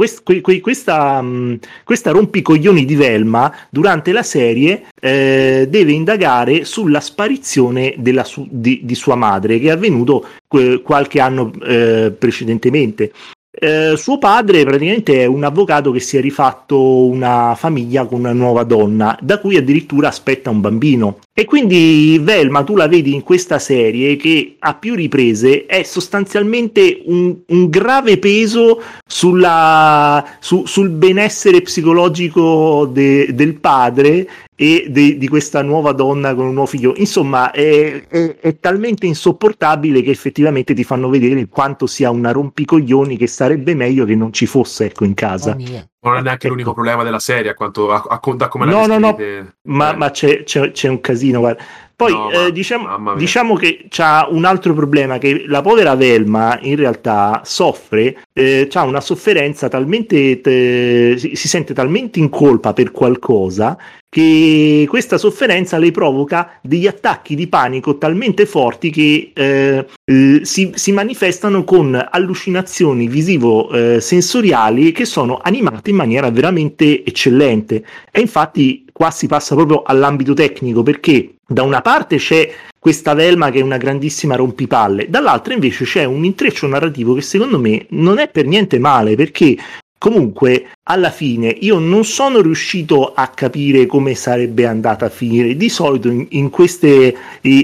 rompicoglioni di Velma durante la serie deve indagare sulla sparizione di sua madre, che è avvenuto qualche anno precedentemente. Suo padre praticamente è un avvocato che si è rifatto una famiglia con una nuova donna, da cui addirittura aspetta un bambino, e quindi Velma tu la vedi in questa serie che a più riprese è sostanzialmente un grave peso sul benessere psicologico del padre e di questa nuova donna con un nuovo figlio. Insomma è talmente insopportabile che effettivamente ti fanno vedere quanto sia una rompicoglioni, che sarebbe meglio che non ci fosse, ecco, in casa. Non è neanche l'unico problema della serie, da come la descrivete. Ma c'è un casino, guarda. Poi diciamo che c'ha un altro problema, che la povera Velma in realtà soffre, c'ha una sofferenza talmente si sente talmente in colpa per qualcosa, che questa sofferenza le provoca degli attacchi di panico talmente forti che si manifestano con allucinazioni visivo-sensoriali che sono animate in maniera veramente eccellente. E infatti qua si passa proprio all'ambito tecnico, perché da una parte c'è questa Velma che è una grandissima rompipalle, dall'altra invece c'è un intreccio narrativo che secondo me non è per niente male, perché comunque alla fine io non sono riuscito a capire come sarebbe andata a finire. Di solito in queste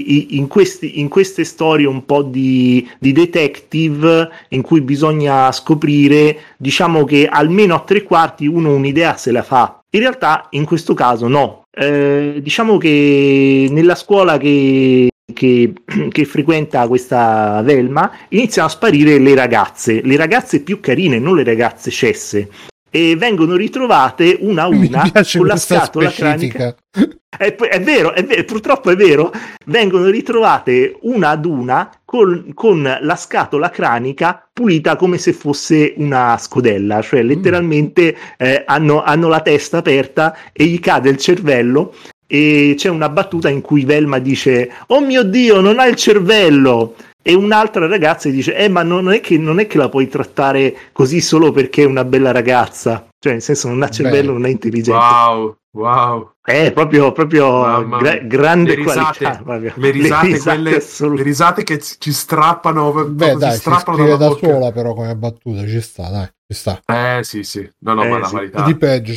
storie un po' di detective in cui bisogna scoprire, diciamo che almeno a 3/4 uno un'idea se la fa. In realtà in questo caso no. Diciamo che nella scuola che frequenta questa Velma iniziano a sparire le ragazze più carine, non le ragazze cesse, e vengono ritrovate una a una con la scatola cranica. È vero, purtroppo è vero, vengono ritrovate una ad una con la scatola cranica pulita come se fosse una scodella, cioè letteralmente hanno la testa aperta e gli cade il cervello. E c'è una battuta in cui Velma dice: "Oh mio Dio, non ha il cervello!" E un'altra ragazza dice: ma non è che la puoi trattare così solo perché è una bella ragazza, cioè nel senso non ha cervello, non è intelligente. Wow. È proprio grande qualità. Le risate che ci strappano. Dai, si scrive da sola, però come battuta ci sta, dai. Ci sta. Sì. No, ma la qualità. C'è di peggio.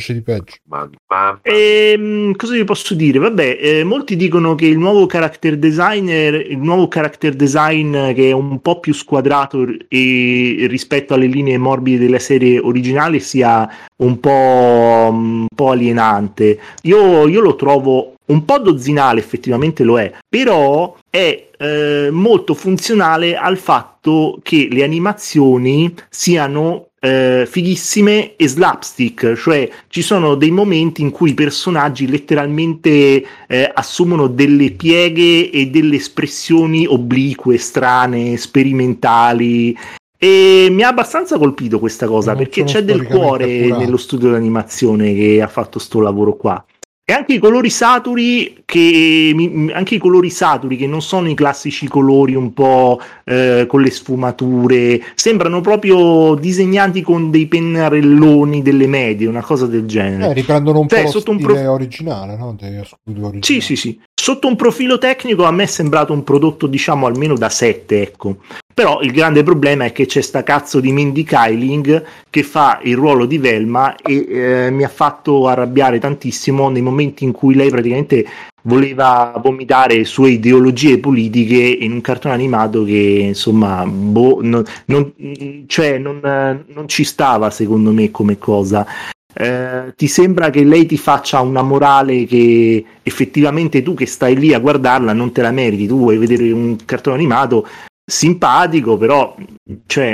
Cosa vi posso dire? Vabbè, molti dicono che il nuovo character design che è un po' più squadrato rispetto alle linee morbide della serie originale sia un po' alienante. Io lo trovo un po' dozzinale, effettivamente lo è, però è molto funzionale al fatto che le animazioni siano fighissime e slapstick, cioè ci sono dei momenti in cui i personaggi letteralmente assumono delle pieghe e delle espressioni oblique, strane, sperimentali, e mi ha abbastanza colpito questa cosa, perché c'è del cuore nello studio di animazione che ha fatto sto lavoro qua. E anche i colori saturi che non sono i classici colori un po' con le sfumature, sembrano proprio disegnati con dei pennarelloni delle medie, una cosa del genere. Riprendono un po' lo stile originale, no? Sì. Sotto un profilo tecnico a me è sembrato un prodotto, diciamo, almeno da 7, ecco. Però il grande problema è che c'è sta cazzo di Mindy Kaling che fa il ruolo di Velma e mi ha fatto arrabbiare tantissimo nei momenti in cui lei praticamente voleva vomitare sue ideologie politiche in un cartone animato che insomma non ci stava, secondo me, come cosa. Ti sembra che lei ti faccia una morale che effettivamente tu che stai lì a guardarla non te la meriti, tu vuoi vedere un cartone animato simpatico, però è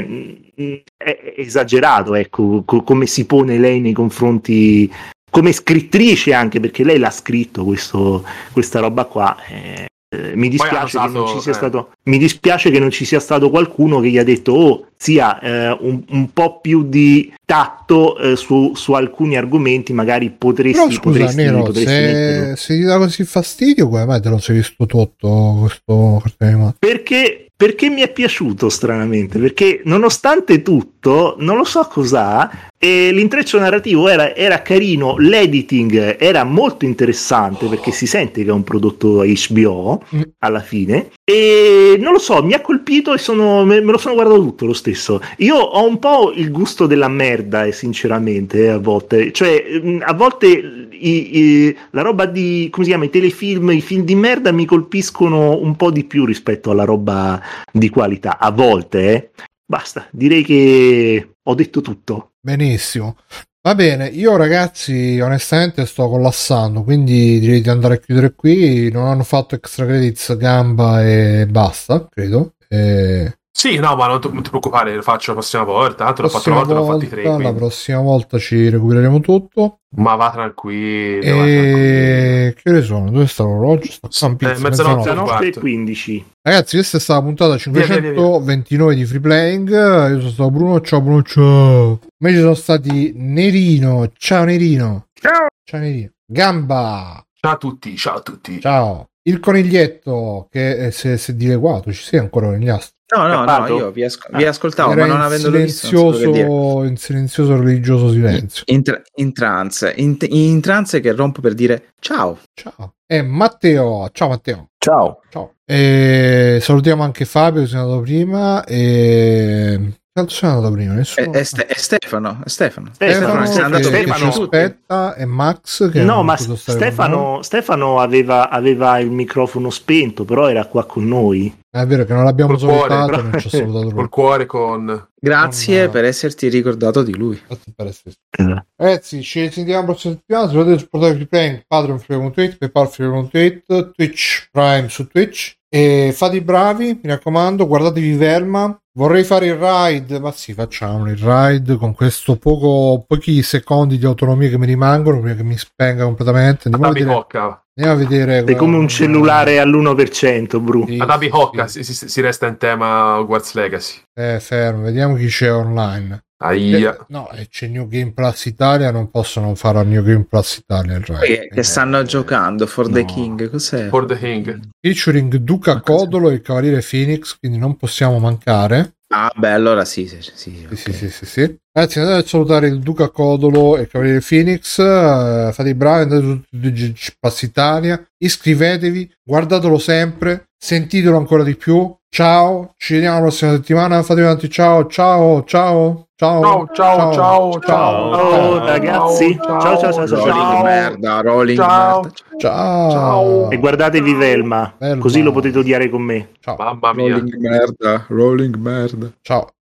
esagerato, ecco, come si pone lei nei confronti, come scrittrice, anche perché lei l'ha scritto questa roba qua. Mi dispiace che non ci sia stato, mi dispiace che non ci sia stato qualcuno che gli ha detto sia un po' più di tatto su alcuni argomenti, magari potresti Nero, se ti dà così fastidio, come mai te lo sei visto tutto questo cartone animato? Perché mi è piaciuto stranamente, perché nonostante tutto non lo so cos'ha, e l'intreccio narrativo era carino, l'editing era molto interessante perché si sente che è un prodotto HBO alla fine, e non lo so, mi ha colpito e me lo sono guardato tutto lo stesso. Io ho un po' il gusto della merda, sinceramente, a volte, cioè a volte la roba di, come si chiama, i telefilm, i film di merda mi colpiscono un po' di più rispetto alla roba di qualità, a volte. Basta, direi che ho detto tutto. Benissimo, va bene. Io, ragazzi, onestamente sto collassando, quindi direi di andare a chiudere qui. Non hanno fatto extra credits, Gamba e basta, credo. Sì, no, ma non ti preoccupare, lo faccio la prossima volta. Tanto l'ho fatto una volta, l'ho fatti 3. La prossima volta ci recupereremo tutto. Ma va tranquillo. Che ore sono? Dove sta l'orologio? Mezzanotte e 15. Ragazzi, questa è stata la puntata 529 di Free Playing. Io sono stato Bruno. Ciao Bruno, ciao. Me ci sono stati Nerino. Ciao Nerino. Ciao Nerino. Gamba. Ciao a tutti. Ciao. Il coniglietto che si è dileguato. Ci sei ancora conigliastro? No, io vi ascoltavo, ma non avendolo visto, in silenzioso religioso silenzio. In trance che rompo per dire ciao. E Matteo. Ciao Matteo. Ciao. E salutiamo anche Fabio che è andato prima nessuno. È Stefano è andato prima, ci aspetta, e Max che no, ma Stefano aveva il microfono spento, però era qua con noi. È vero che non l'abbiamo salutato, non ci ha salutato col cuore, con grazie per esserti ricordato di lui. Grazie per esserti. Ragazzi, ci sentiamo la prossima settimana. Se volete supportare Free Playing, Patreon Free.it, PayPal Free.it, Twitch Prime su Twitch, e fate i bravi, mi raccomando, guardatevi Velma. Vorrei fare il ride, ma sì, facciamo il ride con questo pochi secondi di autonomia che mi rimangono prima che mi spenga completamente. Andiamo a vedere. È come un cellulare all'1%, Bru. Sì, ad Abihocca si resta in tema Hogwarts Legacy. Fermo, vediamo chi c'è online. No, c'è New Game Plus Italia, non possono fare a New Game Plus Italia il ride. Che stanno giocando For the King, cos'è? For the King. Featuring Duca Codolo e il Cavaliere Phoenix, quindi non possiamo mancare. Ah, beh, allora sì. Sì. Ragazzi, andate a salutare il Duca Codolo e il Cavaliere Phoenix. Fate i bravi, andate su Pass Italia, iscrivetevi, guardatelo sempre, sentitelo ancora di più. Ciao, ci vediamo la prossima settimana. Fate avanti, ciao ragazzi, ciao. Rolling merda. Ciao. E guardatevi Velma, così lo potete odiare con me. Ciao. Mamma mia. Rolling merda. Ciao.